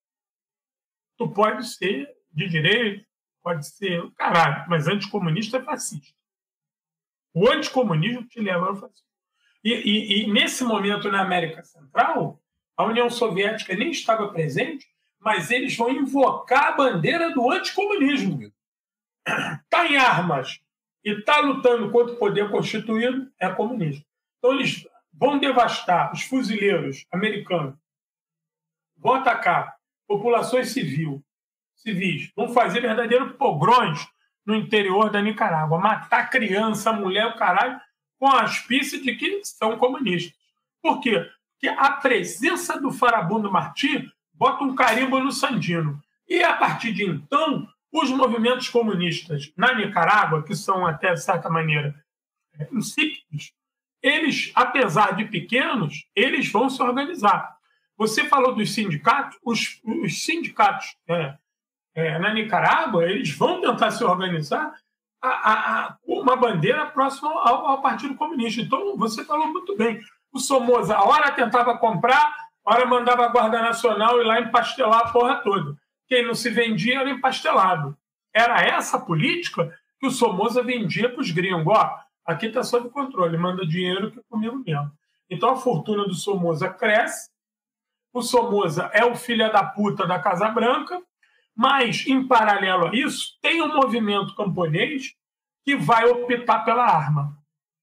B: Tu pode ser de direita, pode ser caralho, mas anticomunista é fascista. O anticomunismo te leva ao fascismo. E, e, e nesse momento na América Central, a União Soviética nem estava presente, mas eles vão invocar a bandeira do anticomunismo. Está em armas e está lutando contra o poder constituído, é comunismo. Então eles vão devastar os fuzileiros americanos, vão atacar populações civil, civis, vão fazer verdadeiros pogroms no interior da Nicarágua, matar criança, mulher, o caralho, com a auspício de que são comunistas. Por quê? Porque a presença do Farabundo Martí bota um carimbo no Sandino. E, a partir de então, os movimentos comunistas na Nicarágua, que são, até de certa maneira, insípidos, eles, apesar de pequenos, eles vão se organizar. Você falou dos sindicatos, os, os sindicatos é, é, na Nicarágua, eles vão tentar se organizar a, a, a uma bandeira próxima ao, ao Partido Comunista. Então, você falou muito bem. O Somoza, a hora tentava comprar, a hora mandava a Guarda Nacional ir lá empastelar a porra toda. Quem não se vendia era empastelado. Era essa a política que o Somoza vendia para os gringos. Ó, aqui está sob controle, manda dinheiro que é comigo mesmo. Então a fortuna do Somoza cresce, o Somoza é o filho da puta da Casa Branca, mas, em paralelo a isso, tem um movimento camponês que vai optar pela arma.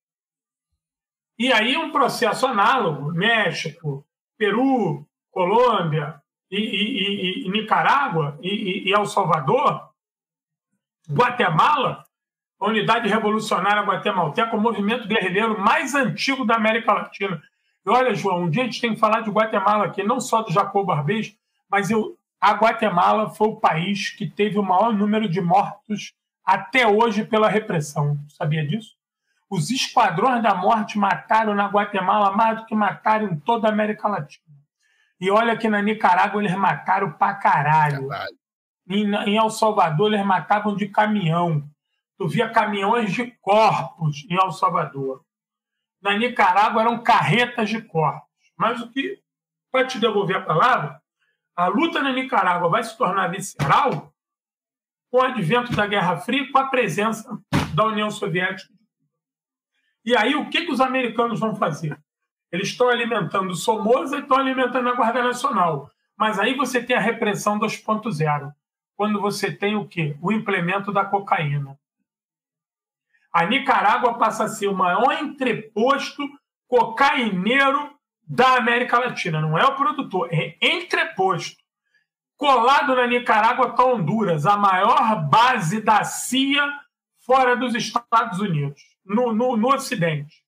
B: E aí um processo análogo, México, Peru, Colômbia e, e, e, e Nicarágua e, e El Salvador, Guatemala, a Unidade Revolucionária Guatemalteca, o movimento guerrilheiro mais antigo da América Latina. E olha, João, um dia a gente tem que falar de Guatemala aqui, não só do Jacobo Barbês, mas eu, a Guatemala foi o país que teve o maior número de mortos até hoje pela repressão. Sabia disso? Os esquadrões da morte mataram na Guatemala mais do que mataram em toda a América Latina. E olha que na Nicarágua eles mataram pra caralho. caralho. Em, em El Salvador eles matavam de caminhão. Tu via caminhões de corpos em El Salvador. Na Nicarágua eram carretas de corpos. Mas o que, para te devolver a palavra, a luta na Nicarágua vai se tornar visceral com o advento da Guerra Fria e com a presença da União Soviética. E aí, o que, que os americanos vão fazer? Eles estão alimentando o Somoza e estão alimentando a Guarda Nacional. Mas aí você tem a repressão dois ponto zero. Quando você tem o quê? O implemento da cocaína. A Nicarágua passa a ser o maior entreposto cocaineiro da América Latina. Não é o produtor, é entreposto. Colado na Nicarágua está Honduras, a maior base da C I A fora dos Estados Unidos, no, no, no Ocidente.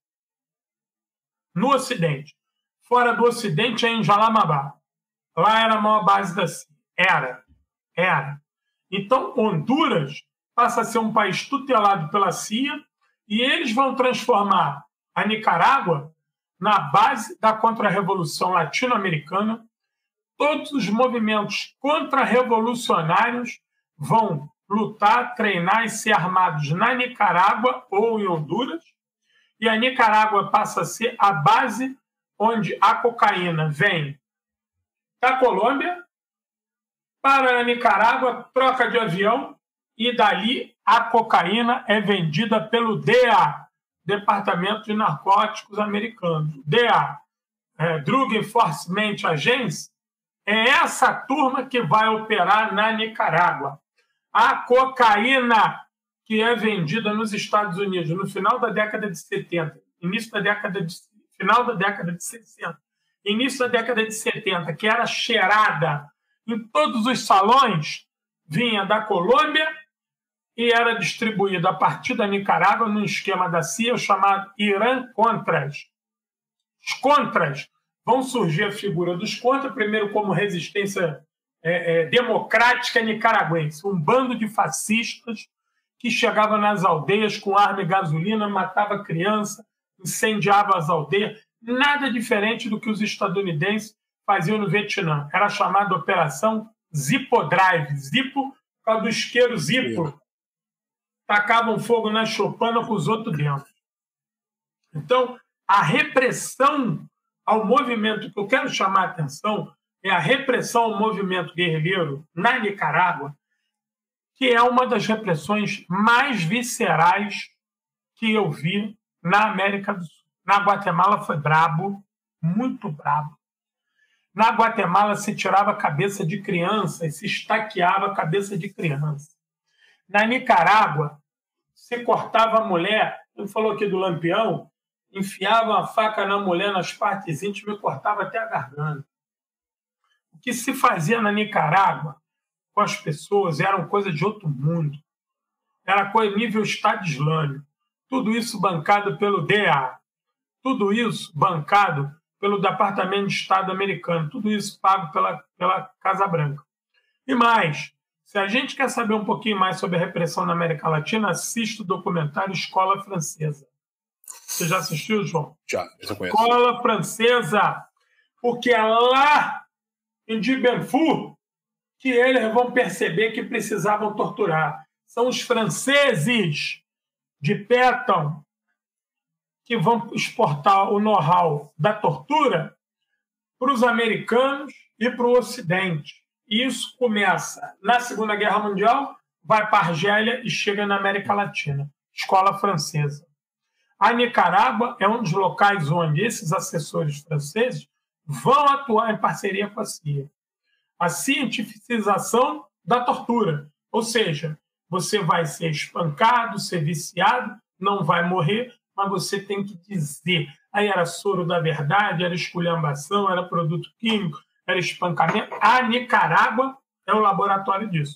B: No Ocidente. Fora do Ocidente é em Jalamabá. Lá era a maior base da C I A. Era. Era. Então, Honduras passa a ser um país tutelado pela C I A e eles vão transformar a Nicarágua na base da contra-revolução latino-americana. Todos os movimentos contra-revolucionários vão lutar, treinar e ser armados na Nicarágua ou em Honduras. E a Nicarágua passa a ser a base onde a cocaína vem da Colômbia para a Nicarágua, troca de avião, e dali a cocaína é vendida pelo D A, Departamento de Narcóticos Americano. D A, é, Drug Enforcement Agency, é essa turma que vai operar na Nicarágua. A cocaína que é vendida nos Estados Unidos no final da década de setenta, início da década de, final da década de sessenta, início da década de setenta, que era cheirada em todos os salões, vinha da Colômbia e era distribuída a partir da Nicarágua num esquema da C I A chamado Irã Contras. Os Contras vão surgir a figura dos Contras, primeiro como resistência é, é, democrática nicaragüense, um bando de fascistas que chegava nas aldeias com arma e gasolina, matava criança, incendiava as aldeias, nada diferente do que os estadunidenses faziam no Vietnã. Era chamada Operação Zippo Drive, Zippo por causa do isqueiro Zippo. Tacavam fogo na choupana com os outros dentro. Então, a repressão ao movimento, que eu quero chamar a atenção, é a repressão ao movimento guerrilheiro na Nicarágua, que é uma das repressões mais viscerais que eu vi na América do Sul. Na Guatemala foi brabo, muito brabo. Na Guatemala se tirava a cabeça de criança e se estaqueava a cabeça de criança. Na Nicarágua, se cortava a mulher, ele falou aqui do Lampião, enfiava a faca na mulher nas partes íntimas e cortava até a garganta. O que se fazia na Nicarágua com as pessoas era coisa de outro mundo. Era coisa nível Estado Islâmico. Tudo isso bancado pelo D A. Tudo isso bancado pelo Departamento de Estado americano. Tudo isso pago pela, pela Casa Branca. E mais, se a gente quer saber um pouquinho mais sobre a repressão na América Latina, assista o documentário Escola Francesa. Você já assistiu, João?
A: Já, eu conheço.
B: Escola Francesa. Porque é lá em Dibenfu que eles vão perceber que precisavam torturar. São os franceses de Pétain que vão exportar o know-how da tortura para os americanos e para o Ocidente. E isso começa na Segunda Guerra Mundial, vai para a Argélia e chega na América Latina. Escola Francesa. A Nicarágua é um dos locais onde esses assessores franceses vão atuar em parceria com a C I A. A cientificização da tortura. Ou seja, você vai ser espancado, ser viciado, não vai morrer, mas você tem que dizer. Aí era soro da verdade, era esculhambação, era produto químico, era espancamento. A Nicarágua é o laboratório disso.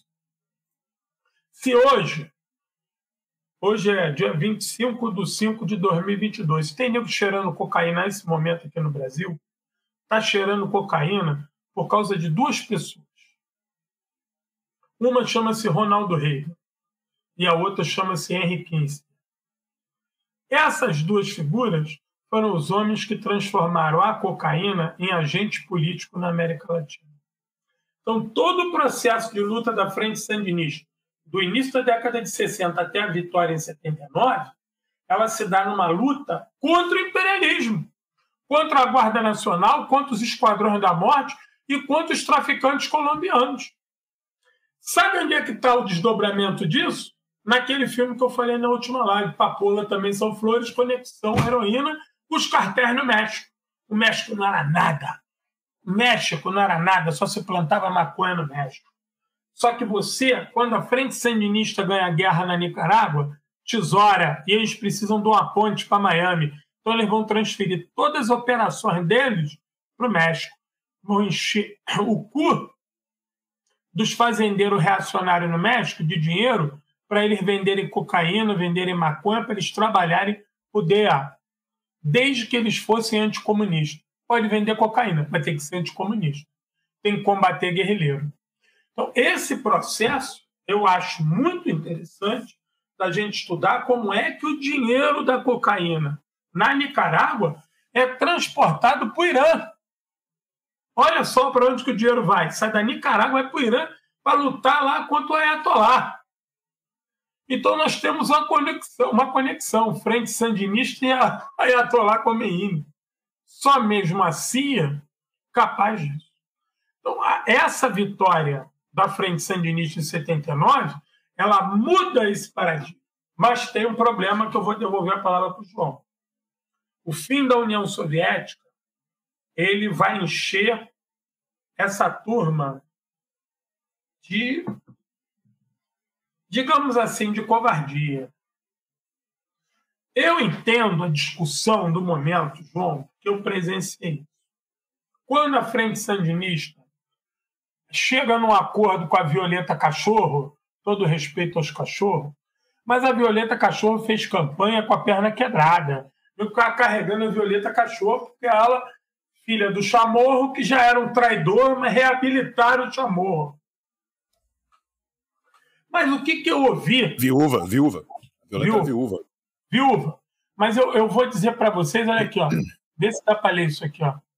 B: Se hoje, hoje é dia vinte e cinco de cinco de dois mil e vinte e dois, se tem nego cheirando cocaína nesse momento aqui no Brasil, está cheirando cocaína por causa de duas pessoas. Uma chama-se Ronaldo Reagan e a outra chama-se Henry Kissinger. Essas duas figuras foram os homens que transformaram a cocaína em agente político na América Latina. Então, todo o processo de luta da Frente Sandinista, do início da década de sessenta até a vitória em setenta e nove, ela se dá numa luta contra o imperialismo, contra a Guarda Nacional, contra os esquadrões da morte e contra os traficantes colombianos. Sabe onde é que está o desdobramento disso? Naquele filme que eu falei na última live, Papoula Também São Flores, Conexão Heroína, os cartéis no México. O México não era nada. O México não era nada, só se plantava maconha no México. Só que você, quando a Frente Sandinista ganha a guerra na Nicarágua, tesoura, e eles precisam de uma ponte para Miami. Então eles vão transferir todas as operações deles para o México. Vão encher o cu dos fazendeiros reacionários no México de dinheiro para eles venderem cocaína, venderem maconha, para eles trabalharem o D A, desde que eles fossem anticomunistas. Pode vender cocaína, mas tem que ser anticomunista. Tem que combater guerrilheiro. Então, esse processo eu acho muito interessante da gente estudar como é que o dinheiro da cocaína na Nicarágua é transportado para o Irã. Olha só para onde que o dinheiro vai. Sai da Nicarágua, vai para o Irã para lutar lá contra o Ayatollah. Então nós temos uma conexão, uma conexão frente sandinista e a Ayatollah Khomeini. Só mesmo a C I A capaz disso. Então, essa vitória da frente sandinista em setenta e nove, ela muda esse paradigma. Mas tem um problema que eu vou devolver a palavra para o João. O fim da União Soviética, ele vai encher essa turma de, digamos assim, de covardia. Eu entendo a discussão do momento, João, que eu presenciei. Quando a frente sandinista chega num acordo com a Violeta Cachorro, todo respeito aos cachorros, mas a Violeta Cachorro fez campanha com a perna quebrada. Eu ficava carregando a Violeta Cachorro porque ela, filha do Chamorro, que já era um traidor, mas reabilitaram o Chamorro. Mas o que, que eu ouvi...
A: Viúva, viúva. Violeta viúva. viúva.
B: Viúva. Mas eu, eu vou dizer para vocês, olha aqui, ó. Vê se dá para ler isso aqui, ó.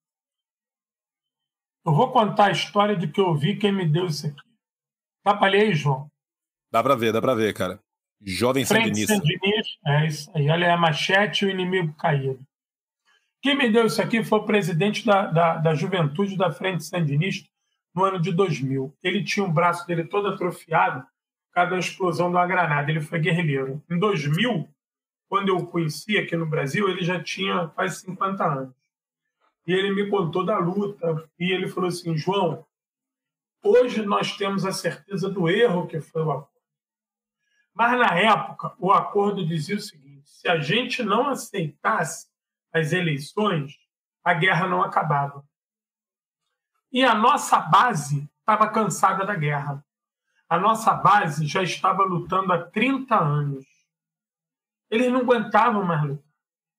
B: Eu vou contar a história de que eu ouvi quem me deu isso aqui. Dá para ler aí, João?
A: Dá para ver, dá para ver, cara. Jovem
B: Frente
A: sandinista.
B: Sandinista, é isso aí. Olha, a machete e o inimigo caído. Quem me deu isso aqui foi o presidente da, da, da juventude da Frente Sandinista no ano de dois mil. Ele tinha o braço dele todo atrofiado por causa da explosão de uma granada. Ele foi guerrilheiro. Em dois mil, quando eu o conheci aqui no Brasil, ele já tinha quase cinquenta anos. E ele me contou da luta. E ele falou assim, João, hoje nós temos a certeza do erro que foi o acordo. Mas, na época, o acordo dizia o seguinte, se a gente não aceitasse as eleições, a guerra não acabava. E a nossa base estava cansada da guerra. A nossa base já estava lutando há trinta anos. Eles não aguentavam mais lutar.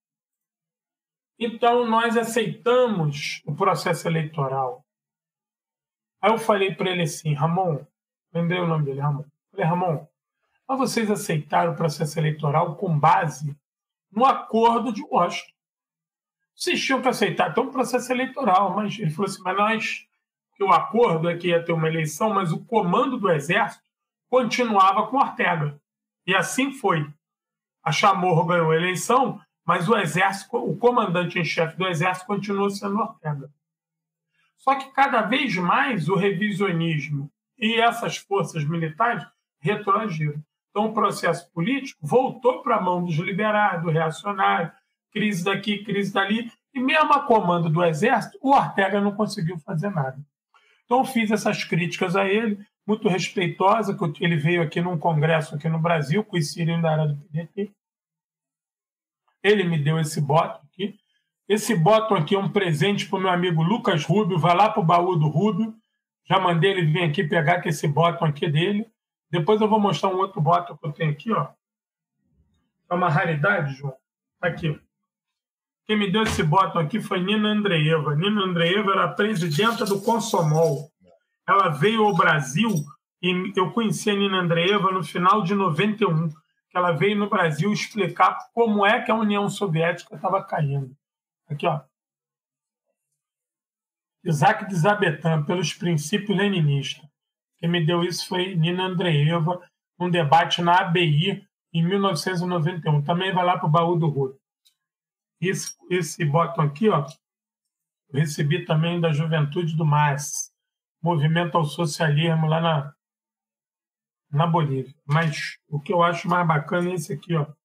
B: Então, nós aceitamos o processo eleitoral. Aí eu falei para ele assim, Ramon, lembrei o nome dele, Ramon. Falei, Ramon, mas vocês aceitaram o processo eleitoral com base no acordo de Washington. Vocês tinham que aceitar até um processo eleitoral, mas ele falou assim, mas nós, que o acordo é que ia ter uma eleição, mas o comando do Exército continuava com Ortega. E assim foi. A Chamorro ganhou a eleição, mas o Exército, o comandante em chefe do Exército continuou sendo Ortega. Só que cada vez mais o revisionismo e essas forças militares retroagiram. Então o processo político voltou para a mão dos liberais, do reacionário, crise daqui, crise dali, e mesmo a comando do Exército, o Ortega não conseguiu fazer nada. Então eu fiz essas críticas a ele, muito respeitosa, que ele veio aqui num congresso aqui no Brasil, conheci ele ainda era do P D T. Ele me deu esse botão aqui. Esse botão aqui é um presente para o meu amigo Lucas Rubio, vai lá para o baú do Rubio, já mandei ele vir aqui pegar que esse botão aqui é dele. Depois eu vou mostrar um outro botão que eu tenho aqui, ó. É uma raridade, João. Tá aqui. Quem me deu esse botão aqui foi Nina Andreeva. Nina Andreeva era a presidenta do Consomol. Ela veio ao Brasil e eu conheci a Nina Andreeva no final de noventa e um, que ela veio no Brasil explicar como é que a União Soviética estava caindo. Aqui, ó. Isaac de Zabetan, pelos princípios leninistas. Quem me deu isso foi Nina Andreeva, um debate na A B I em mil novecentos e noventa e um. Também vai lá para o baú do Rui. Esse, esse botão aqui, ó, eu recebi também da Juventude do M A S, Movimento ao Socialismo lá na, na Bolívia. Mas o que eu acho mais bacana é esse aqui, ó.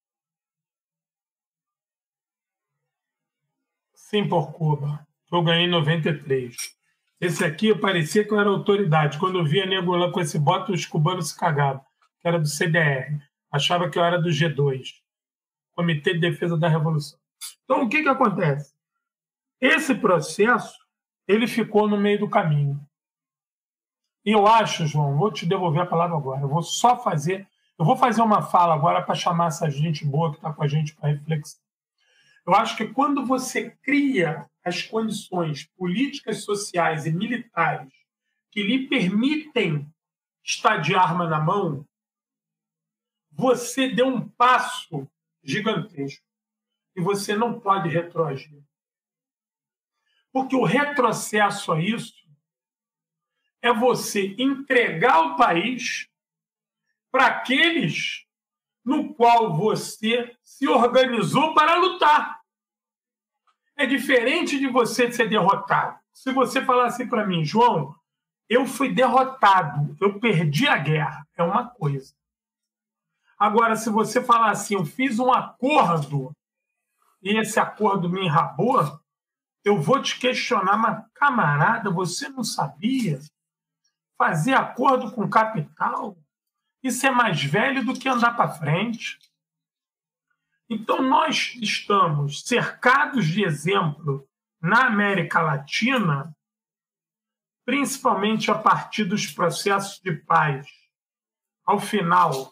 B: Sim por Cuba, que eu ganhei em noventa e três. Esse aqui parecia que eu era autoridade. Quando eu via nego lá com esse botão, os cubanos se cagavam, que era do C D R. Achava que eu era do G dois, Comitê de Defesa da Revolução. Então, o que, que acontece? Esse processo ele ficou no meio do caminho. E eu acho, João, vou te devolver a palavra agora. Eu vou só fazer, eu vou fazer uma fala agora para chamar essa gente boa que está com a gente para reflexão. Eu acho que quando você cria as condições políticas, sociais e militares que lhe permitem estar de arma na mão, você deu um passo gigantesco e você não pode retroagir. Porque o retrocesso a isso é você entregar o país para aqueles no qual você se organizou para lutar. É diferente de você ser derrotado. Se você falar assim para mim, João, eu fui derrotado, eu perdi a guerra, é uma coisa. Agora, se você falar assim, eu fiz um acordo e esse acordo me enrabou, eu vou te questionar, mas, camarada, você não sabia fazer acordo com capital? Isso é mais velho do que andar para frente. Então, nós estamos cercados de exemplo na América Latina, principalmente a partir dos processos de paz, ao final,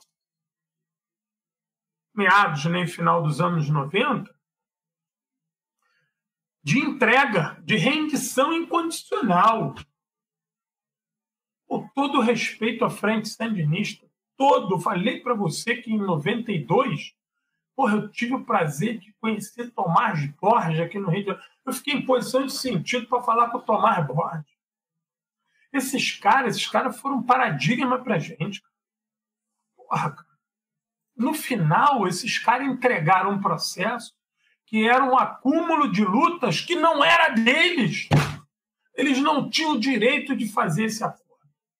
B: meados, nem final dos anos noventa, de entrega, de rendição incondicional. Por todo respeito à frente sandinista, todo, falei para você que em noventa e dois, porra, eu tive o prazer de conhecer Tomás Borges aqui no Rio de Janeiro. Eu fiquei em posição de sentido para falar com o Tomás Borges. Esses caras, esses caras foram um paradigma para a gente. Porra, cara. No final, esses caras entregaram um processo que era um acúmulo de lutas que não era deles. Eles não tinham o direito de fazer esse acordo.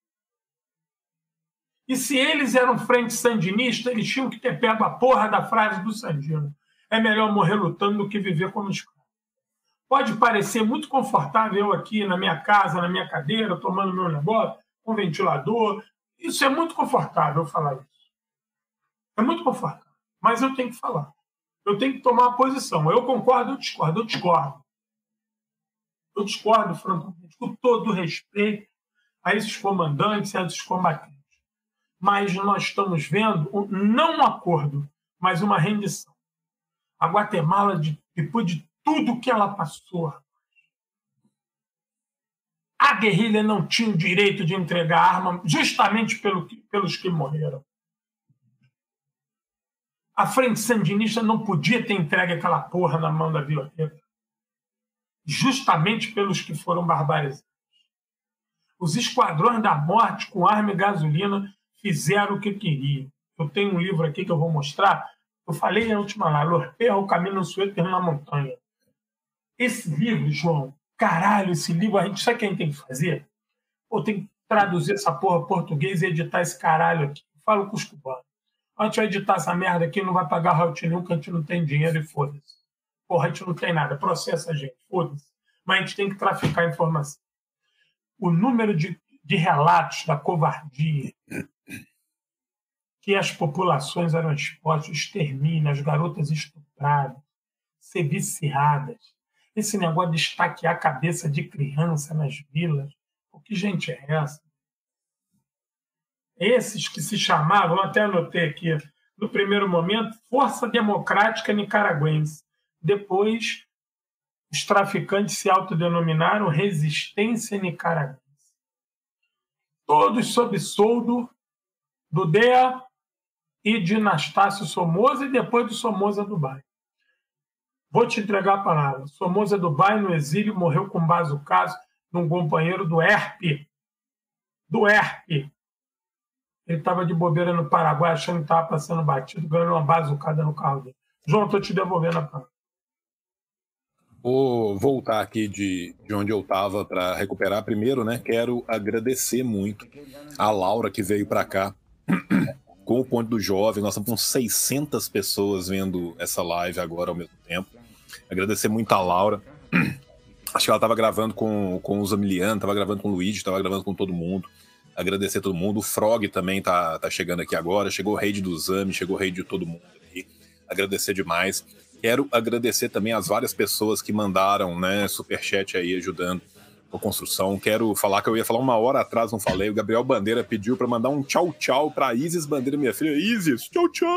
B: E se eles eram frente sandinista, eles tinham que ter pego a porra da frase do Sandino. É melhor morrer lutando do que viver como escravo. Pode parecer muito confortável eu aqui na minha casa, na minha cadeira, tomando meu negócio, com ventilador. Isso é muito confortável eu falar isso. É muito confortável. Mas eu tenho que falar. Eu tenho que tomar uma posição. Eu concordo, eu discordo. Eu discordo. Eu discordo, francamente, com todo respeito a esses comandantes e a esses combatentes. Mas nós estamos vendo um, não um acordo, mas uma rendição. A Guatemala, de, depois de tudo que ela passou, a guerrilha não tinha o direito de entregar arma justamente pelo, pelos que morreram. A frente sandinista não podia ter entregue aquela porra na mão da Violeta, justamente pelos que foram barbarizados. Os esquadrões da morte com arma e gasolina fizeram o que queriam. Eu tenho um livro aqui que eu vou mostrar. Eu falei na última lá, Lorperra, o caminho no sueter na montanha. Esse livro, João, caralho, esse livro, a gente sabe o que a gente tem que fazer? Pô, tem que traduzir essa porra português e editar esse caralho aqui. Eu falo com os cubanos. A gente vai editar essa merda aqui, não vai pagar royalty nenhum, porque a gente não tem dinheiro e foda-se. Porra, a gente não tem nada, processa a gente, foda-se. Mas a gente tem que traficar informação. O número de, de relatos da covardia que as populações eram expostas, extermínio, as garotas estupradas, ser viciadas, esse negócio de estaquear a cabeça de criança nas vilas. Pô, que gente é essa? Esses que se chamavam, até anotei aqui, no primeiro momento, Força Democrática Nicaragüense. Depois, os traficantes se autodenominaram Resistência Nicaragüense. Todos sob soldo do D E A e de Anastácio Somoza e depois do Somoza Dubai. Vou te entregar a palavra. Somoza Dubai, no exílio, morreu com bazucaço de um companheiro do E R P. Do E R P. Ele estava de bobeira no Paraguai, achando que estava passando batido, ganhando uma bazucada no carro dele. João, estou te devolvendo a palavra.
A: Vou voltar aqui de, de onde eu estava para recuperar. Primeiro, né, quero agradecer muito a Laura que veio para cá com o Ponte do Jovem. Nós estamos com seiscentas pessoas vendo essa live agora ao mesmo tempo. Agradecer muito a Laura. Acho que ela estava gravando com, com o Zamiliano, estava gravando com o Luigi, estava gravando com todo mundo. Agradecer a todo mundo. O Frog também tá, tá chegando aqui agora. Chegou o raid do Zami, chegou o raid de todo mundo aqui. Agradecer demais. Quero agradecer também as várias pessoas que mandaram, né, superchat aí ajudando com a construção. Quero falar que eu ia falar uma hora atrás, não falei. O Gabriel Bandeira pediu para mandar um tchau tchau para Isis Bandeira, minha filha. Isis, tchau tchau!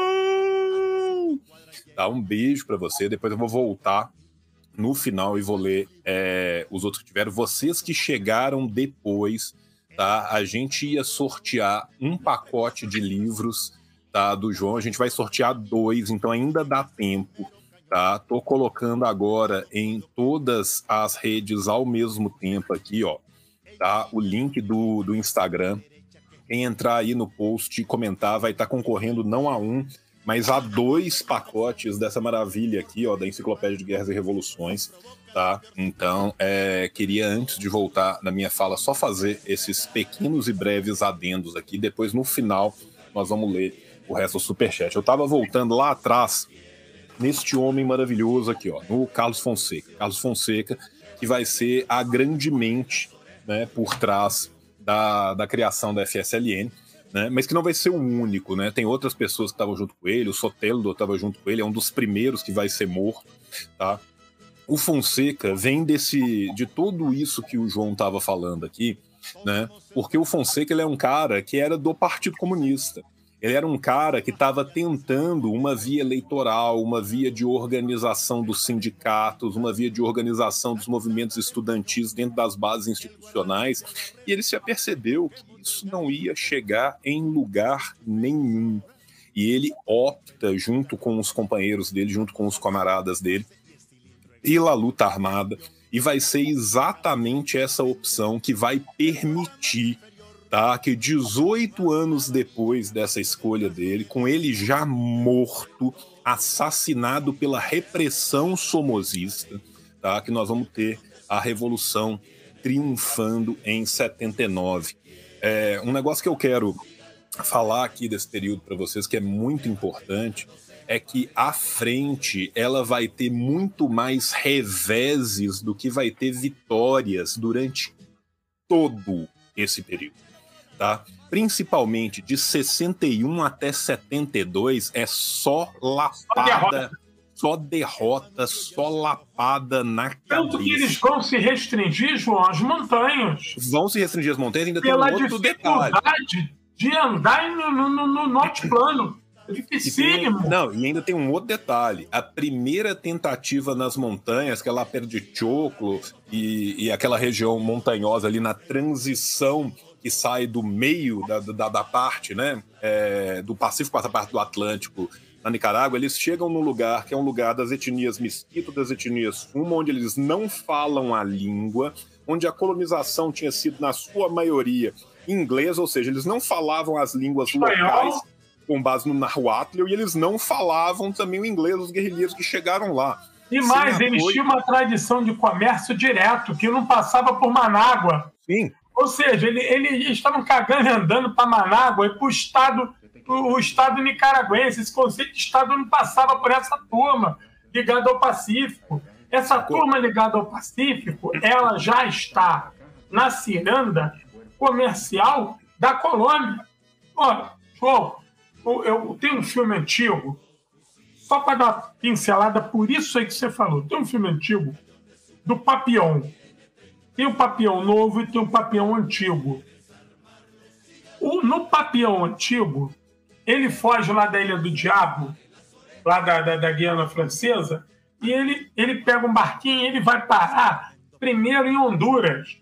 A: Tá, um beijo para você. Depois eu vou voltar no final e vou ler é, os outros que tiveram. Vocês que chegaram depois, tá? A gente ia sortear um pacote de livros, tá, do João. A gente vai sortear dois, então ainda dá tempo, tá? Tô colocando agora em todas as redes ao mesmo tempo aqui, ó, tá? O link do, do Instagram. Quem entrar aí no post e comentar vai estar concorrendo não a um, mas há dois pacotes dessa maravilha aqui, ó, da Enciclopédia de Guerras e Revoluções, tá? Então, é, queria, antes de voltar na minha fala, só fazer esses pequenos e breves adendos aqui. Depois, no final, nós vamos ler o resto do Superchat. Eu tava voltando lá atrás, neste homem maravilhoso aqui, ó, no Carlos Fonseca. Carlos Fonseca, que vai ser a grande mente, né, por trás da, da criação da F S L N. Né, mas que não vai ser o único, né? Tem outras pessoas que estavam junto com ele, o Soteldo estava junto com ele, é um dos primeiros que vai ser morto, tá? O Fonseca vem desse, de tudo isso que o João estava falando aqui, né? Porque o Fonseca, ele é um cara que era do Partido Comunista. Ele era um cara que estava tentando uma via eleitoral, uma via de organização dos sindicatos, uma via de organização dos movimentos estudantis dentro das bases institucionais, e ele se apercebeu que isso não ia chegar em lugar nenhum. E ele opta, junto com os companheiros dele, junto com os camaradas dele, pela luta armada, e vai ser exatamente essa opção que vai permitir, tá, que dezoito anos depois dessa escolha dele, com ele já morto, assassinado pela repressão somozista, tá, que nós vamos ter a Revolução triunfando em setenta e nove. É, um negócio que eu quero falar aqui desse período para vocês, que é muito importante, é que à frente ela vai ter muito mais reveses do que vai ter vitórias durante todo esse período. Tá? Principalmente de sessenta e um até setenta e dois é só lapada, só derrota, só lapada na cabeça.
B: Tanto que eles vão se restringir, João, às montanhas.
A: Vão se restringir às montanhas, ainda
B: Pela
A: tem um outro detalhe.
B: Pela dificuldade de andar no, no, no, no norte plano. É dificílimo.
A: Não, e ainda tem um outro detalhe. A primeira tentativa nas montanhas, que é lá perto de Choclo e, e aquela região montanhosa ali na transição que sai do meio da, da, da parte, né, é, do Pacífico para a parte do Atlântico, na Nicarágua, eles chegam num lugar que é um lugar das etnias Mesquito, das etnias Fuma, onde eles não falam a língua, onde a colonização tinha sido, na sua maioria, inglesa, ou seja, eles não falavam as línguas locais com base no Nahuatl, e eles não falavam também o inglês, os guerrilheiros que chegaram lá.
B: E mais, Sem eles apoio... tinham uma tradição de comércio direto, que não passava por Manágua.
A: Sim.
B: Ou seja, eles ele, estavam cagando e andando para Manágua e para o Estado, o Estado nicaragüense. Esse conceito de Estado não passava por essa turma ligada ao Pacífico. Essa turma ligada ao Pacífico, ela já está na ciranda comercial da Colômbia. Olha, João, eu tenho um filme antigo, só para dar uma pincelada, por isso aí que você falou, tem um filme antigo do Papillon. Tem o Papillon novo e tem o Papillon antigo. O, no Papillon antigo, ele foge lá da Ilha do Diabo, lá da, da, da Guiana Francesa, e ele, ele pega um barquinho e ele vai parar primeiro em Honduras.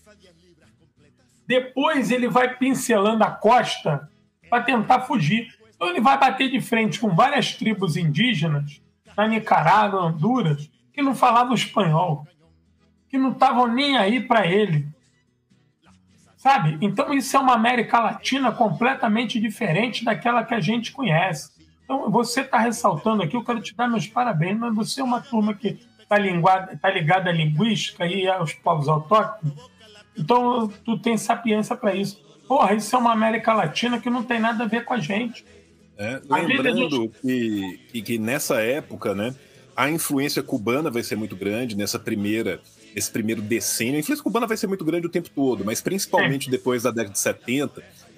B: Depois ele vai pincelando a costa para tentar fugir. Então ele vai bater de frente com várias tribos indígenas na Nicarágua, Honduras, que não falavam espanhol, que não estavam nem aí para ele. Sabe? Então isso é uma América Latina completamente diferente daquela que a gente conhece. Então você está ressaltando aqui, eu quero te dar meus parabéns, mas você é uma turma que está tá ligada à linguística e aos povos autóctonos, então tu tem sapiência para isso. Porra, isso é uma América Latina que não tem nada a ver com a gente.
A: É, lembrando gente... que, que, que nessa época, né, a influência cubana vai ser muito grande nessa primeira, nesse primeiro decênio. A influência cubana vai ser muito grande o tempo todo, mas principalmente é. depois da década de setenta,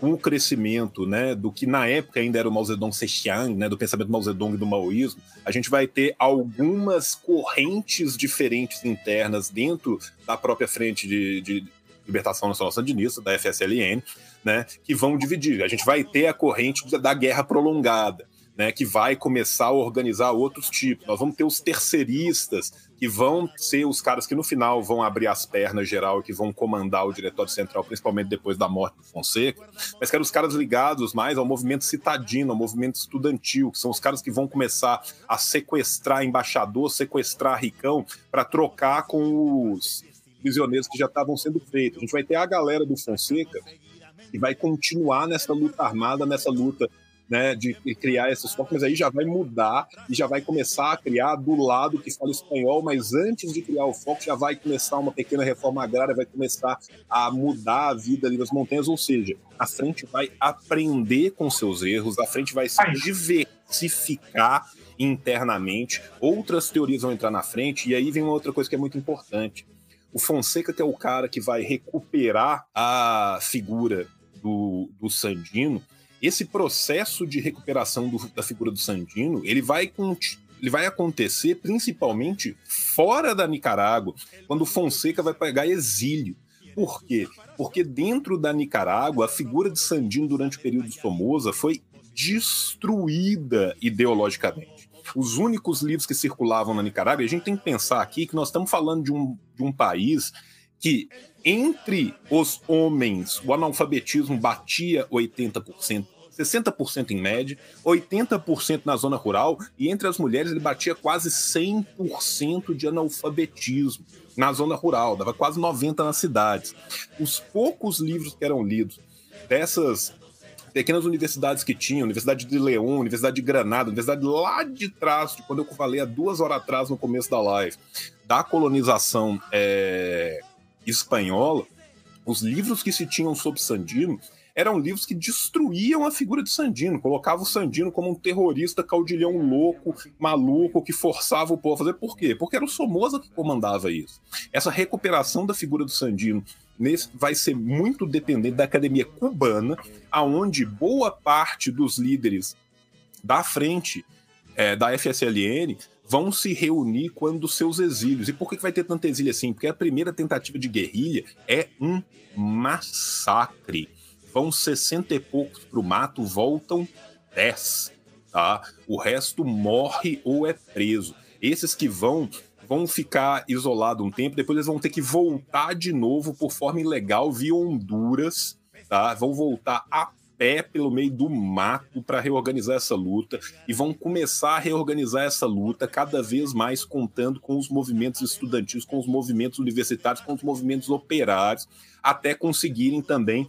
A: com o crescimento, né, do que na época ainda era o Mao Zedong Zhejiang, né, do pensamento Mao Zedong e do maoísmo, a gente vai ter algumas correntes diferentes internas dentro da própria frente de, de Libertação Nacional Sandinista, da F S L N, né, que vão dividir. A gente vai ter a corrente da guerra prolongada, né, que vai começar a organizar outros tipos. Nós vamos ter os terceiristas, que vão ser os caras que no final vão abrir as pernas geral e que vão comandar o Diretório Central, principalmente depois da morte do Fonseca, mas que eram os caras ligados mais ao movimento citadino, ao movimento estudantil, que são os caras que vão começar a sequestrar embaixador, sequestrar ricão, para trocar com os prisioneiros que já estavam sendo feitos. A gente vai ter a galera do Fonseca que vai continuar nessa luta armada, nessa luta, né, de criar esses focos, mas aí já vai mudar e já vai começar a criar do lado que fala espanhol, mas antes de criar o foco já vai começar uma pequena reforma agrária, vai começar a mudar a vida ali das montanhas, ou seja, a frente vai aprender com seus erros, a frente vai se diversificar internamente, outras teorias vão entrar na frente, e aí vem uma outra coisa que é muito importante. O Fonseca, que é o cara que vai recuperar a figura do, do Sandino, esse processo de recuperação do, da figura do Sandino, ele vai, ele vai acontecer principalmente fora da Nicarágua, quando o Fonseca vai pegar exílio. Por quê? Porque dentro da Nicarágua, a figura de Sandino durante o período de Somoza foi destruída ideologicamente. Os únicos livros que circulavam na Nicarágua, a gente tem que pensar aqui que nós estamos falando de um, de um país que, entre os homens, o analfabetismo batia oitenta por cento, sessenta por cento em média, oitenta por cento na zona rural, e entre as mulheres ele batia quase cem por cento de analfabetismo na zona rural, dava quase noventa por cento nas cidades. Os poucos livros que eram lidos dessas pequenas universidades que tinham, Universidade de León, Universidade de Granada, Universidade lá de trás, de quando eu falei há duas horas atrás no começo da live, da colonização é, espanhola, os livros que se tinham sobre Sandino eram livros que destruíam a figura de Sandino, colocavam o Sandino como um terrorista caudilhão louco, maluco, que forçava o povo a fazer. Por quê? Porque era o Somoza que comandava isso. Essa recuperação da figura do Sandino nesse, vai ser muito dependente da academia cubana, aonde boa parte dos líderes da frente é, da F S L N vão se reunir quando seus exílios. E por que vai ter tanto exílio assim? Porque a primeira tentativa de guerrilha é um massacre. Vão sessenta e poucos para o mato, voltam dez, tá? O resto morre ou é preso. Esses que vão, vão ficar isolados um tempo, depois eles vão ter que voltar de novo por forma ilegal via Honduras, tá? Vão voltar a pé pelo meio do mato para reorganizar essa luta e vão começar a reorganizar essa luta cada vez mais contando com os movimentos estudantis, com os movimentos universitários, com os movimentos operários, até conseguirem também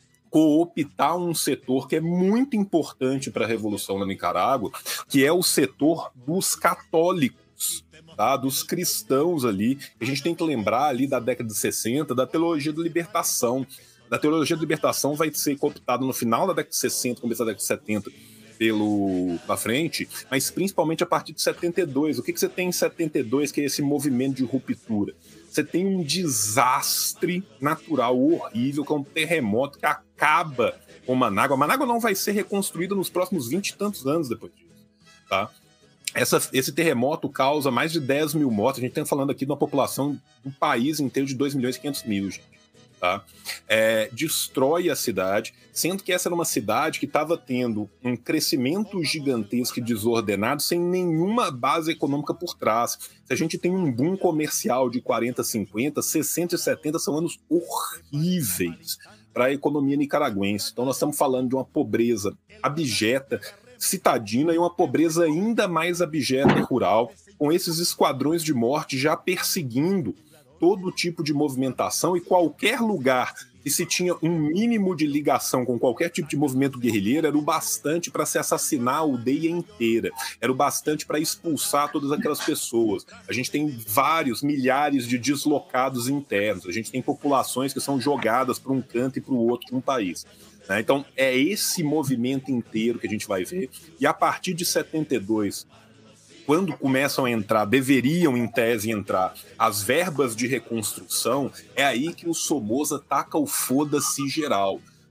A: cooptar um setor que é muito importante para a Revolução na Nicarágua, que é o setor dos católicos, tá? Dos cristãos ali. A gente tem que lembrar ali da década de sessenta, da teologia da libertação. Da teologia da libertação vai ser cooptada no final da década de sessenta, começo da década de setenta, pelo para frente, mas principalmente a partir de setenta e dois. O que, que você tem em setenta e dois, que é esse movimento de ruptura? Você tem um desastre natural horrível, que é um terremoto que acaba com Manágua. Manágua não vai ser reconstruída nos próximos vinte e tantos anos depois disso, tá? Essa, esse terremoto causa mais de dez mil mortes. A gente está falando aqui de uma população do país inteiro de dois milhões e quinhentos mil, gente. Tá? É, destrói a cidade, sendo que essa era uma cidade que estava tendo um crescimento gigantesco e desordenado sem nenhuma base econômica por trás. Se a gente tem um boom comercial de quarenta, cinquenta, sessenta e setenta, são anos horríveis para a economia nicaragüense. Então nós estamos falando de uma pobreza abjeta, citadina, e uma pobreza ainda mais abjeta e rural, com esses esquadrões de morte já perseguindo todo tipo de movimentação, e qualquer lugar que se tinha um mínimo de ligação com qualquer tipo de movimento guerrilheiro era o bastante para se assassinar a aldeia inteira, era o bastante para expulsar todas aquelas pessoas. A gente tem vários, milhares de deslocados internos, a gente tem populações que são jogadas para um canto e para o outro de um país. Né? Então é esse movimento inteiro que a gente vai ver, e a partir de setenta e dois, quando começam a entrar, deveriam em tese entrar, as verbas de reconstrução, é aí que o Somoza taca o foda-se geral.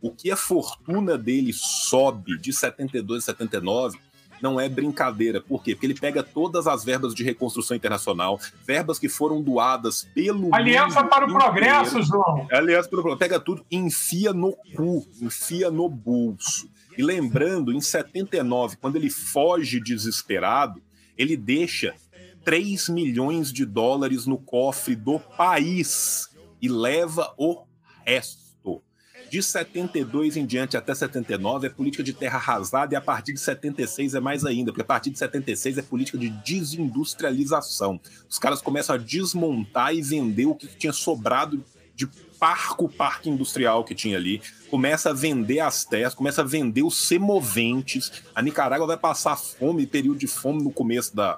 A: o que a fortuna dele sobe de setenta e dois a setenta e nove não é brincadeira. Por quê? Porque ele pega todas as verbas de reconstrução internacional, verbas que foram doadas pelo
B: Aliança para o Progresso, João.
A: Aliança para o Progresso. Pega tudo e enfia no cu, enfia no bolso. E lembrando, em setenta e nove, quando ele foge desesperado, ele deixa três milhões de dólares no cofre do país e leva o resto. De setenta e dois em diante até setenta e nove é política de terra arrasada, e a partir de setenta e seis é mais ainda, porque a partir de setenta e seis é política de desindustrialização. Os caras começam a desmontar e vender o que tinha sobrado de parco parque industrial que tinha ali, começa a vender as terras, começa a vender os semoventes. A Nicarágua vai passar fome, período de fome no começo da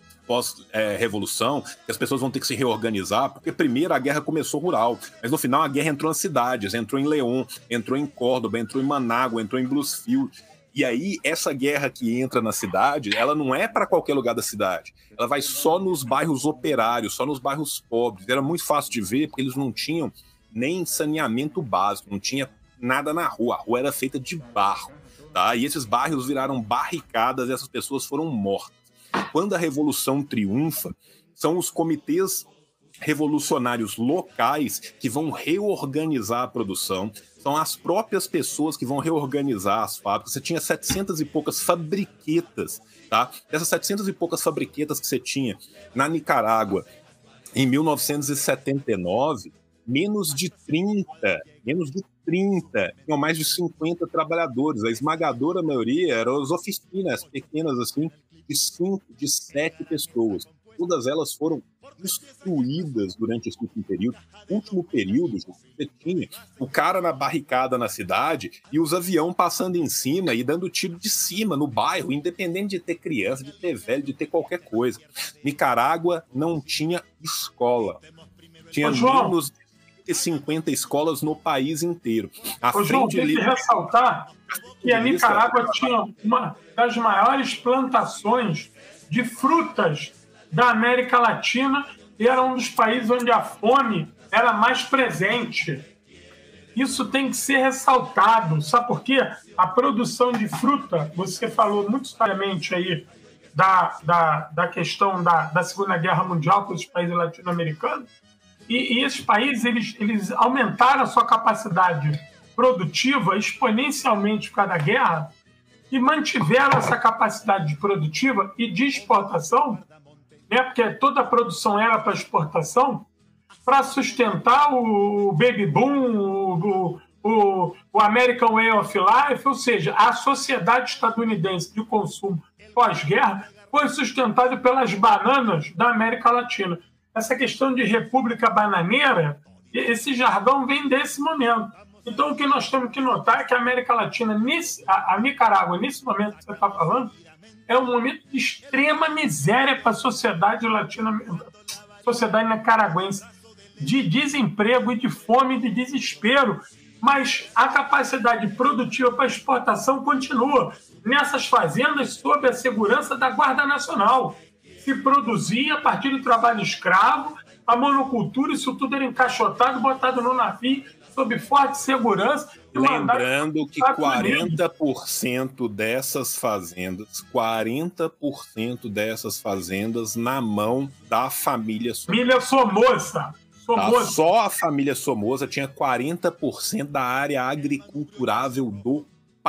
A: pós-revolução, que as pessoas vão ter que se reorganizar, porque primeiro a guerra começou rural, mas no final a guerra entrou nas cidades, entrou em León, entrou em Córdoba, entrou em Manágua, entrou em Bluesfield. E aí, essa guerra que entra na cidade, ela não é para qualquer lugar da cidade. Ela vai só nos bairros operários, só nos bairros pobres. Era muito fácil de ver, porque eles não tinham nem saneamento básico, não tinha nada na rua. A rua era feita de barro, tá? E esses bairros viraram barricadas e essas pessoas foram mortas. Quando a Revolução triunfa, são os comitês revolucionários locais que vão reorganizar a produção, são as próprias pessoas que vão reorganizar as fábricas. Você tinha setecentas e poucas fabriquetas, tá? Essas setecentas e poucas fabriquetas que você tinha na Nicarágua em mil novecentos e setenta e nove, menos de trinta, menos de trinta, tinham mais de cinquenta trabalhadores. A esmagadora maioria eram as oficinas pequenas, assim, de cinco, de sete pessoas. Todas elas foram destruídas durante esse último período. No último período, você tinha o cara na barricada na cidade e os aviões passando em cima e dando tiro de cima no bairro, independente de ter criança, de ter velho, de ter qualquer coisa. Nicarágua não tinha escola. Tinha
B: Ô,
A: menos de cinquenta escolas no país inteiro. A
B: Ô, João, tem que ressaltar que a Nicarágua tinha uma das maiores plantações de frutas da América Latina e era um dos países onde a fome era mais presente. Isso tem que ser ressaltado. Sabe por quê? A produção de fruta, você falou muito seriamente aí da, da, da questão da, da Segunda Guerra Mundial com os países latino-americanos, e, e esses países eles, eles aumentaram a sua capacidade produtiva exponencialmente por causa da guerra e mantiveram essa capacidade produtiva e de exportação, né, porque toda a produção era para exportação, para sustentar o baby boom, o, o, o American Way of Life, ou seja, a sociedade estadunidense de consumo pós-guerra foi sustentada pelas bananas da América Latina. Essa questão de república bananeira, esse jargão vem desse momento. Então, o que nós temos que notar é que a América Latina, nesse, a, a Nicarágua, nesse momento que você está falando, é um momento de extrema miséria para a sociedade latina, sociedade nicaragüense, de desemprego e de fome e de desespero, mas a capacidade produtiva para exportação continua. Nessas fazendas, sob a segurança da Guarda Nacional, se produzia a partir do trabalho escravo, a monocultura, isso tudo era encaixotado, botado no navio, sob forte segurança.
A: Lembrando que quarenta por cento dessas fazendas, quarenta por cento dessas fazendas na mão da família Somoza.
B: Família Somoza.
A: Tá? Só a família Somoza tinha quarenta por cento da área agriculturável do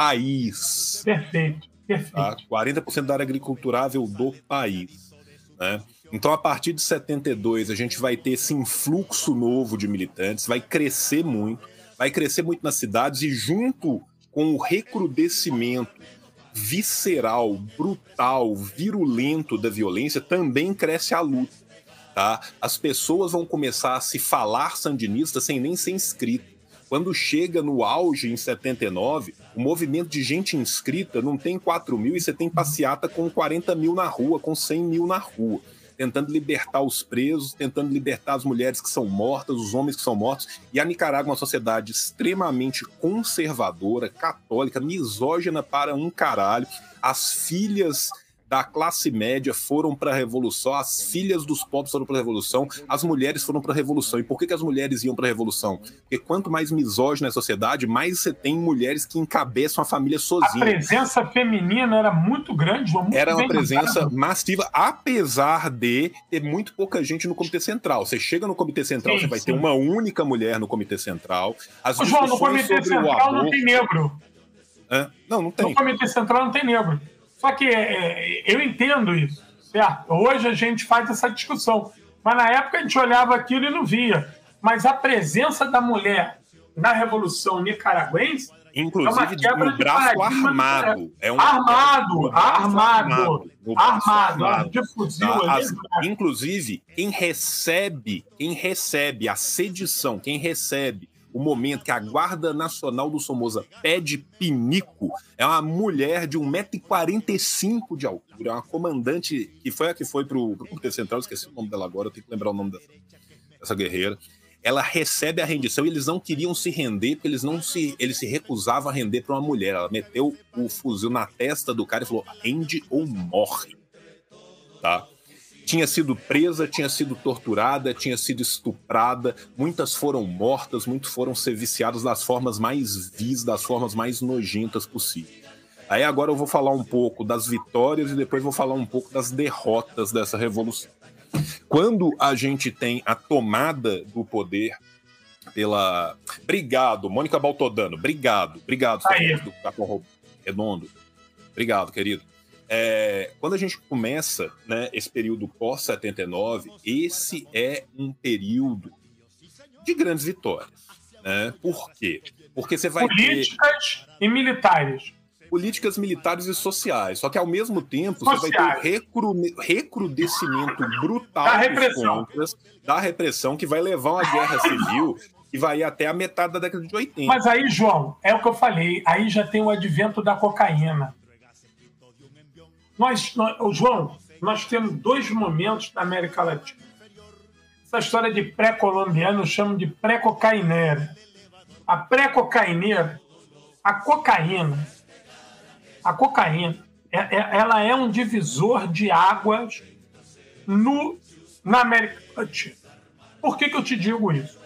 A: país.
B: Perfeito, perfeito.
A: Tá? quarenta por cento da área agriculturável do país. Né? Então, a partir de setenta e dois, a gente vai ter esse influxo novo de militantes, vai crescer muito, vai crescer muito nas cidades e junto com o recrudescimento visceral, brutal, virulento da violência, também cresce a luta. Tá? As pessoas vão começar a se falar sandinista sem nem ser inscrito. Quando chega no auge em setenta e nove, o movimento de gente inscrita não tem quatro mil e você tem passeata com quarenta mil na rua, com cem mil na rua, tentando libertar os presos, tentando libertar as mulheres que são mortas, os homens que são mortos. E a Nicarágua é uma sociedade extremamente conservadora, católica, misógina para um caralho. As filhas da classe média foram para a Revolução, as filhas dos pobres foram para a Revolução, as mulheres foram para a Revolução. E por que, que as mulheres iam para a Revolução? Porque quanto mais misógina é a sociedade, mais você tem mulheres que encabeçam a família sozinha.
B: A presença feminina era muito grande. Muito
A: era uma presença
B: ligado.
A: massiva, apesar de ter muito pouca gente no Comitê Central. Você chega no Comitê Central, sim, você vai sim. ter uma única mulher no Comitê Central. As
B: Ô, João, no Comitê Central não tem negro.
A: Hã? Não, não tem.
B: No Comitê Central não tem negro. Só que é, eu entendo isso, certo? Hoje a gente faz essa discussão. Mas na época a gente olhava aquilo e não via. Mas a presença da mulher na Revolução Nicaragüense,
A: inclusive é no braço armado. É um
B: armado, armado, armado, armado. De fuzil,
A: As, inclusive, quem recebe, quem recebe a sedição, quem recebe o momento que a Guarda Nacional do Somoza pede pinico é uma mulher de um metro e quarenta e cinco de altura, é uma comandante que foi a que foi pro, pro Comitê Central, esqueci o nome dela agora, eu tenho que lembrar o nome dessa, dessa guerreira. Ela recebe a rendição e eles não queriam se render, porque eles não se, eles se recusavam a render para uma mulher. Ela meteu o fuzil na testa do cara e falou: rende ou morre. Tá? Tinha sido presa, tinha sido torturada, tinha sido estuprada, muitas foram mortas, muitos foram ser viciados das formas mais vis, das formas mais nojentas possíveis. Aí agora eu vou falar um pouco das vitórias e depois vou falar um pouco das derrotas dessa revolução. Quando a gente tem a tomada do poder pela... Obrigado, Mônica Baltodano, obrigado, obrigado, do Capão Redondo, obrigado, querido. É, quando a gente começa, né, esse período pós setenta e nove, esse é um período de grandes vitórias. Né? Por quê? Porque você vai
B: políticas ter... e militares.
A: Políticas militares e sociais. Só que, ao mesmo tempo, sociais. Você vai ter o recru... recrudescimento brutal
B: da
A: dos
B: repressão.
A: contras, da repressão, que vai levar uma guerra civil que vai ir até a metade da década de oitenta.
B: Mas aí, João, é o que eu falei, aí já tem o advento da cocaína. Nós, nós, João, nós temos dois momentos na América Latina. Essa história de pré-colombiano eu chamo de pré-cocaineira. A pré-cocaineira, a cocaína, a cocaína, ela é um divisor de águas no, na América Latina. Por que que eu te digo isso?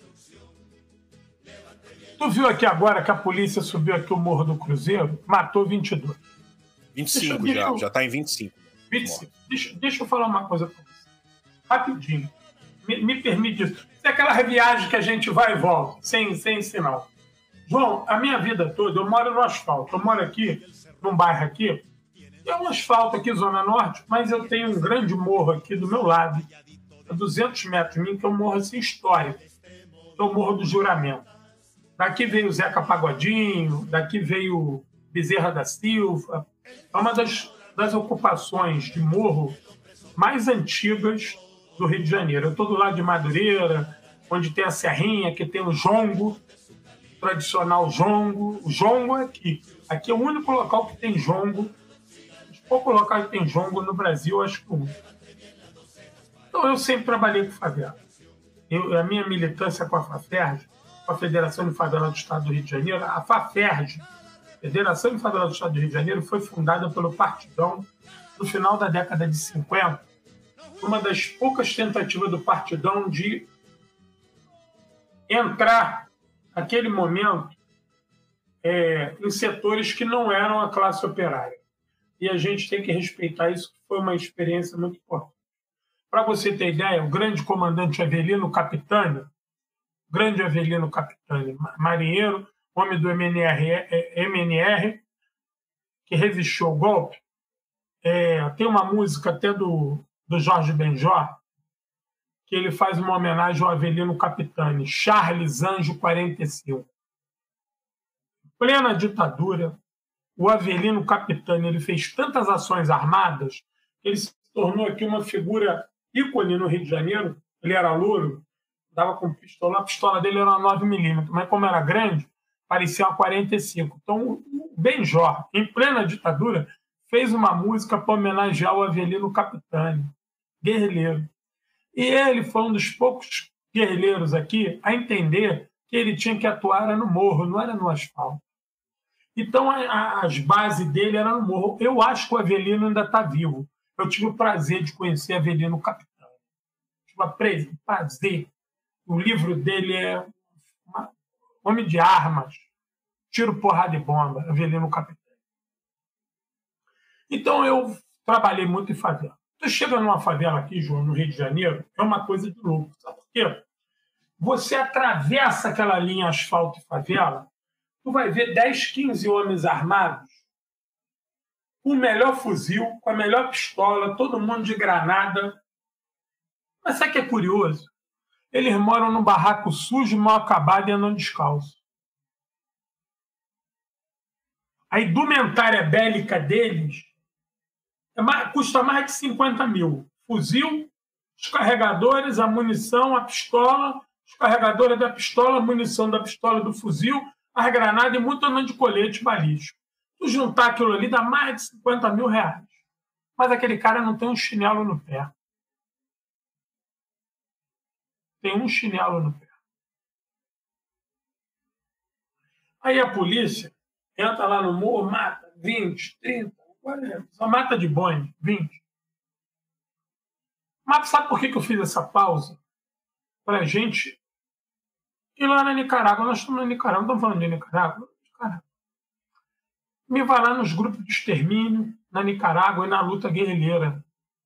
B: Tu viu aqui agora que a polícia subiu aqui o Morro do Cruzeiro, matou vinte e dois.
A: vinte e cinco deixa, já, deixa eu, já está em vinte e cinco.
B: vinte e cinco. Deixa, deixa eu falar uma coisa para você. Rapidinho. Me, me permite isso. Isso é aquela viagem que a gente vai e volta, sem, sem sinal. João, a minha vida toda, eu moro no asfalto. Eu moro aqui, num bairro aqui. É um asfalto aqui, Zona Norte, mas eu tenho um grande morro aqui do meu lado, a duzentos metros de mim, que é um morro assim, histórico. Que é o Morro do Juramento. Daqui veio o Zeca Pagodinho, daqui veio Bezerra da Silva. É uma das, das ocupações de morro mais antigas do Rio de Janeiro. Eu estou do lado de Madureira, onde tem a Serrinha, que tem o jongo, o tradicional jongo. O jongo é aqui. Aqui é o único local que tem jongo. Os poucos locais que tem jongo no Brasil, acho que o único. Então, eu sempre trabalhei com favela. Eu, a minha militância com a FAFERJ, com a Federação de Favela do Estado do Rio de Janeiro, a FAFERJ, Federação de Favela do Estado do Rio de Janeiro, foi fundada pelo Partidão no final da década de cinquenta, uma das poucas tentativas do Partidão de entrar, naquele momento, é, em setores que não eram a classe operária. E a gente tem que respeitar isso, que foi uma experiência muito importante. Para você ter ideia, o grande comandante Avelino Capitani, grande Avelino Capitani, marinheiro, homem do M N R, M N R, que resistiu ao golpe. É, tem uma música até do, do Jorge Benjor, que ele faz uma homenagem ao Avelino Capitani, Charles Anjo quarenta e cinco. Em plena ditadura, o Avelino Capitani ele fez tantas ações armadas que ele se tornou aqui uma figura ícone no Rio de Janeiro. Ele era louro, dava com pistola, a pistola dele era nove milímetros, mas como era grande, parecia uma quarenta e cinco. Então, o Benjor, em plena ditadura, fez uma música para homenagear o Avelino Capitani, guerrilheiro. E ele foi um dos poucos guerrilheiros aqui a entender que ele tinha que atuar no morro, não era no asfalto. Então, a, a, as bases dele eram no morro. Eu acho que o Avelino ainda está vivo. Eu tive o prazer de conhecer Avelino Capitão. Tive o prazer. O livro dele é uma, Homem de Armas, Tiro, Porrada e Bomba, Avelino Capitão. Então, eu trabalhei muito em favela. Tu chega numa favela aqui, João, no Rio de Janeiro, é uma coisa de louco. Sabe por quê? Você atravessa aquela linha asfalto e favela, tu vai ver dez, quinze homens armados, com o melhor fuzil, com a melhor pistola, todo mundo de granada. Mas sabe o que é curioso? Eles moram num barraco sujo, mal acabado e andam descalço. A indumentária bélica deles é mais, custa mais de cinquenta mil. Fuzil, os carregadores, a munição, a pistola, os carregadores da pistola, a munição da pistola, do fuzil, as granadas e muito andando de colete balístico. Tu juntar aquilo ali dá mais de cinquenta mil reais. Mas aquele cara não tem um chinelo no pé. Tem um chinelo no pé. Aí a polícia entra lá no morro, mata vinte, trinta, quarenta, só mata de bonde, vinte. Mas sabe por que eu fiz essa pausa? Para a gente ir lá na Nicarágua. Nós estamos na Nicarágua, não estamos falando de Nicarágua. Nicarágua. Me vai lá nos grupos de extermínio, na Nicarágua e na luta guerrilheira.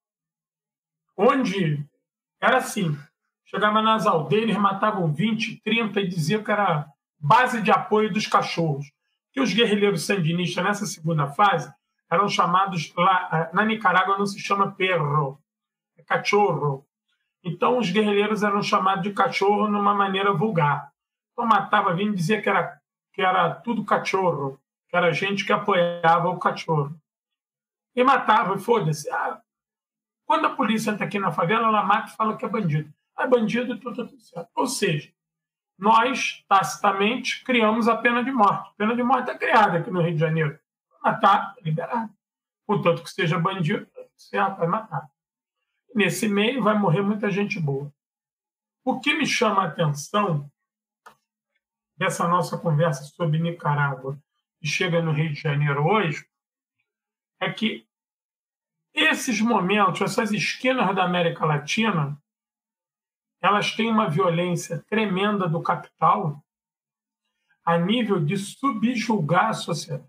B: Onde era assim, chegava nas aldeias, eles matavam vinte, trinta e diziam que era base de apoio dos cachorros. Que os guerrilheiros sandinistas, nessa segunda fase, eram chamados, lá, na Nicarágua não se chama perro, é cachorro. Então, os guerrilheiros eram chamados de cachorro numa maneira vulgar. Então, matava, vinha dizer que era, que era tudo cachorro, que era gente que apoiava o cachorro. E matava, e foda-se. Ah, quando a polícia entra aqui na favela, ela mata e fala que é bandido. É bandido e tudo, tudo certo. Ou seja, nós, tacitamente, criamos a pena de morte. A pena de morte é criada aqui no Rio de Janeiro. Matar, é liberado. Contanto que seja bandido, certo, vai matar. Nesse meio vai morrer muita gente boa. O que me chama a atenção dessa nossa conversa sobre Nicarágua que chega no Rio de Janeiro hoje é que esses momentos, essas esquinas da América Latina, elas têm uma violência tremenda do capital a nível de subjugar a sociedade.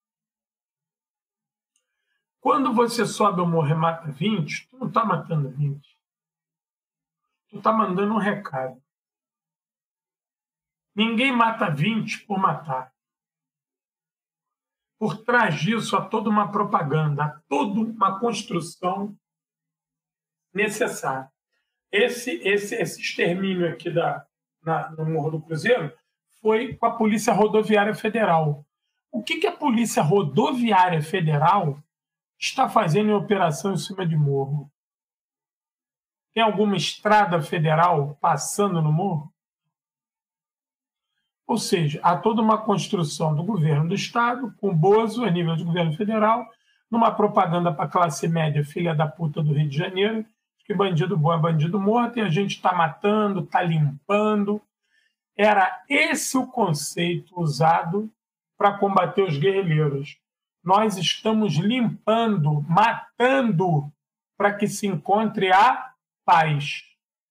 B: Quando você sobe o morro e mata vinte, tu não está matando vinte. Tu está mandando um recado. Ninguém mata vinte por matar. Por trás disso há toda uma propaganda, há toda uma construção necessária. Esse, esse, esse extermínio aqui da, na, no Morro do Cruzeiro foi com a Polícia Rodoviária Federal. O que, que a Polícia Rodoviária Federal está fazendo em operação em cima de morro? Tem alguma estrada federal passando no morro? Ou seja, há toda uma construção do governo do Estado, com o Bozo, a nível do governo federal, numa propaganda para a classe média, filha da puta do Rio de Janeiro, que bandido bom é bandido morto, e a gente está matando, está limpando. Era esse o conceito usado para combater os guerrilheiros. Nós estamos limpando, matando, para que se encontre a paz.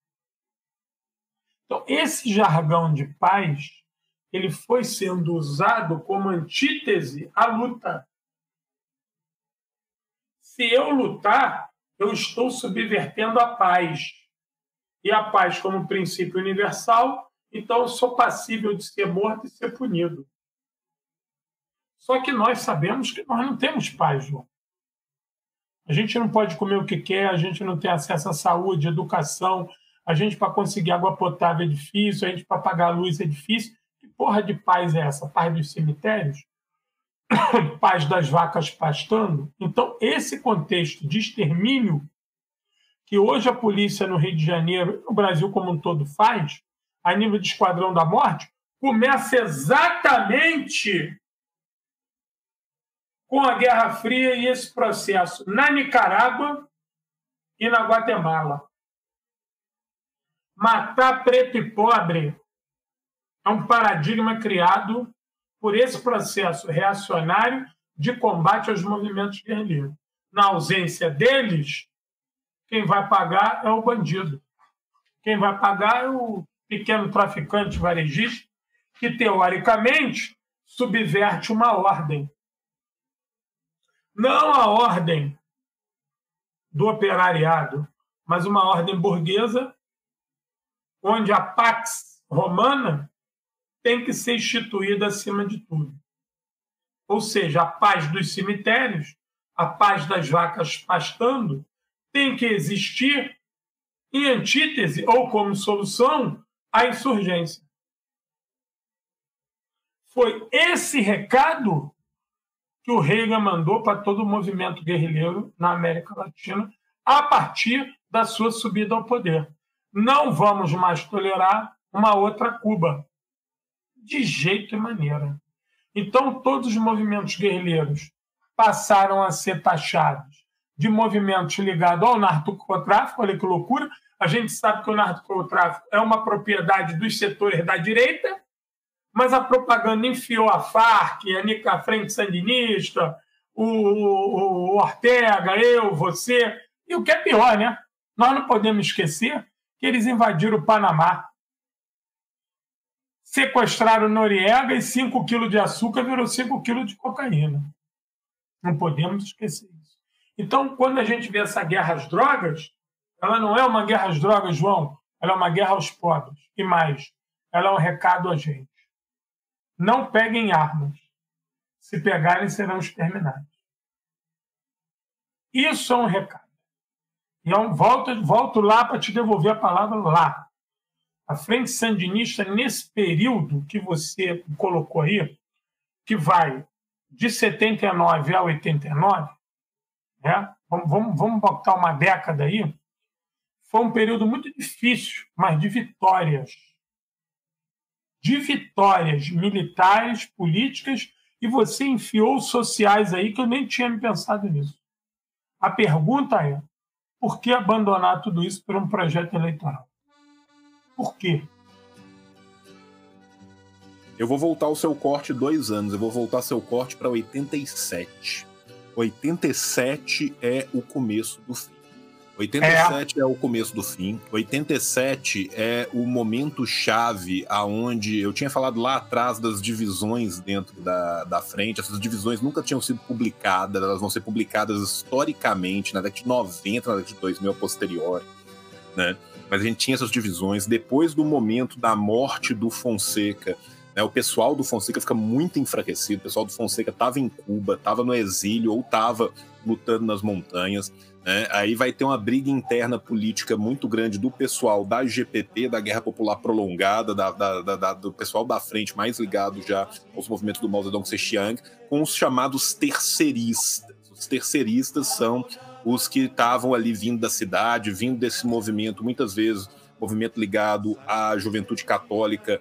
B: Então, esse jargão de paz, ele foi sendo usado como antítese à luta. Se eu lutar, eu estou subvertendo a paz. E a paz como princípio universal, então eu sou passível de ser morto e ser punido. Só que nós sabemos que nós não temos paz, João. A gente não pode comer o que quer, a gente não tem acesso à saúde, à educação, a gente para conseguir água potável é difícil, a gente para pagar a luz é difícil. Que porra de paz é essa? Paz dos cemitérios? Paz das vacas pastando? Então, esse contexto de extermínio que hoje a polícia no Rio de Janeiro, no Brasil como um todo faz, a nível de Esquadrão da Morte, começa exatamente com a Guerra Fria e esse processo na Nicarágua e na Guatemala. Matar preto e pobre é um paradigma criado por esse processo reacionário de combate aos movimentos guerrilheiros. Na ausência deles, quem vai pagar é o bandido. Quem vai pagar é o pequeno traficante varejista que, teoricamente, subverte uma ordem. Não a ordem do operariado, mas uma ordem burguesa onde a pax romana tem que ser instituída acima de tudo. Ou seja, a paz dos cemitérios, a paz das vacas pastando, tem que existir em antítese ou como solução à insurgência. Foi esse recado que o Reagan mandou para todo o movimento guerrilheiro na América Latina a partir da sua subida ao poder. Não vamos mais tolerar uma outra Cuba. De jeito e maneira. Então, todos os movimentos guerrilheiros passaram a ser taxados de movimentos ligados ao narcotráfico. Olha que loucura. A gente sabe que o narcotráfico é uma propriedade dos setores da direita, mas a propaganda enfiou a Farc, a Frente Sandinista, o, o, o Ortega, eu, você. E o que é pior, né? Nós não podemos esquecer que eles invadiram o Panamá. Sequestraram Noriega e cinco quilos de açúcar virou cinco quilos de cocaína. Não podemos esquecer isso. Então, quando a gente vê essa guerra às drogas, ela não é uma guerra às drogas, João. Ela é uma guerra aos pobres. E mais, ela é um recado a gente. Não peguem armas. Se pegarem, serão exterminados. Isso é um recado. E eu volto, volto lá para te devolver a palavra lá. A Frente Sandinista, nesse período que você colocou aí, que vai de setenta e nove a oitenta e nove, né? vamos, vamos, vamos botar uma década aí, foi um período muito difícil, mas de vitórias. De vitórias militares, políticas, e você enfiou sociais aí que eu nem tinha me pensado nisso. A pergunta é, por que abandonar tudo isso por um projeto eleitoral? Por quê?
A: Eu vou voltar ao seu corte dois anos. Eu vou voltar seu corte para oitenta e sete. oitenta e sete é o começo do fim. oitenta e sete é. é o começo do fim. oitenta e sete é o momento chave aonde eu tinha falado lá atrás das divisões dentro da, da frente. Essas divisões nunca tinham sido publicadas. Elas vão ser publicadas historicamente na década de noventa, na década de dois mil, a posteriori, né? Mas a gente tinha essas divisões. Depois do momento da morte do Fonseca, né, o pessoal do Fonseca fica muito enfraquecido. O pessoal do Fonseca estava em Cuba, estava no exílio ou estava lutando nas montanhas, né? Aí vai ter uma briga interna política muito grande do pessoal da G P P, da Guerra Popular Prolongada, da, da, da, da, do pessoal da frente mais ligado já aos movimentos do Mao Zedong Zhejiang, com os chamados terceiristas. Os terceiristas são os que estavam ali vindo da cidade, vindo desse movimento, muitas vezes movimento ligado à juventude católica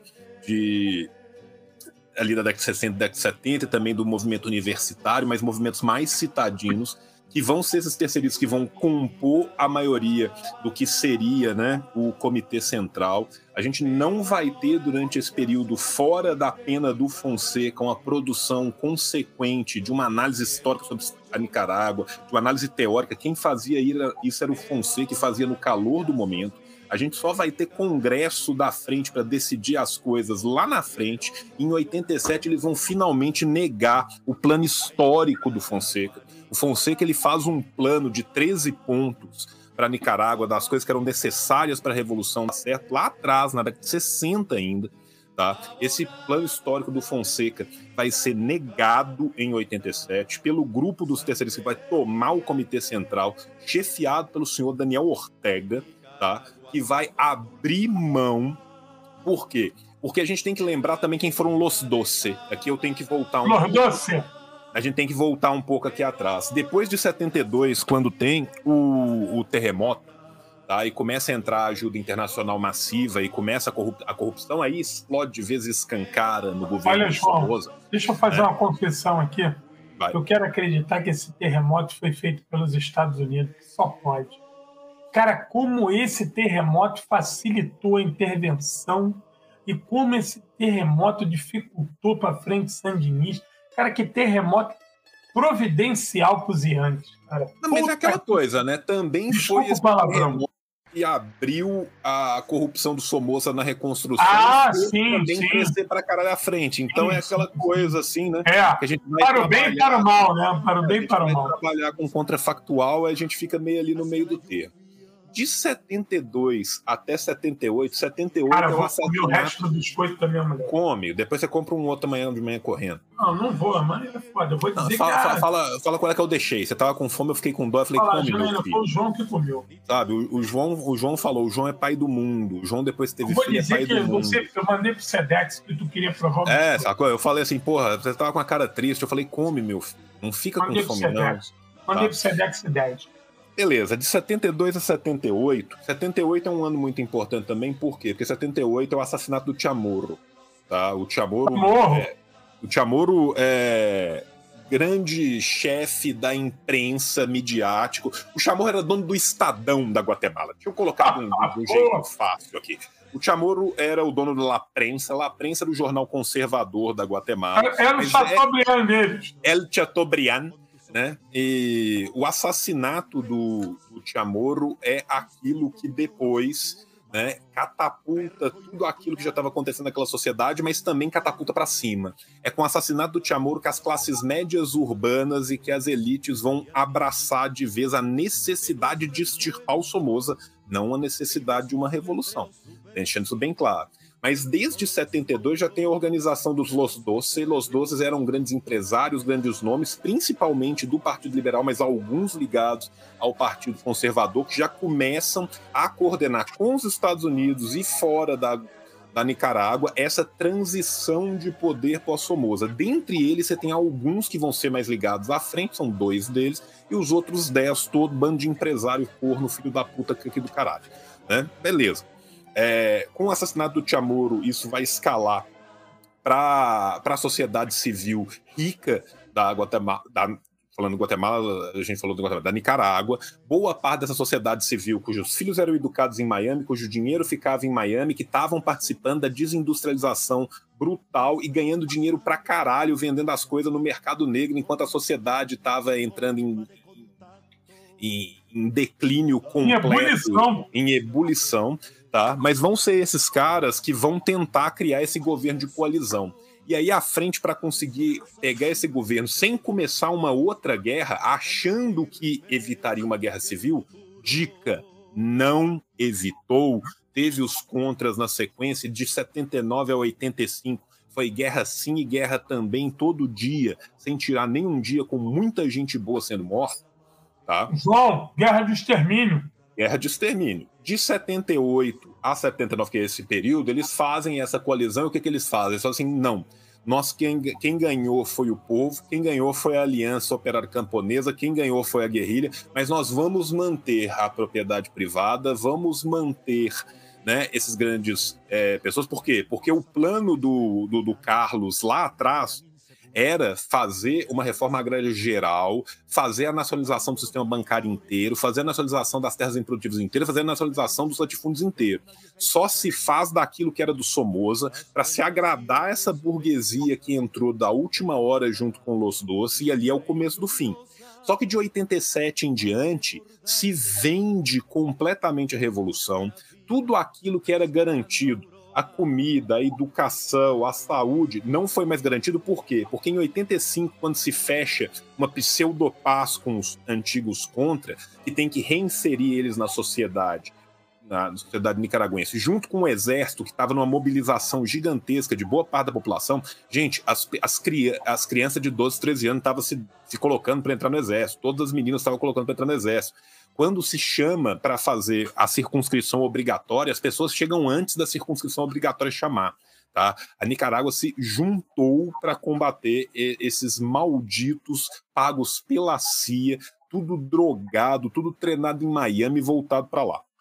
A: de ali da década de sessenta, década de setenta, e também do movimento universitário, mas movimentos mais citadinos, que vão ser esses terceiristas que vão compor a maioria do que seria, né, o Comitê Central. A gente não vai ter, durante esse período, fora da pena do Fonseca, uma produção consequente de uma análise histórica sobre a Nicarágua, de uma análise teórica. Quem fazia isso era o Fonseca, que fazia no calor do momento. A gente só vai ter congresso da frente para decidir as coisas lá na frente. Em oitenta e sete, eles vão finalmente negar o plano histórico do Fonseca. O Fonseca ele faz um plano de treze pontos para a Nicarágua, das coisas que eram necessárias para a Revolução dar certo, lá atrás, na década de sessenta ainda. Tá? Esse plano histórico do Fonseca vai ser negado em oitenta e sete pelo grupo dos terceiristas que vai tomar o Comitê Central, chefiado pelo senhor Daniel Ortega, tá? Que vai abrir mão. Por quê? Porque a gente tem que lembrar também quem foram Los Doce. Aqui eu tenho que voltar um
B: Los Doce.
A: A gente tem que voltar um pouco aqui atrás. Depois de setenta e dois, quando tem o, o terremoto, tá, e começa a entrar ajuda internacional massiva e começa a, corrup a corrupção, aí explode de vez escancara no governo.
B: Olha, João, deixa eu fazer é. uma confissão aqui. Vai. Eu quero acreditar que esse terremoto foi feito pelos Estados Unidos. Só pode. Cara, como esse terremoto facilitou a intervenção e como esse terremoto dificultou para frente sandinista. Cara, que terremoto providencial para os Yankees, cara.
A: Não, mas é
B: Puta
A: aquela
B: que-
A: coisa, né? Também
B: Desculpa
A: foi esse
B: o palavrão.
A: terremoto que abriu a corrupção do Somoza na reconstrução.
B: Ah,
A: e fez
B: sim,
A: também
B: sim.
A: crescer pra caralho à frente. Então
B: Sim,
A: é aquela
B: sim,
A: coisa assim, né?
B: É,
A: Que a gente vai
B: para o bem e
A: trabalhar-
B: para o mal, né? Para o
A: a
B: bem e
A: gente
B: para o
A: vai
B: mal.
A: trabalhar com contrafactual, a gente fica meio ali no meio do termo. De setenta e dois até setenta e oito, setenta e oito
B: Cara,
A: é
B: eu
A: o
B: vou comer o
A: assassinato.
B: resto do biscoito da minha mulher.
A: Come, depois você compra um outro amanhã de manhã correndo.
B: Não, não vou, mas é foda. Eu vou
A: Não,
B: dizer
A: fala,
B: que...
A: fala,
B: ah,
A: fala, fala qual é que eu deixei. Você tava com fome, eu fiquei com dó, eu falei,
B: fala,
A: come, meu
B: Janaína, foi
A: filho.
B: o João que comeu.
A: Sabe, o, o João, o João falou, o João é pai do mundo. O João depois teve
B: Eu vou
A: filho, é pai
B: dizer que
A: do mundo.
B: você, eu mandei pro Sedex que tu queria provar o
A: É,
B: biscoito.
A: sacou? Eu falei assim, porra, você tava com a cara triste. Eu falei, come, meu filho. Não fica
B: Mandei
A: com
B: pro
A: fome, não.
B: Sedex. Mandei
A: Tá.
B: pro Sedex dez.
A: Beleza, de setenta e dois a setenta e oito. setenta e oito é um ano muito importante também, por quê? Porque setenta e oito é o assassinato do Chamorro. Tá? O Chamorro.
B: Morro.
A: É, o Chamorro é grande chefe da imprensa midiático. O Chamorro era dono do Estadão da Guatemala. Deixa eu colocar de um, de um jeito fácil aqui. O Chamorro era o dono da La Prensa. La Prensa era o jornal conservador da Guatemala.
B: Era o
A: Mas
B: Chateaubriand deles.
A: El Chateaubriand, né? E o assassinato do, do Chamorro é aquilo que depois, né, catapulta tudo aquilo que já estava acontecendo naquela sociedade, mas também catapulta para cima. É com o assassinato do Chamorro que as classes médias urbanas e que as elites vão abraçar de vez a necessidade de extirpar o Somoza, não a necessidade de uma revolução. Deixando isso bem claro. Mas desde setenta e dois já tem a organização dos Los Doce. Los Doces eram grandes empresários, grandes nomes, principalmente do Partido Liberal, mas alguns ligados ao Partido Conservador, que já começam a coordenar com os Estados Unidos e fora da, da Nicarágua essa transição de poder pós-Somoza. Dentre eles, você tem alguns que vão ser mais ligados à frente, são dois deles, e os outros dez, todo bando de empresário corno, filho da puta aqui do caralho. Né? Beleza. É, com o assassinato do Chamorro, isso vai escalar para a sociedade civil rica da Guatemala, da, falando Guatemala, a gente falou do Guatemala, da Nicarágua. Boa parte dessa sociedade civil, cujos filhos eram educados em Miami, cujo dinheiro ficava em Miami, que estavam participando da desindustrialização brutal e ganhando dinheiro pra caralho, vendendo as coisas no mercado negro, enquanto a sociedade estava entrando em, em, em declínio completo,
B: Em ebulição.
A: em ebulição. Tá? Mas vão ser esses caras que vão tentar criar esse governo de coalizão. E aí, à frente, para conseguir pegar esse governo sem começar uma outra guerra, achando que evitaria uma guerra civil, dica, não evitou. Teve os contras na sequência de setenta e nove a oitenta e cinco. Foi guerra sim e guerra também, todo dia, sem tirar nenhum dia, com muita gente boa sendo morta. Tá?
B: João, guerra de extermínio.
A: Guerra de extermínio. De setenta e oito a setenta e nove, que é esse período, eles fazem essa coalizão e o que, que eles fazem? Eles falam assim, não, nós, quem, quem ganhou foi o povo, quem ganhou foi a Aliança Operária Camponesa, quem ganhou foi a guerrilha, mas nós vamos manter a propriedade privada, vamos manter, né, esses grandes é, pessoas. Por quê? Porque o plano do, do, do Carlos lá atrás era fazer uma reforma agrária geral, fazer a nacionalização do sistema bancário inteiro, fazer a nacionalização das terras improdutivas inteiras, fazer a nacionalização dos latifúndios inteiros. Só se faz daquilo que era do Somoza para se agradar essa burguesia que entrou da última hora junto com Los Doce, e ali é o começo do fim. Só que de oitenta e sete em diante se vende completamente a revolução, tudo aquilo que era garantido, a comida, a educação, a saúde, não foi mais garantido. Por quê? Porque em oitenta e cinco, quando se fecha uma pseudo-paz com os antigos contra, que tem que reinserir eles na sociedade, na sociedade nicaragüense, junto com o exército, que estava numa mobilização gigantesca de boa parte da população, gente, as, as, cria, as crianças de doze, treze anos estavam se, se colocando para entrar no exército, todas as meninas estavam colocando para entrar no exército. Quando se chama para fazer a circunscrição obrigatória, as pessoas chegam antes da circunscrição obrigatória chamar. Tá? A Nicarágua se juntou para combater esses malditos pagos pela C I A, tudo drogado, tudo treinado em Miami e voltado para lá.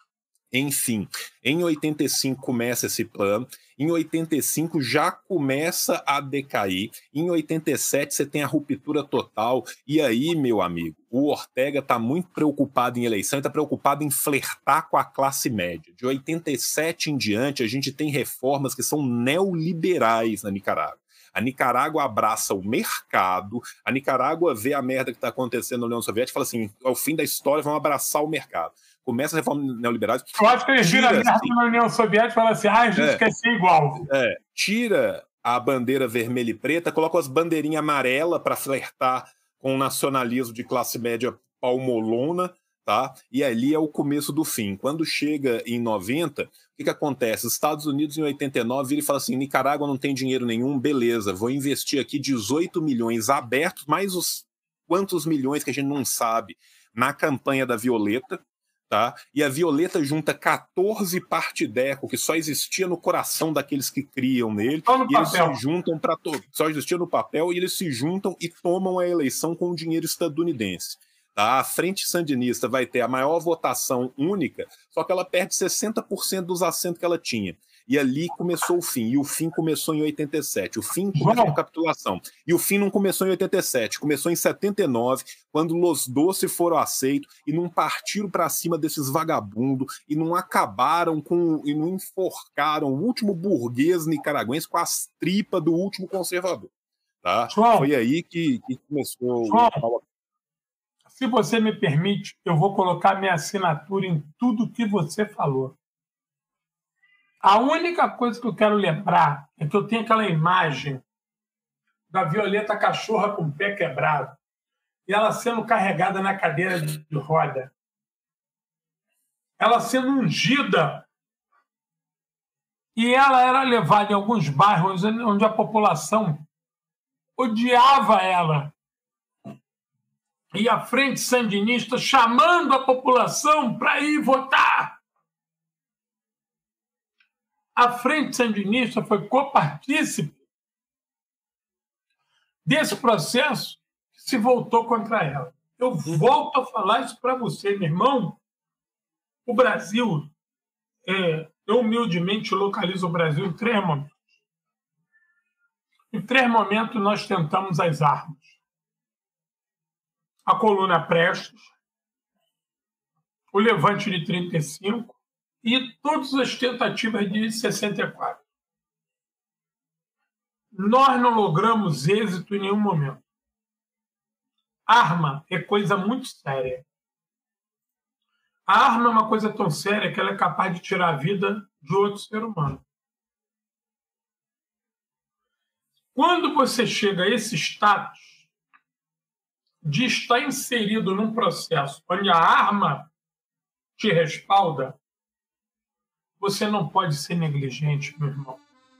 A: Enfim, em oitenta e cinco começa esse plano, em oitenta e cinco já começa a decair, em oitenta e sete você tem a ruptura total, e aí, meu amigo, o Ortega está muito preocupado em eleição, está preocupado em flertar com a classe média. De oitenta e sete em diante, a gente tem reformas que são neoliberais na Nicarágua. A Nicarágua abraça o mercado, a Nicarágua vê a merda que está acontecendo na União Soviética e fala assim, ao fim da história, vamos abraçar o mercado. Começa a reforma neoliberal.
B: Eu acho que eles viram a merda na União Soviética e falam assim, ah, a gente
A: é,
B: quer ser igual.
A: É, tira a bandeira vermelha e preta, coloca as bandeirinhas amarelas para flertar com o nacionalismo de classe média palmolona, tá? E ali é o começo do fim. Quando chega em noventa, o que, que acontece? Os Estados Unidos, em oitenta e nove, vira e fala assim, Nicarágua não tem dinheiro nenhum, beleza, vou investir aqui dezoito milhões abertos, mais os quantos milhões que a gente não sabe, na campanha da Violeta, tá? E a Violeta junta quatorze partideco, que só existia no coração daqueles que criam nele, e eles se juntam para todo, só existia no papel, e eles se juntam e tomam a eleição com o dinheiro estadunidense. Tá? A Frente Sandinista vai ter a maior votação única, só que ela perde sessenta por cento dos assentos que ela tinha. E ali começou o fim, e o fim começou em oitenta e sete. O fim começou com a capitulação. E o fim não começou em oitenta e sete, começou em setenta e nove, quando Los Doce foram aceitos e não partiram para cima desses vagabundos e não acabaram com, e não enforcaram o último burguês nicaragüense com as tripas do último conservador. Tá?
B: João,
A: Foi aí que, que começou...
B: João, se você me permite, eu vou colocar minha assinatura em tudo que você falou. A única coisa que eu quero lembrar é que eu tenho aquela imagem da Violeta cachorra com o pé quebrado e ela sendo carregada na cadeira de roda. Ela sendo ungida. E ela era levada em alguns bairros onde a população odiava ela. E a Frente Sandinista chamando a população para ir votar. A Frente Sandinista foi copartícipe desse processo que se voltou contra ela. Eu volto a falar isso para você, meu irmão. O Brasil, é, eu humildemente localizo o Brasil em três momentos. Em três momentos nós tentamos as armas. A coluna Prestes, o levante de trinta e cinco e todas as tentativas de sessenta e quatro. Nós não logramos êxito em nenhum momento. Arma é coisa muito séria. A arma é uma coisa tão séria que ela é capaz de tirar a vida de outro ser humano. Quando você chega a esse status de estar inserido num processo onde a arma te respalda, você não pode ser negligente, meu irmão.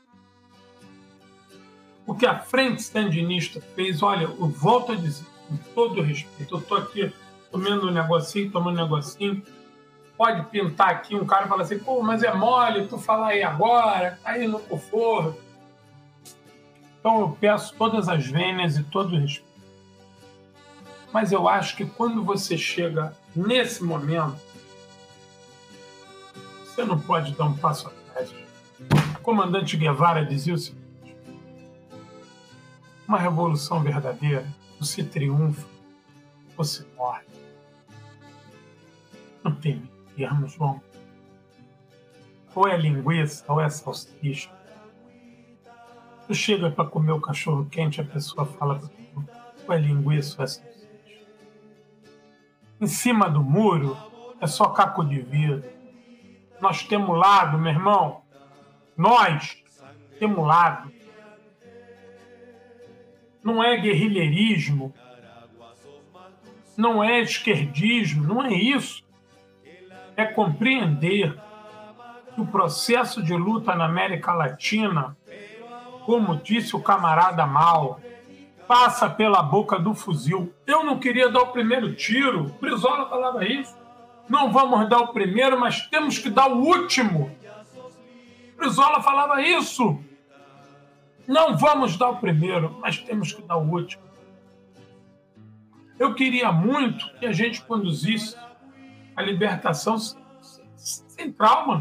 B: O que a Frente Sandinista fez, olha, eu volto a dizer, com todo respeito, eu estou aqui comendo um negocinho, tomando um negocinho, pode pintar aqui, um cara fala assim, pô, mas é mole, tu fala aí agora, tá aí no conforto. Então eu peço todas as vênias e todo o respeito. Mas eu acho que quando você chega nesse momento, você não pode dar um passo atrás. O comandante Guevara dizia o seguinte: uma revolução verdadeira, ou se triunfa, ou se morre. Não tem meio termo, João. Ou é linguiça, ou é salsicha. Tu chega para comer o cachorro quente, a pessoa fala para tu, ou é linguiça, ou é salsicha. Em cima do muro é só caco de vidro. Nós temos lado, meu irmão. Nós temos lado. Não é guerrilheirismo. Não é esquerdismo. Não é isso. É compreender que o processo de luta na América Latina, como disse o camarada Mao, passa pela boca do fuzil. Eu não queria dar o primeiro tiro. O Brizola falava isso. Não vamos dar o primeiro, mas temos que dar o último. O Brizola falava isso. Não vamos dar o primeiro, mas temos que dar o último. Eu queria muito que a gente conduzisse a libertação sem trauma.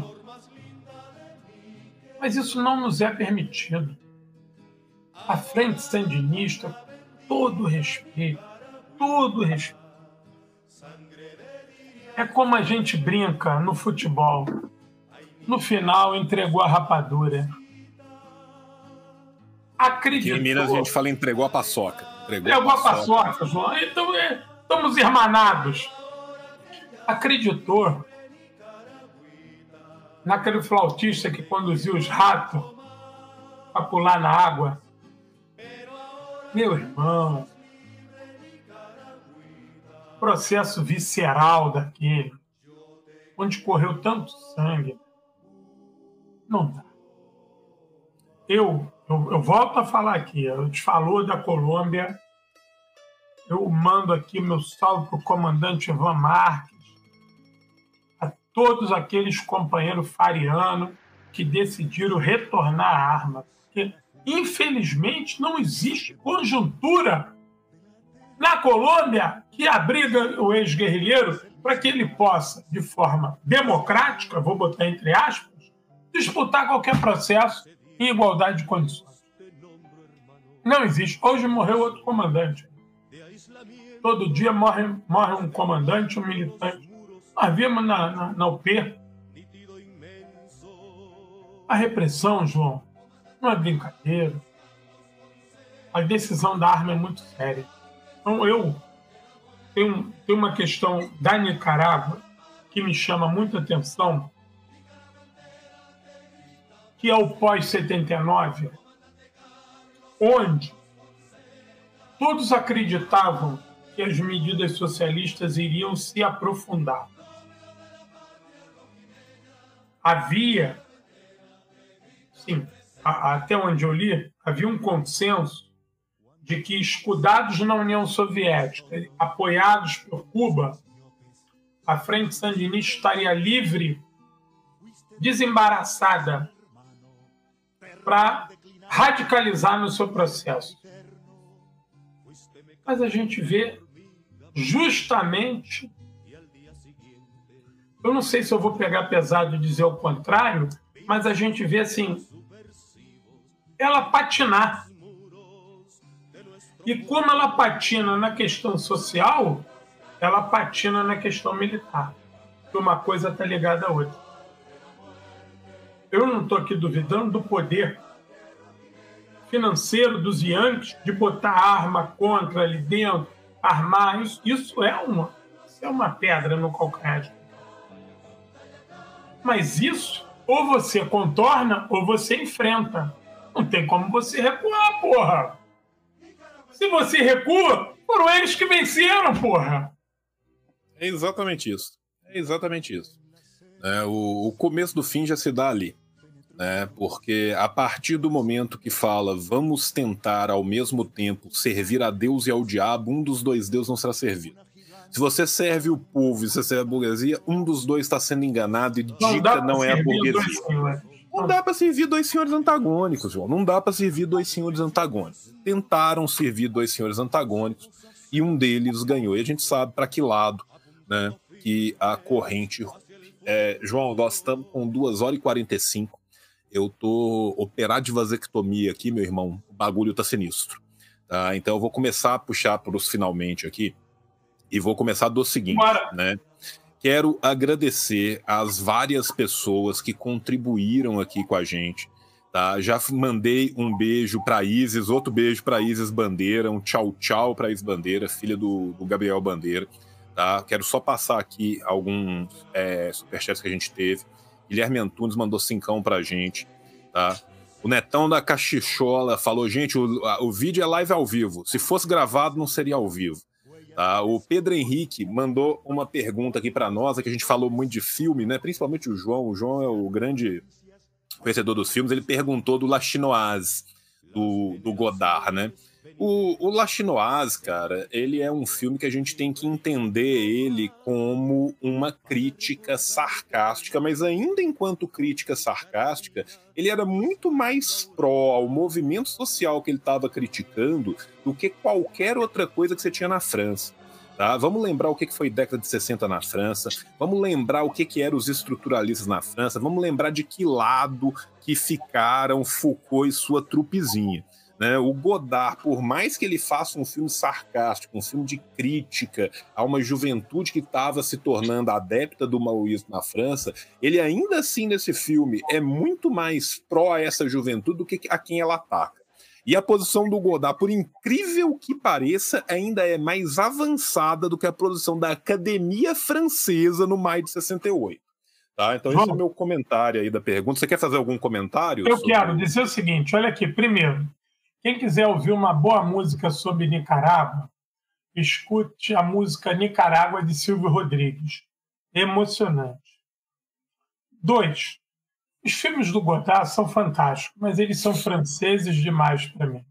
B: Mas isso não nos é permitido. A frente sandinista, todo respeito, todo respeito. É como a gente brinca no futebol. No final, entregou a rapadura. Acreditou.
A: Aqui em Minas a gente fala entregou a paçoca. Entregou,
B: entregou
A: a paçoca,
B: a paçoca, João. Então, é, estamos irmanados. Acreditou naquele flautista que conduziu os ratos para pular na água. Meu irmão, processo visceral daquele, onde correu tanto sangue, não dá. Eu, eu, eu volto a falar aqui, a gente falou da Colômbia, eu mando aqui meu salve para o comandante Ivan Marques, a todos aqueles companheiros farianos que decidiram retornar à arma, porque infelizmente não existe conjuntura na Colômbia que abriga o ex-guerrilheiro para que ele possa, de forma democrática, vou botar entre aspas, disputar qualquer processo em igualdade de condições. Não existe. Hoje morreu outro comandante. Todo dia morre, morre um comandante, um militante. Nós vimos na, na, na U P. A repressão, João, não é brincadeira. A decisão da arma é muito séria. Então, eu tenho, tenho uma questão da Nicarágua que me chama muita atenção, que é o pós setenta e nove, onde todos acreditavam que as medidas socialistas iriam se aprofundar. Havia, sim, a, até onde eu li, havia um consenso de que, escudados na União Soviética, apoiados por Cuba, a Frente Sandinista estaria livre, desembaraçada, para radicalizar no seu processo. Mas a gente vê justamente, eu não sei se eu vou pegar pesado e dizer o contrário, mas a gente vê assim, ela patinar. E como ela patina na questão social, ela patina na questão militar. Que uma coisa está ligada à outra. Eu não estou aqui duvidando do poder financeiro dos Yankees de botar arma contra ali dentro, armar. Isso, isso, é, uma, isso é uma pedra no calcanhar. Mas isso, ou você contorna, ou você enfrenta. Não tem como você recuar, porra. Se você recua, foram eles que venceram, porra.
A: É exatamente isso. É exatamente isso. É, o, o começo do fim já se dá ali. Né? Porque a partir do momento que fala vamos tentar ao mesmo tempo servir a Deus e ao diabo, um dos dois deuses não será servido. Se você serve o povo e você serve a burguesia, um dos dois está sendo enganado e dica não é a burguesia. Não dá para servir dois senhores antagônicos, João. Não dá para servir dois senhores antagônicos. Tentaram servir dois senhores antagônicos e um deles ganhou. E a gente sabe para que lado, né, que a corrente... É, João, nós estamos com duas horas e quarenta e cinco. Eu tô operado de vasectomia aqui, meu irmão. O bagulho tá sinistro. Tá? Então eu vou começar a puxar para os finalmente aqui. E vou começar do seguinte, Bora. né? Quero agradecer às várias pessoas que contribuíram aqui com a gente. Tá? Já mandei um beijo para Isis, outro beijo para Isis Bandeira, um tchau tchau para Isis Bandeira, filha do, do Gabriel Bandeira. Tá? Quero só passar aqui alguns é, superchats que a gente teve. Guilherme Antunes mandou cincão pra gente. Tá? O Netão da Cachichola falou, gente, o, a, o vídeo é live ao vivo. Se fosse gravado, não seria ao vivo. Tá? O Pedro Henrique mandou uma pergunta aqui para nós, que a gente falou muito de filme, né? Principalmente o João. O João é o grande conhecedor dos filmes. Ele perguntou do La Chinoise, do, do Godard, né? O, o La Chinoise, cara, ele é um filme que a gente tem que entender ele como uma crítica sarcástica, mas ainda enquanto crítica sarcástica, ele era muito mais pró ao movimento social que ele estava criticando do que qualquer outra coisa que você tinha na França. Tá? Vamos lembrar o que foi década de sessenta na França, vamos lembrar o que eram os estruturalistas na França, vamos lembrar de que lado que ficaram Foucault e sua trupezinha. Né? O Godard, por mais que ele faça um filme sarcástico, um filme de crítica a uma juventude que estava se tornando adepta do maoísmo na França, ele ainda assim nesse filme é muito mais pró a essa juventude do que a quem ela ataca. E a posição do Godard, por incrível que pareça, ainda é mais avançada do que a posição da Academia Francesa no maio de sessenta e oito. Tá? Então João, esse é o meu comentário aí da pergunta. Você quer fazer algum comentário?
B: Eu
A: sobre...
B: quero dizer o seguinte, olha aqui, primeiro, quem quiser ouvir uma boa música sobre Nicarágua, escute a música Nicarágua de Silvio Rodrigues. Emocionante. Dois, os filmes do Godard são fantásticos, mas eles são franceses demais para mim.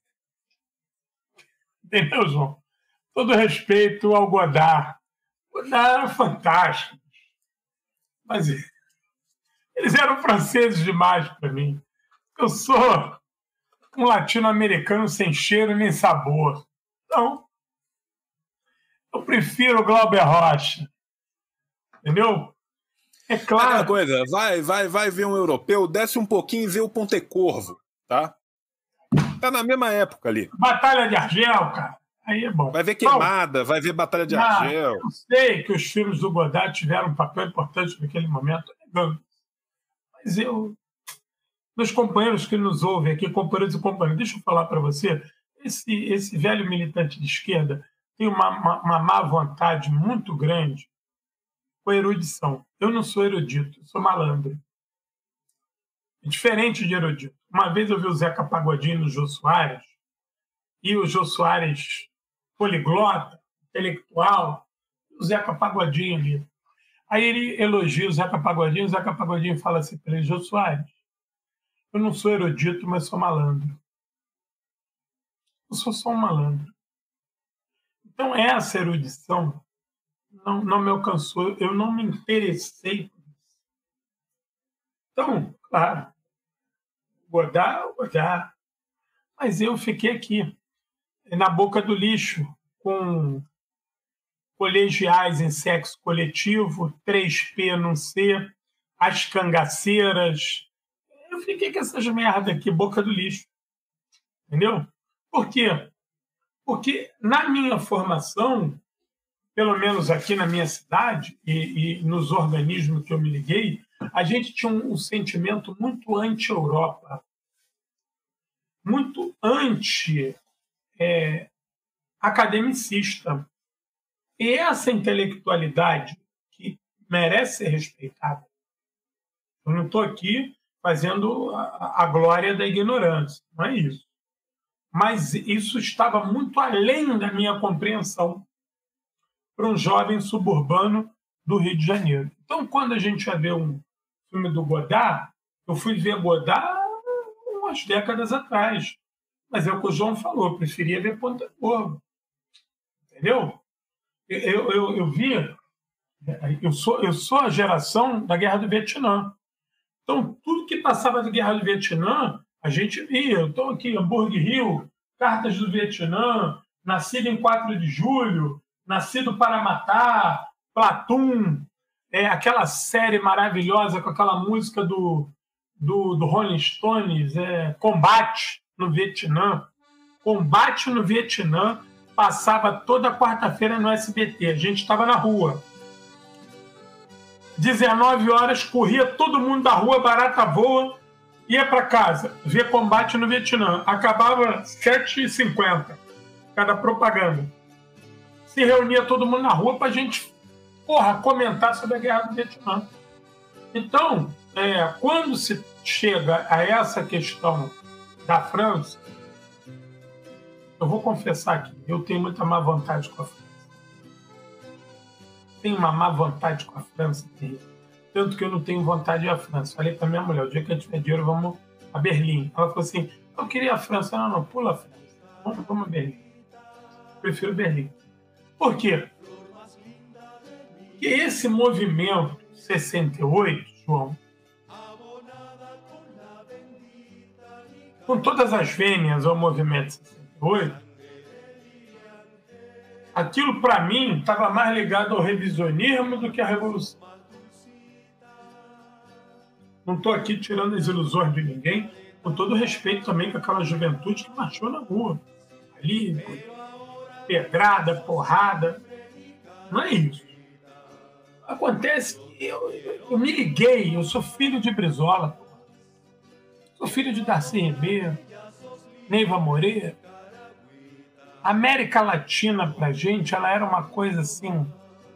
B: Entendeu, João? Todo respeito ao Godard. Godard era fantástico. Mas eles eram franceses demais para mim. Eu sou um latino-americano sem cheiro nem sabor. Então, eu prefiro o Glauber Rocha. Entendeu? É claro.
A: É coisa, vai, vai, vai ver um europeu, desce um pouquinho e vê o Pontecorvo, tá? Tá na mesma época ali.
B: Batalha de Argel, cara. Aí é bom.
A: Vai ver Queimada, vai ver Batalha de
B: ah,
A: Argel.
B: Eu sei que os filmes do Godard tiveram um papel importante naquele momento, mas eu... Meus companheiros que nos ouvem aqui, companheiros e companheiras, deixa eu falar para você, esse, esse velho militante de esquerda tem uma, uma, uma má vontade muito grande com a erudição. Eu não sou erudito, eu sou malandro. É diferente de erudito. Uma vez eu vi o Zeca Pagodinho no Jô Soares, e o Jô Soares poliglota, intelectual, o Zeca Pagodinho ali. Aí ele elogia o Zeca Pagodinho, o Zeca Pagodinho fala assim para ele, Jô Soares, eu não sou erudito, mas sou malandro. Eu sou só um malandro. Então essa erudição não, não me alcançou, eu não me interessei por isso. Então, claro, Godard, Godard. Mas eu fiquei aqui, na boca do lixo, com colegiais em sexo coletivo, três P não C, as cangaceiras. Eu fiquei com essas merdas aqui, boca do lixo. Entendeu? Por quê? Porque na minha formação, pelo menos aqui na minha cidade e, e nos organismos que eu me liguei, a gente tinha um, um sentimento muito anti-Europa, muito anti-academicista. É, e essa intelectualidade que merece ser respeitada, eu não estou aqui fazendo a, a glória da ignorância, não é isso. Mas isso estava muito além da minha compreensão para um jovem suburbano do Rio de Janeiro. Então, quando a gente ia ver um filme do Godard, eu fui ver Godard umas décadas atrás. Mas é o que o João falou, eu preferia ver Pontecorvo. Entendeu? Eu, eu, eu vi... Eu sou, eu sou a geração da Guerra do Vietnã. Então, tudo que passava da Guerra do Vietnã, a gente via. Eu estou aqui, Hambúrguer Rio, Cartas do Vietnã, Nascido em quatro de julho, Nascido para Matar, Platoon, é, aquela série maravilhosa com aquela música do, do, do Rolling Stones, é, Combate no Vietnã. Combate no Vietnã passava toda quarta-feira no S B T. A gente estava na rua. dezenove horas, corria todo mundo da rua, barata voa, ia para casa, ver Combate no Vietnã. Acabava sete e cinquenta, cada propaganda. Se reunia todo mundo na rua para a gente, porra, comentar sobre a Guerra do Vietnã. Então, é, quando se chega a essa questão da França, eu vou confessar aqui, eu tenho muita má vontade com a França. Tenho uma má vontade com a França, tanto que eu não tenho vontade de ir à França. Falei para minha mulher, o dia que eu tiver dinheiro, vamos a Berlim. Ela falou assim, eu queria a França. Não, não, pula a França. Vamos, vamos a Berlim. Prefiro Berlim. Por quê? Porque esse movimento sessenta e oito, João, com todas as vênias ao movimento sessenta e oito, aquilo, para mim, estava mais ligado ao revisionismo do que à revolução. Não estou aqui tirando as ilusões de ninguém, com todo respeito também com aquela juventude que marchou na rua. Ali, pedrada, porrada. Não é isso. Acontece que eu, eu me liguei, eu sou filho de Brizola, sou filho de Darcy Ribeiro, Neiva Moreira. A América Latina, pra gente, ela era uma coisa assim,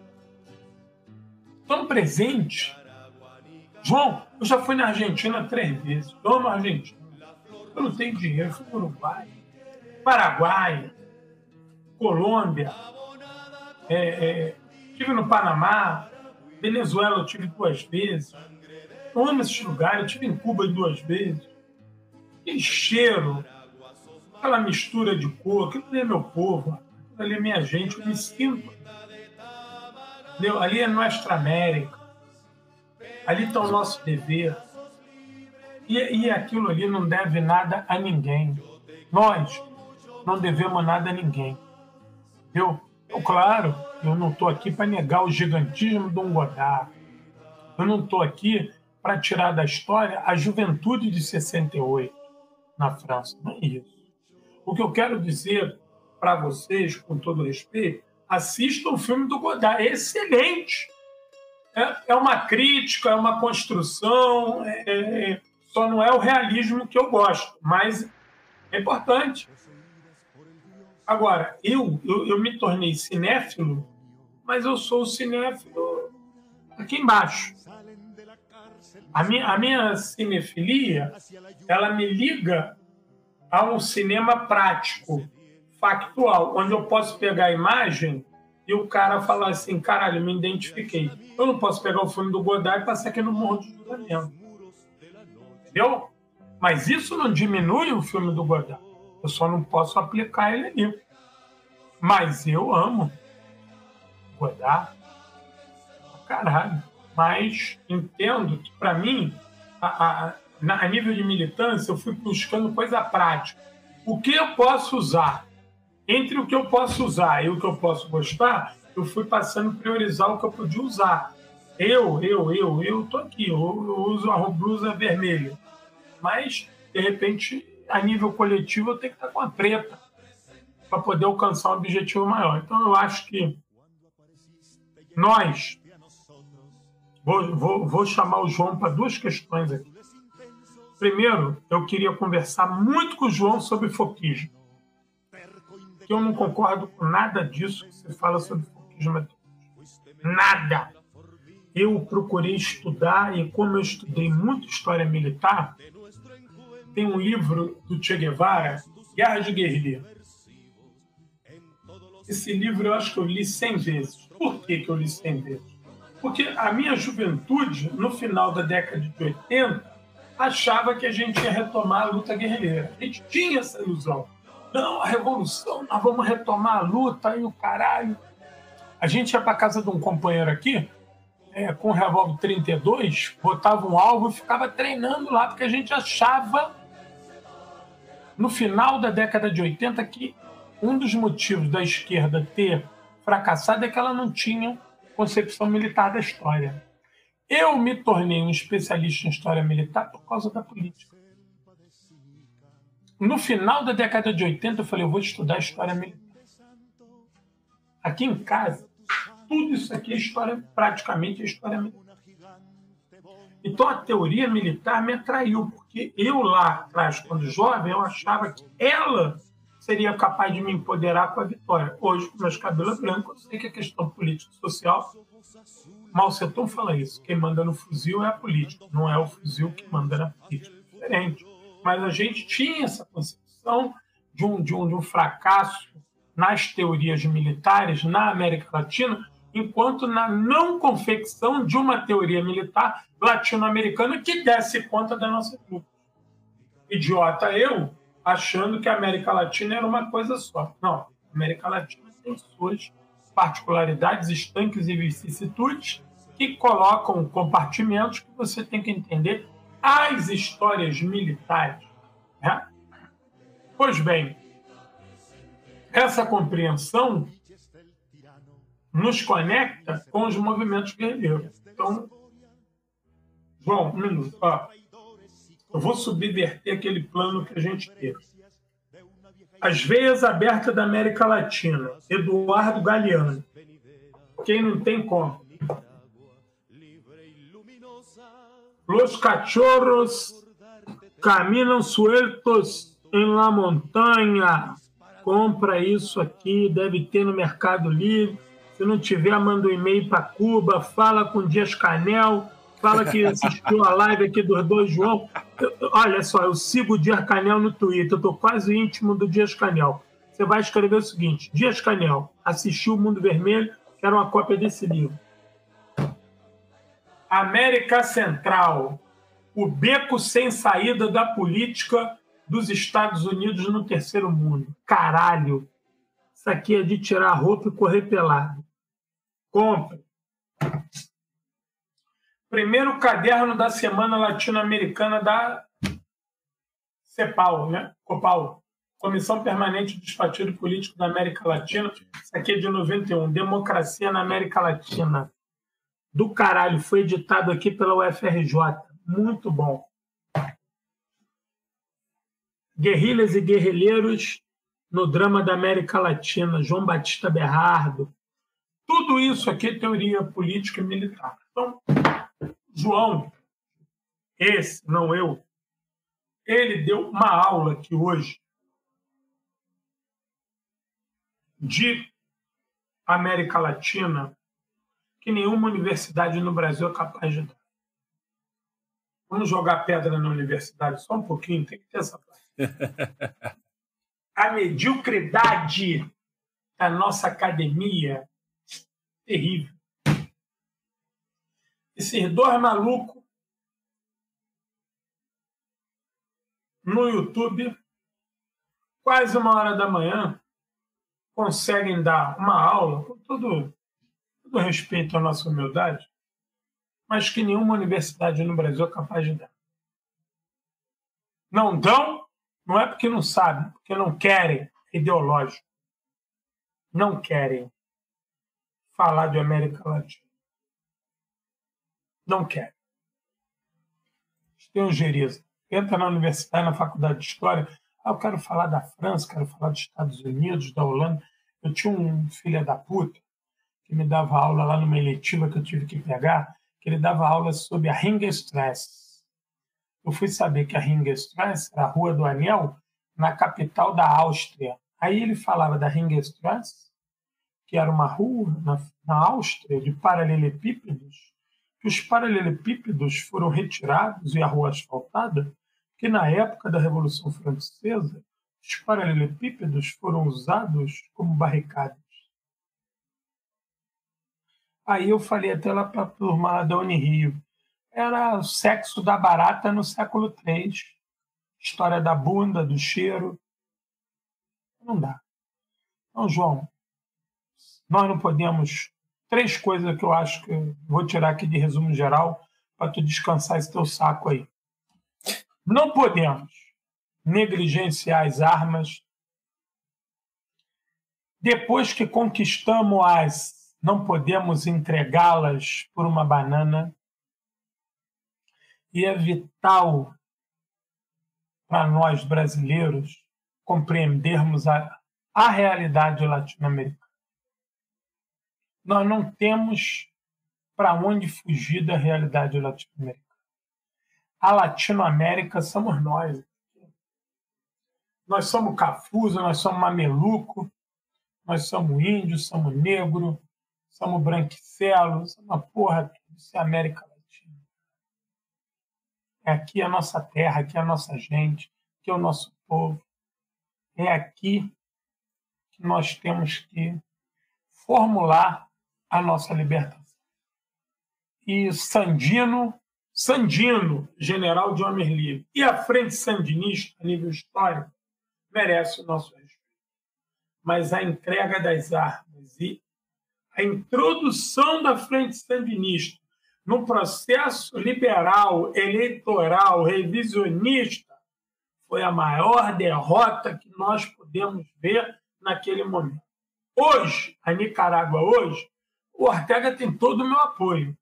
B: tão presente. João, eu já fui na Argentina três vezes. Eu amo a Argentina. Eu não tenho dinheiro, eu fui no Uruguai, Paraguai, Colômbia, é, é, estive no Panamá, Venezuela eu tive duas vezes. Eu amo esses lugares, eu estive em Cuba duas vezes. Aquele cheiro, aquela mistura de cor, aquilo ali é meu povo, aquilo ali é minha gente, eu me sinto. Entendeu? Ali é Nuestra América, ali está o nosso dever. E, e aquilo ali não deve nada a ninguém. Nós não devemos nada a ninguém. Entendeu? Eu, claro, eu não estou aqui para negar o gigantismo de um Godard. Eu não estou aqui para tirar da história a juventude de sessenta e oito na França. Não é isso. O que eu quero dizer para vocês, com todo respeito, assistam o filme do Godard. É excelente. É, é uma crítica, é uma construção, é, é, só não é o realismo que eu gosto, mas é importante. Agora, eu, eu, eu me tornei cinéfilo, mas eu sou o cinéfilo aqui embaixo. A minha, a minha cinefilia, ela me liga a um cinema prático, factual, onde eu posso pegar a imagem e o cara falar assim, caralho, eu me identifiquei. Eu não posso pegar o filme do Godard e passar aqui no Morro do Julgamento. Entendeu? Mas isso não diminui o filme do Godard. Eu só não posso aplicar ele ali. Mas eu amo Godard. Caralho. Mas entendo que, para mim, a, a, a nível de militância, eu fui buscando coisa prática. O que eu posso usar? Entre o que eu posso usar e o que eu posso gostar, eu fui passando a priorizar o que eu podia usar. Eu, eu, eu, eu estou aqui, eu, eu uso a blusa vermelha. Mas, de repente, a nível coletivo, eu tenho que estar com a preta para poder alcançar um objetivo maior. Então, eu acho que nós... Vou, vou, vou chamar o João para duas questões aqui. Primeiro, eu queria conversar muito com o João sobre foquismo. Eu não concordo com nada disso que você fala sobre foquismo. Nada. Eu procurei estudar, e como eu estudei muito história militar, tem um livro do Che Guevara, Guerra de Guerrilha. Esse livro eu acho que eu li cem vezes. Por que que eu li cem vezes? Porque a minha juventude, no final da década de oitenta, achava que a gente ia retomar a luta guerrilheira. A gente tinha essa ilusão. Não, a revolução, nós vamos retomar a luta e o caralho. A gente ia para casa de um companheiro aqui, é, com o revólver trinta e dois, botava um alvo e ficava treinando lá, porque a gente achava, no final da década de oitenta, que um dos motivos da esquerda ter fracassado é que ela não tinha concepção militar da história. Eu me tornei um especialista em história militar por causa da política. No final da década de oitenta, eu falei, eu vou estudar história militar. Aqui em casa, tudo isso aqui é história, praticamente é história militar. Então, a teoria militar me atraiu, porque eu lá atrás, quando jovem, eu achava que ela seria capaz de me empoderar com a vitória. Hoje, com meus cabelos brancos, eu sei que a questão política e social, Mao Tse-tung fala isso, quem manda no fuzil é a política, não é o fuzil que manda na política. É diferente. Mas a gente tinha essa concepção de um, de um, de um fracasso nas teorias militares na América Latina, enquanto na não confecção de uma teoria militar latino-americana que desse conta da nossa luta. Idiota eu, achando que a América Latina era uma coisa só. Não, a América Latina tem suas particularidades, estanques e vicissitudes que colocam compartimentos que você tem que entender as histórias militares. Né? Pois bem, essa compreensão nos conecta com os movimentos guerrilheiros. Então, João, um minuto. Ó, eu vou subverter aquele plano que a gente teve. As Veias Abertas da América Latina, Eduardo Galeano. Quem não tem como. Los cachorros caminham sueltos em la montanha. Compra isso aqui, deve ter no Mercado Livre. Se não tiver, manda um e-mail para Cuba, fala com o Dias Canel, fala que assistiu a live aqui dos dois João. Eu, olha só, eu sigo o Dias Canel no Twitter, eu estou quase íntimo do Dias Canel. Você vai escrever o seguinte: Dias Canel, assistiu O Mundo Vermelho, quero uma cópia desse livro. América Central, o beco sem saída da política dos Estados Unidos no terceiro mundo. Caralho, isso aqui é de tirar a roupa e correr pelado. Compre. Primeiro caderno da Semana Latino-Americana da CEPAL, né? COPAL, Comissão Permanente dos Partidos Políticos da América Latina. Isso aqui é de noventa e um, Democracia na América Latina. Do caralho, foi editado aqui pela U F R J. Muito bom. Guerrilhas e Guerrilheiros no Drama da América Latina, João Batista Berardo. Tudo isso aqui é teoria política e militar. Então, João, esse, não eu, ele deu uma aula aqui hoje de América Latina que nenhuma universidade no Brasil é capaz de dar. Vamos jogar pedra na universidade só um pouquinho, tem que ter essa parte. A mediocridade da nossa academia, terrível. Esses dois malucos no YouTube, quase uma hora da manhã, conseguem dar uma aula, com todo, todo respeito à nossa humildade, mas que nenhuma universidade no Brasil é capaz de dar. Não dão, não é porque não sabem, porque não querem, é ideológico. Não querem falar de América Latina. Não querem. Tem um Geriza. Entra na universidade, na faculdade de História. Ah, eu quero falar da França, quero falar dos Estados Unidos, da Holanda. Eu tinha um filho da puta que me dava aula lá numa eletiva que eu tive que pegar, que ele dava aula sobre a Ringstrasse. Eu fui saber que a Ringstrasse era a Rua do Anel, na capital da Áustria. Aí ele falava da Ringstrasse, que era uma rua na, na Áustria de paralelepípedos, que os paralelepípedos foram retirados e a rua asfaltada, que na época da Revolução Francesa, os paralelepípedos foram usados como barricadas. Aí eu falei até lá para a turma lá da Unirio. Era o sexo da barata no século três. História da bunda, do cheiro. Não dá. Então, João, nós não podemos... Três coisas que eu acho que eu vou tirar aqui de resumo geral para tu descansar esse teu saco aí. Não podemos negligenciar as armas. Depois que conquistamos-as, não podemos entregá-las por uma banana. E é vital para nós brasileiros compreendermos a, a realidade latino-americana. Nós não temos para onde fugir da realidade latino-americana. A Latinoamérica somos nós. Nós somos cafuso, nós somos mameluco, nós somos índio, somos negro, somos branquicelo, somos uma porra, isso é América Latina. É aqui a nossa terra, aqui a nossa gente, aqui é o nosso povo. É aqui que nós temos que formular a nossa libertação. E Sandino, Sandino, general de homens livres, e a frente sandinista, a nível histórico, merece o nosso respeito. Mas a entrega das armas e a introdução da frente sandinista num processo liberal, eleitoral, revisionista, foi a maior derrota que nós podemos ver naquele momento. Hoje, a Nicarágua hoje o Ortega tem todo o meu apoio.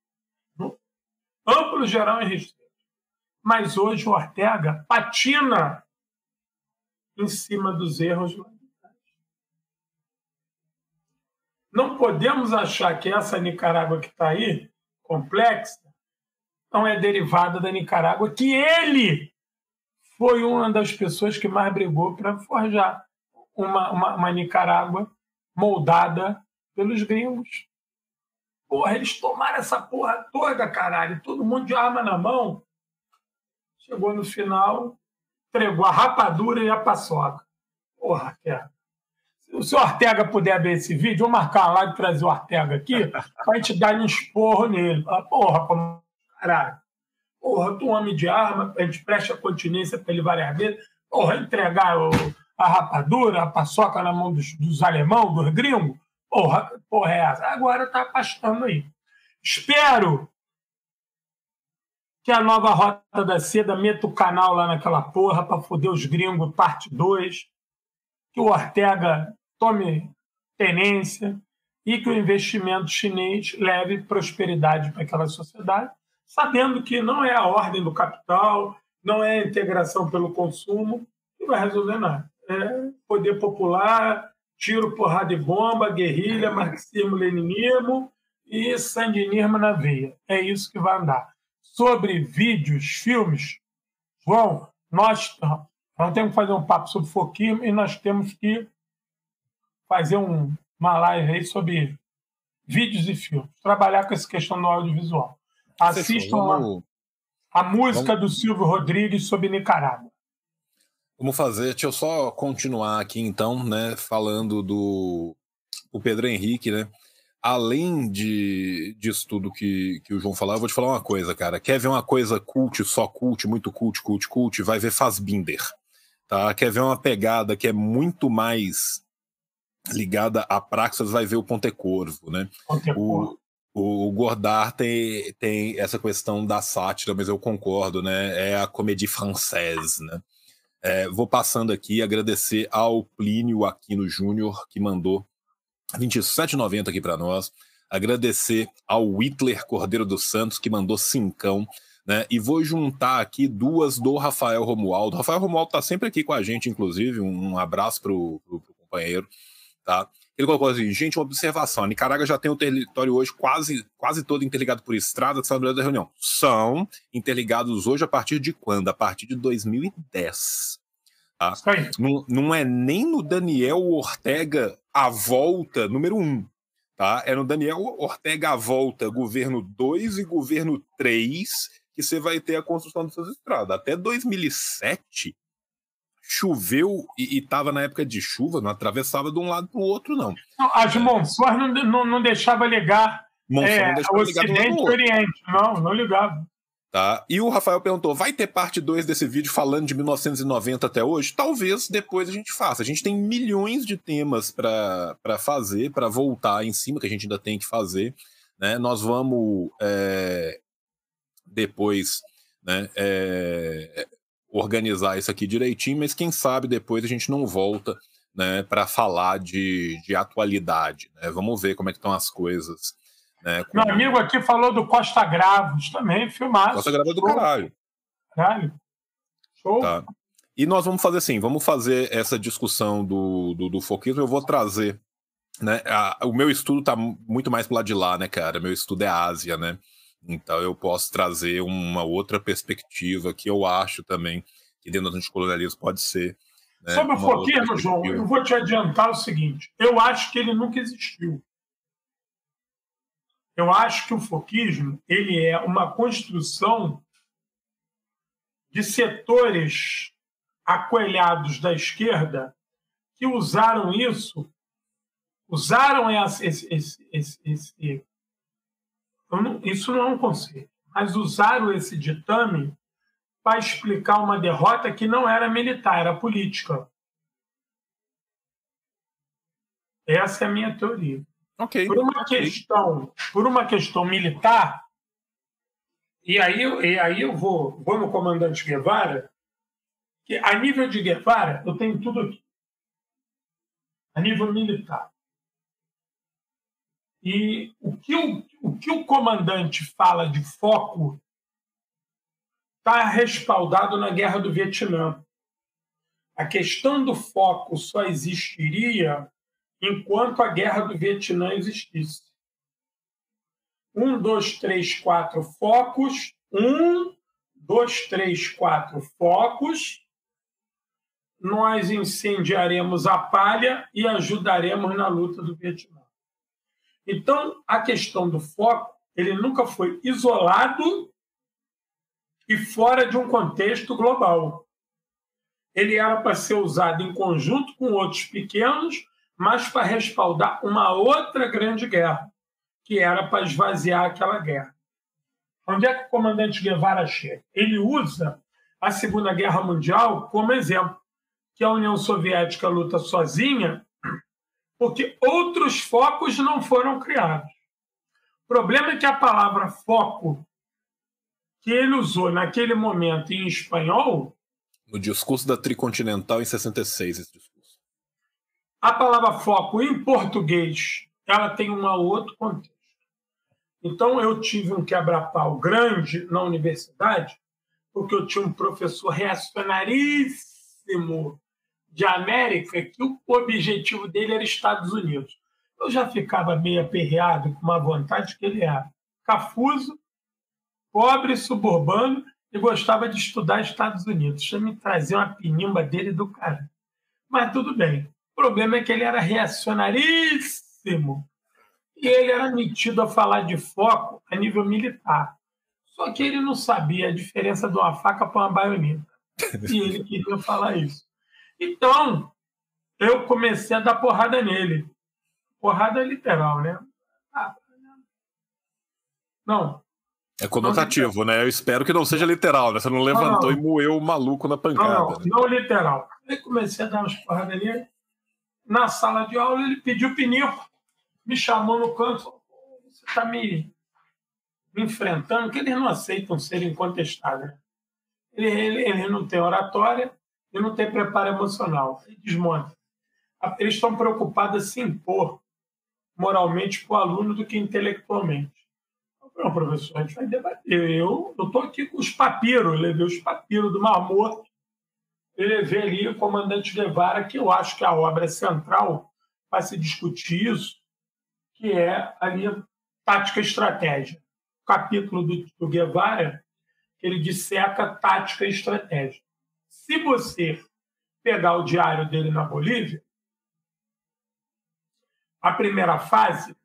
B: Amplo, geral e restrito. Mas hoje o Ortega patina em cima dos erros. Não podemos achar que essa Nicarágua que está aí, complexa, não é derivada da Nicarágua, que ele foi uma das pessoas que mais brigou para forjar uma, uma, uma Nicarágua moldada pelos gringos. Porra, eles tomaram essa porra toda, caralho, todo mundo de arma na mão. Chegou no final, entregou a rapadura e a paçoca. Porra, Ortega. Se o Ortega puder ver esse vídeo, vou marcar lá e trazer o Ortega aqui pra gente dar um esporro nele. Porra, como caralho. Porra, tu homem de arma, a gente presta continência para ele várias vezes. Porra, entregar o, a rapadura, a paçoca na mão dos, dos alemão, dos gringos. Porra, porra é essa? Agora tá pastando aí. Espero que a nova Rota da Seda meta o canal lá naquela porra para foder os gringos, parte dois. Que o Ortega tome tenência e que o investimento chinês leve prosperidade para aquela sociedade, sabendo que não é a ordem do capital, não é a integração pelo consumo que vai resolver nada. É poder popular, tiro, porrada e bomba, guerrilha, marxismo-leninismo e sandinismo na veia. É isso que vai andar. Sobre vídeos, filmes, João, nós, nós temos que fazer um papo sobre foquismo e nós temos que fazer um, uma live aí sobre vídeos e filmes. Trabalhar com essa questão do audiovisual. Assistam vamos, a, a música vamos, do Silvio Rodrigues sobre Nicarágua.
A: Vamos fazer, deixa eu só continuar aqui então, né, falando do o Pedro Henrique, né? Além de, disso tudo que, que o João falou, eu vou te falar uma coisa, cara. Quer ver uma coisa cult, só cult, muito cult, cult, cult, vai ver Fassbinder, tá? Quer ver uma pegada que é muito mais ligada à praxis, vai ver o Pontecorvo, né?
B: Pontecorvo.
A: O, o Godard tem, tem essa questão da sátira, mas eu concordo, né? É a comédie française, né? É, vou passando aqui, agradecer ao Plínio Aquino Júnior, que mandou vinte e sete reais e noventa centavos aqui para nós. Agradecer ao Hitler Cordeiro dos Santos, que mandou cincão, né? E vou juntar aqui duas do Rafael Romualdo. O Rafael Romualdo tá sempre aqui com a gente, inclusive. Um, um abraço pro, pro, pro companheiro, tá? Ele colocou assim, gente, uma observação. A Nicarágua já tem o território hoje quase, quase todo interligado por estrada, que são da reunião. São interligados hoje a partir de quando? A partir de dois mil e dez. Tá? Não, não é nem no Daniel Ortega a volta número um, tá? É no Daniel Ortega a volta governo dois e governo três que você vai ter a construção dessas estradas. Até dois mil e sete choveu e estava na época de chuva, não atravessava de um lado para o outro, não.
B: não as é. monções não, não, não deixavam ligar é, o Ocidente e o Oriente, não, não ligava.
A: Tá? E o Rafael perguntou, vai ter parte dois desse vídeo falando de mil novecentos e noventa até hoje? Talvez depois a gente faça. A gente tem milhões de temas para fazer, para voltar em cima, que a gente ainda tem que fazer, né? Nós vamos é, depois, né, é, organizar isso aqui direitinho, mas quem sabe depois a gente não volta, né, para falar de, de atualidade, né? Vamos ver como é que estão as coisas. Né, com...
B: Meu amigo aqui falou do Costa Gravos também, filmado.
A: Costa Gravos do caralho.
B: Caralho. Show.
A: Tá. E nós vamos fazer assim, vamos fazer essa discussão do, do, do foquismo, eu vou trazer, né, a, o meu estudo tá muito mais pro lado de lá, né, cara, meu estudo é Ásia, né, então eu posso trazer uma outra perspectiva que eu acho também que dentro do anticolonialismo pode ser. Né,
B: sobre o foquismo, João, eu vou te adiantar o seguinte, eu acho que ele nunca existiu. Eu acho que o foquismo ele é uma construção de setores acoelhados da esquerda que usaram isso, usaram esse... esse, esse, esse não, isso não é um conceito, mas usaram esse ditame para explicar uma derrota que não era militar, era política. Essa é a minha teoria.
A: Okay,
B: por uma
A: okay.
B: questão, por uma questão militar, e aí, e aí eu vou, vou no comandante Guevara, que a nível de Guevara, eu tenho tudo aqui. A nível militar. E o que o, o que o comandante fala de foco está respaldado na Guerra do Vietnã. A questão do foco só existiria enquanto a Guerra do Vietnã existisse. Um, dois, três, quatro focos. Um, dois, três, quatro focos. Nós incendiaremos a palha e ajudaremos na luta do Vietnã. Então, a questão do foco, ele nunca foi isolado e fora de um contexto global. Ele era para ser usado em conjunto com outros pequenos, mas para respaldar uma outra grande guerra, que era para esvaziar aquela guerra. Onde é que o comandante Guevara chega? Ele usa a Segunda Guerra Mundial como exemplo, que a União Soviética luta sozinha, porque outros focos não foram criados. O problema é que a palavra foco, que ele usou naquele momento em espanhol...
A: No discurso da Tricontinental, em sessenta e seis, esse discurso.
B: A palavra foco, em português, ela tem um outro contexto. Então, eu tive um quebra-pau grande na universidade, porque eu tinha um professor reacionaríssimo de América, que o objetivo dele era Estados Unidos. Eu já ficava meio aperreado, com uma vontade que ele era cafuso, pobre, suburbano, e gostava de estudar Estados Unidos. Isso me trazia uma pinimba dele do cara. Mas tudo bem. O problema é que ele era reacionaríssimo. E ele era metido a falar de foco a nível militar. Só que ele não sabia a diferença de uma faca para uma baioneta. E ele queria falar isso. Então, eu comecei a dar porrada nele. Porrada literal, né? Não.
A: É conotativo, né? Eu espero que não seja literal, né? Você não levantou
B: não, não.
A: e moeu o maluco na pancada.
B: Não, não,
A: né?
B: não literal. Aí comecei a dar umas porradas nele. Na sala de aula, ele pediu pinico, me chamou no canto, falou, você está me, me enfrentando, que eles não aceitam ser incontestáveis. Ele, ele, ele não tem oratória e não tem preparo emocional. Ele desmonta. Eles estão preocupados em se impor moralmente para o aluno do que intelectualmente. Não, professor, a gente vai debater. Eu estou aqui com os papiros, eu levei os papiros do Mar Morto, eu levei ali o comandante Guevara, que eu acho que a obra central para se discutir isso, que é ali tática e estratégia. O capítulo do, do Guevara, que ele disseca tática e estratégia. Se você pegar o diário dele na Bolívia, a primeira fase,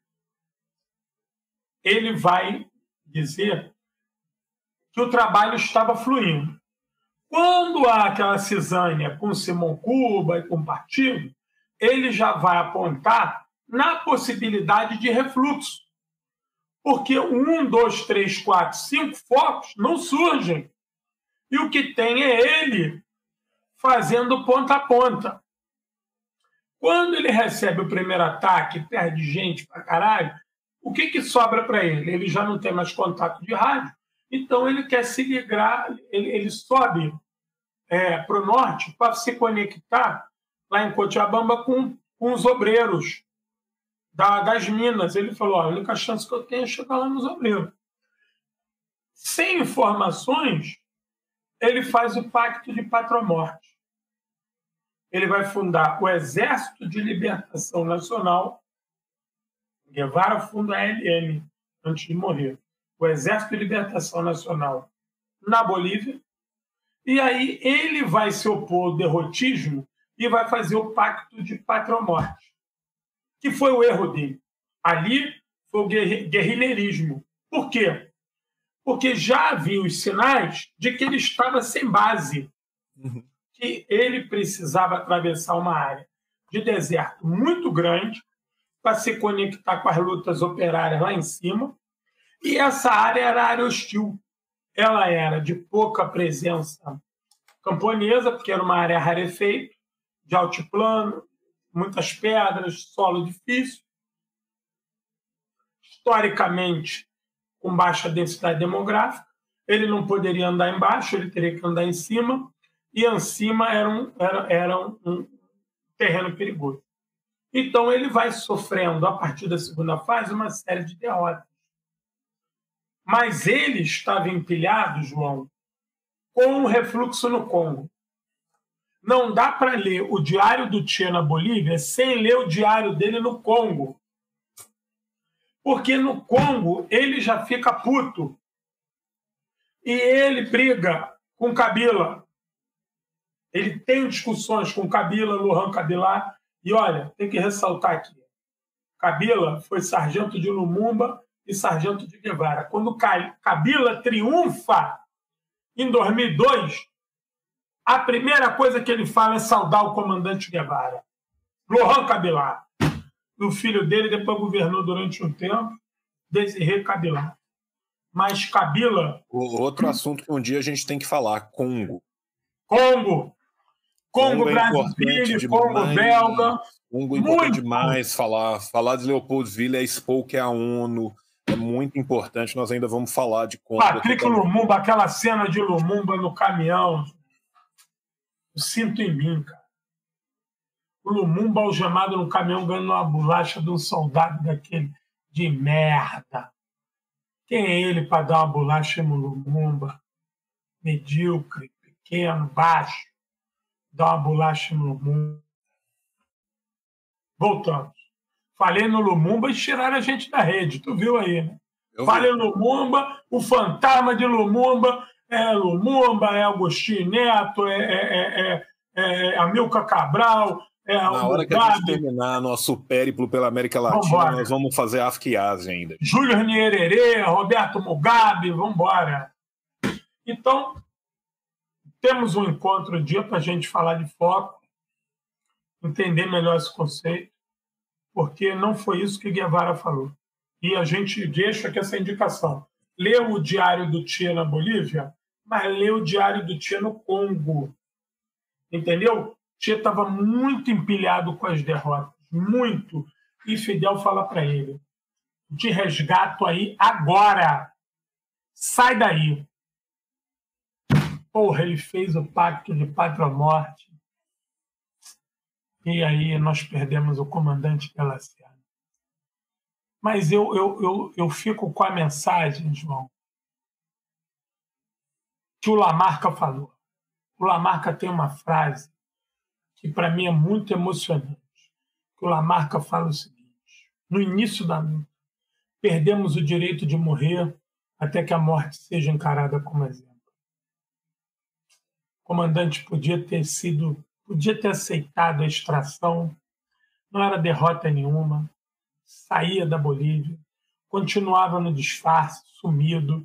B: ele vai dizer que o trabalho estava fluindo. Quando há aquela cisânia com Simão Cuba e com o partido, ele já vai apontar na possibilidade de refluxo. Porque um, dois, três, quatro, cinco focos não surgem. E o que tem é ele fazendo ponta a ponta. Quando ele recebe o primeiro ataque, perde gente pra caralho, o que, que sobra para ele? Ele já não tem mais contato de rádio, então ele quer se ligar, ele, ele sobe é, para o norte para se conectar lá em Cochabamba com, com os obreiros da, das minas. Ele falou, a única chance que eu tenho é chegar lá nos obreiros. Sem informações, ele faz o Pacto de Pátria-Morte. Ele vai fundar o Exército de Libertação Nacional. Guevara funda a L N antes de morrer. O Exército de Libertação Nacional na Bolívia. E aí ele vai se opor ao derrotismo e vai fazer o Pacto de Pátria-Morte, que foi o erro dele. Ali foi o guerrilheirismo. Por quê? Porque já havia os sinais de que ele estava sem base, uhum. que ele precisava atravessar uma área de deserto muito grande para se conectar com as lutas operárias lá em cima, e essa área era área hostil. Ela era de pouca presença camponesa, porque era uma área rarefeita, de altiplano, muitas pedras, solo difícil, historicamente com baixa densidade demográfica. Ele não poderia andar embaixo, ele teria que andar em cima, e em cima era um, era, era um, um terreno perigoso. Então ele vai sofrendo, a partir da segunda fase, uma série de derrotas. Mas ele estava empilhado, João, com um refluxo no Congo. Não dá para ler o diário do Che na Bolívia sem ler o diário dele no Congo. Porque no Congo ele já fica puto. E ele briga com Kabila. Ele tem discussões com Kabila, Laurent Kabila. E olha, tem que ressaltar aqui. Kabila foi sargento de Lumumba e sargento de Guevara. Quando Kabila triunfa em dois mil e dois, a primeira coisa que ele fala é saudar o comandante Guevara. Laurent Kabila. O filho dele depois governou durante um tempo, Désiré Kabila. Mas Kabila...
A: O outro assunto que um dia a gente tem que falar, Congo.
B: Congo. Congo,
A: Congo é
B: Brazzaville, Congo belga.
A: Congo é importante demais falar. Falar de Leopoldville é expor que é a ONU. É muito importante. Nós ainda vamos falar de Congo.
B: Patrick Lumumba, aquela cena de Lumumba no caminhão. Eu sinto em mim, cara. O Lumumba algemado no caminhão ganhando uma bolacha de um soldado daquele de merda. Quem é ele para dar uma bolacha no Lumumba? Medíocre, pequeno, baixo. Dar uma bolacha no Lumumba. Voltamos. Falei no Lumumba e tiraram a gente da rede. Tu viu aí, né? Eu Falei vi. no Lumumba, o fantasma de Lumumba é Lumumba, é Agostinho Neto, é, é, é, é Amilcar Cabral, é
A: Na hora que a gente terminar nosso périplo pela América Latina,
B: vambora.
A: Nós vamos fazer África e Ásia ainda.
B: Júlio Nyerere, Roberto Mugabe, vamos embora. Então, temos um encontro um dia para a gente falar de foco, entender melhor esse conceito, porque não foi isso que Guevara falou. E a gente deixa aqui essa indicação. Lê o diário do Che na Bolívia, mas lê o diário do Che no Congo. Entendeu? Che estava muito empilhado com as derrotas, muito. E Fidel fala para ele, te resgato aí agora. Sai daí. Porra, ele fez o pacto de pátria ou morte. E aí nós perdemos o comandante Pelaciano. Mas eu, eu, eu, eu fico com a mensagem, João, que o Lamarca falou. O Lamarca tem uma frase que para mim é muito emocionante. O Lamarca fala o seguinte: no início da luta, perdemos o direito de morrer até que a morte seja encarada como exemplo. O comandante podia ter sido, podia ter aceitado a extração, não era derrota nenhuma, saía da Bolívia, continuava no disfarce, sumido.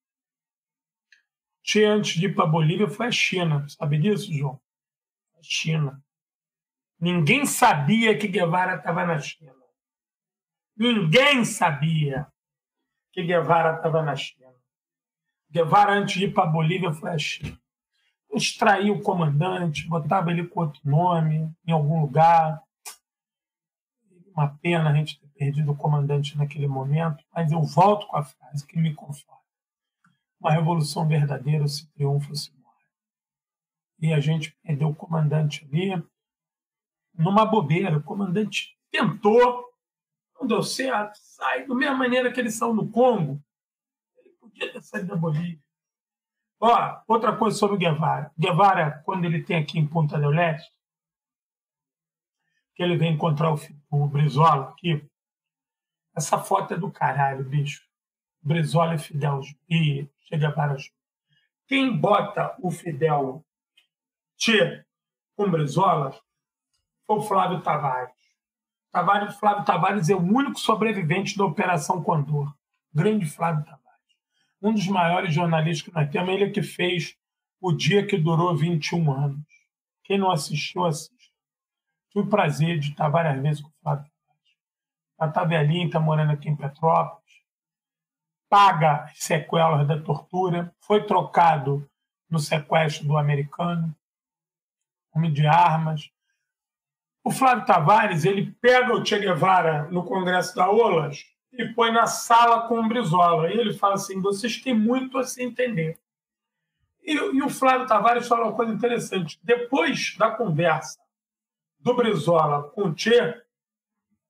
B: Che, antes de ir para a Bolívia, foi a China. Sabe disso, João? A China. Ninguém sabia que Guevara estava na China. Ninguém sabia que Guevara estava na China. Guevara, antes de ir para a Bolívia, foi a China. Extraía o comandante, botava ele com outro nome, em algum lugar. Uma pena a gente ter perdido o comandante naquele momento, mas eu volto com a frase que me conforta. Uma revolução verdadeira se triunfa ou se morre. E a gente perdeu o comandante ali numa bobeira. O comandante tentou, não deu certo, sai da mesma maneira que ele saiu no Congo. Ele podia ter saído da Bolívia. Ó, outra coisa sobre o Guevara. Guevara, quando ele tem aqui em Punta del Este, que ele vem encontrar o, o Brizola aqui, essa foto é do caralho, bicho. Brizola e Fidel e Che Guevara. Quem bota o Fidel Che com Brizola foi o Flávio Tavares. Tavares. Flávio Tavares é o único sobrevivente da Operação Condor. Grande Flávio Tavares. Um dos maiores jornalistas que nós temos, ele que fez O Dia que Durou vinte e um anos. Quem não assistiu, assiste. Tive o prazer de estar várias vezes com o Flávio Tavares. Ela está velhinha, está morando aqui em Petrópolis. Paga as sequelas da tortura. Foi trocado no sequestro do americano. Homem de armas. O Flávio Tavares, ele pega o Che Guevara no Congresso da O L A S e põe na sala com o Brizola. E ele fala assim, vocês têm muito a se entender. E, e o Flávio Tavares fala uma coisa interessante. Depois da conversa do Brizola com o Che,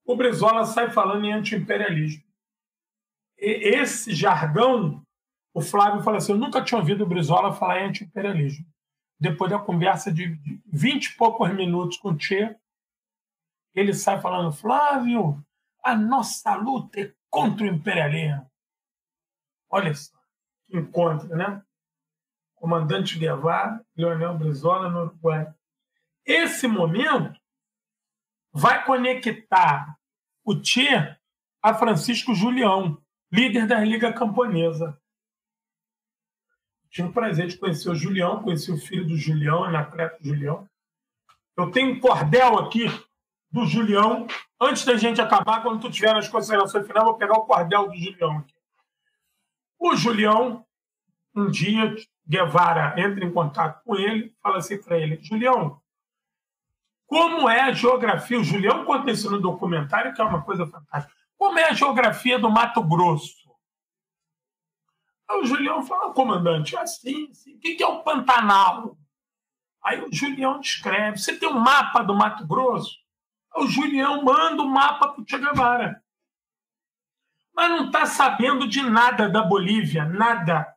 B: o Brizola sai falando em anti-imperialismo. E esse jargão, o Flávio fala assim, eu nunca tinha ouvido o Brizola falar em anti-imperialismo. Depois da conversa de vinte e poucos minutos com o Tchê, ele sai falando, Flávio, a nossa luta é contra o imperialismo. Olha só, que encontro, né? Comandante Guevara, Leonel Brizola no Uruguai. Esse momento vai conectar o Tchê a Francisco Julião, líder da Liga Camponesa. Tive o prazer de conhecer o Julião, conheci o filho do Julião, Anacleto Julião. Eu tenho um cordel aqui do Julião. Antes da gente acabar, quando tu tiver nas considerações finais, eu vou pegar o cordel do Julião aqui. O Julião, um dia, Guevara entra em contato com ele, fala assim para ele, Julião, como é a geografia? O Julião conta isso no documentário, que é uma coisa fantástica. Como é a geografia do Mato Grosso? Aí o Julião fala, comandante, é assim, assim. O que é o Pantanal? Aí o Julião descreve. Você tem um mapa do Mato Grosso? Aí o Julião manda o mapa para o Che Guevara. Mas não está sabendo de nada da Bolívia, nada.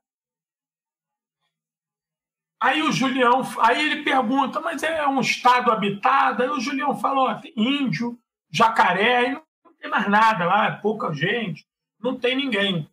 B: Aí o Julião, aí ele pergunta, mas é um estado habitado? Aí o Julião fala, ó, tem índio, jacaré, aí não tem mais nada lá, é pouca gente, não tem ninguém.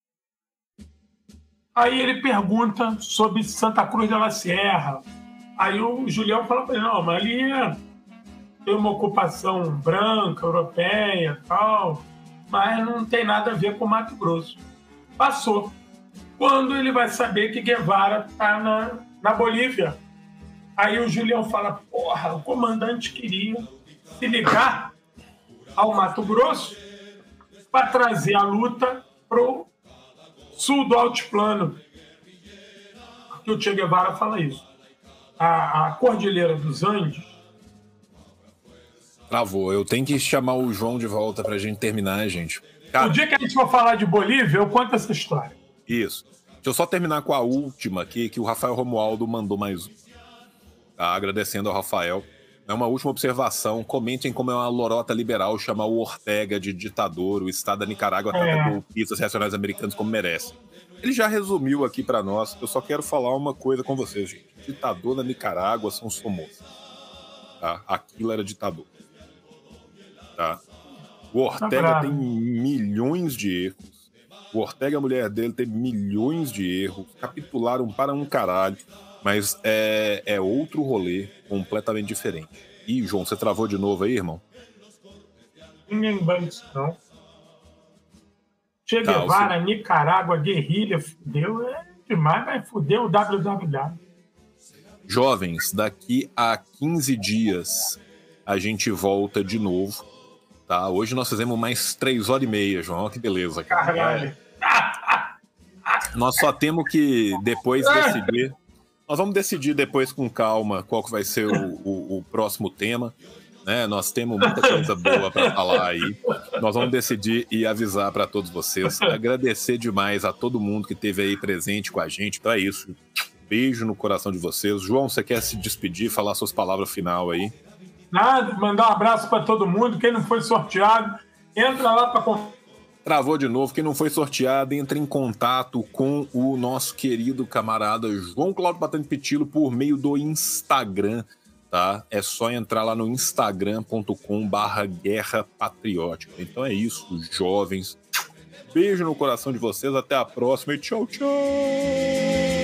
B: Aí ele pergunta sobre Santa Cruz de la Sierra. Aí o Julião fala para ele, não, mas ali tem uma ocupação branca, europeia e tal, mas não tem nada a ver com Mato Grosso. Passou. Quando ele vai saber que Guevara está na, na Bolívia. Aí o Julião fala, porra, o comandante queria se ligar ao Mato Grosso para trazer a luta para o sul do altiplano. Aqui o Che Guevara fala isso. A, a Cordilheira dos Andes.
A: Travou. Eu tenho que chamar o João de volta pra gente terminar, gente. Cara,
B: o dia que a gente for falar de Bolívia, eu conto essa história.
A: Isso. Deixa eu só terminar com a última aqui, que o Rafael Romualdo mandou mais um. Tá? Agradecendo ao Rafael. É uma última observação. Comentem como é uma lorota liberal chamar o Ortega de ditador, o Estado da Nicarágua trata é. golpistas reacionários americanos como merecem. Ele já resumiu aqui pra nós. Eu só quero falar uma coisa com vocês, gente. Ditador da Nicarágua são Somoza. Tá? Aquilo era ditador. Tá? O Ortega tem milhões de erros. O Ortega, a mulher dele, tem milhões de erros. Capitularam para um caralho. Mas é, é outro rolê completamente diferente. Ih, João, você travou de novo aí, irmão?
B: Ninguém banca isso, não. Che Guevara, tá, você... Nicarágua, guerrilha, fudeu. É demais, vai fuder o W W W.
A: Jovens, daqui a quinze dias a gente volta de novo. Tá? Hoje nós fizemos mais três horas e meia, João. Olha que beleza, cara.
B: Caralho.
A: Nós só temos que depois decidir. Nós vamos decidir depois com calma qual que vai ser o, o, o próximo tema. Né? Nós temos muita coisa boa para falar aí. Nós vamos decidir e avisar para todos vocês. Agradecer demais a todo mundo que esteve aí presente com a gente. Então é isso. Beijo no coração de vocês. João, você quer se despedir, falar suas palavras final aí?
B: Nada, mandar um abraço para todo mundo. Quem não foi sorteado, entra lá para...
A: Travou de novo. Quem não foi sorteado, entra em contato com o nosso querido camarada João Cláudio Batante Pitilo por meio do Instagram, tá? É só entrar lá no instagram ponto com barra guerra patriótica. Então é isso, jovens. Beijo no coração de vocês. Até a próxima e tchau, tchau!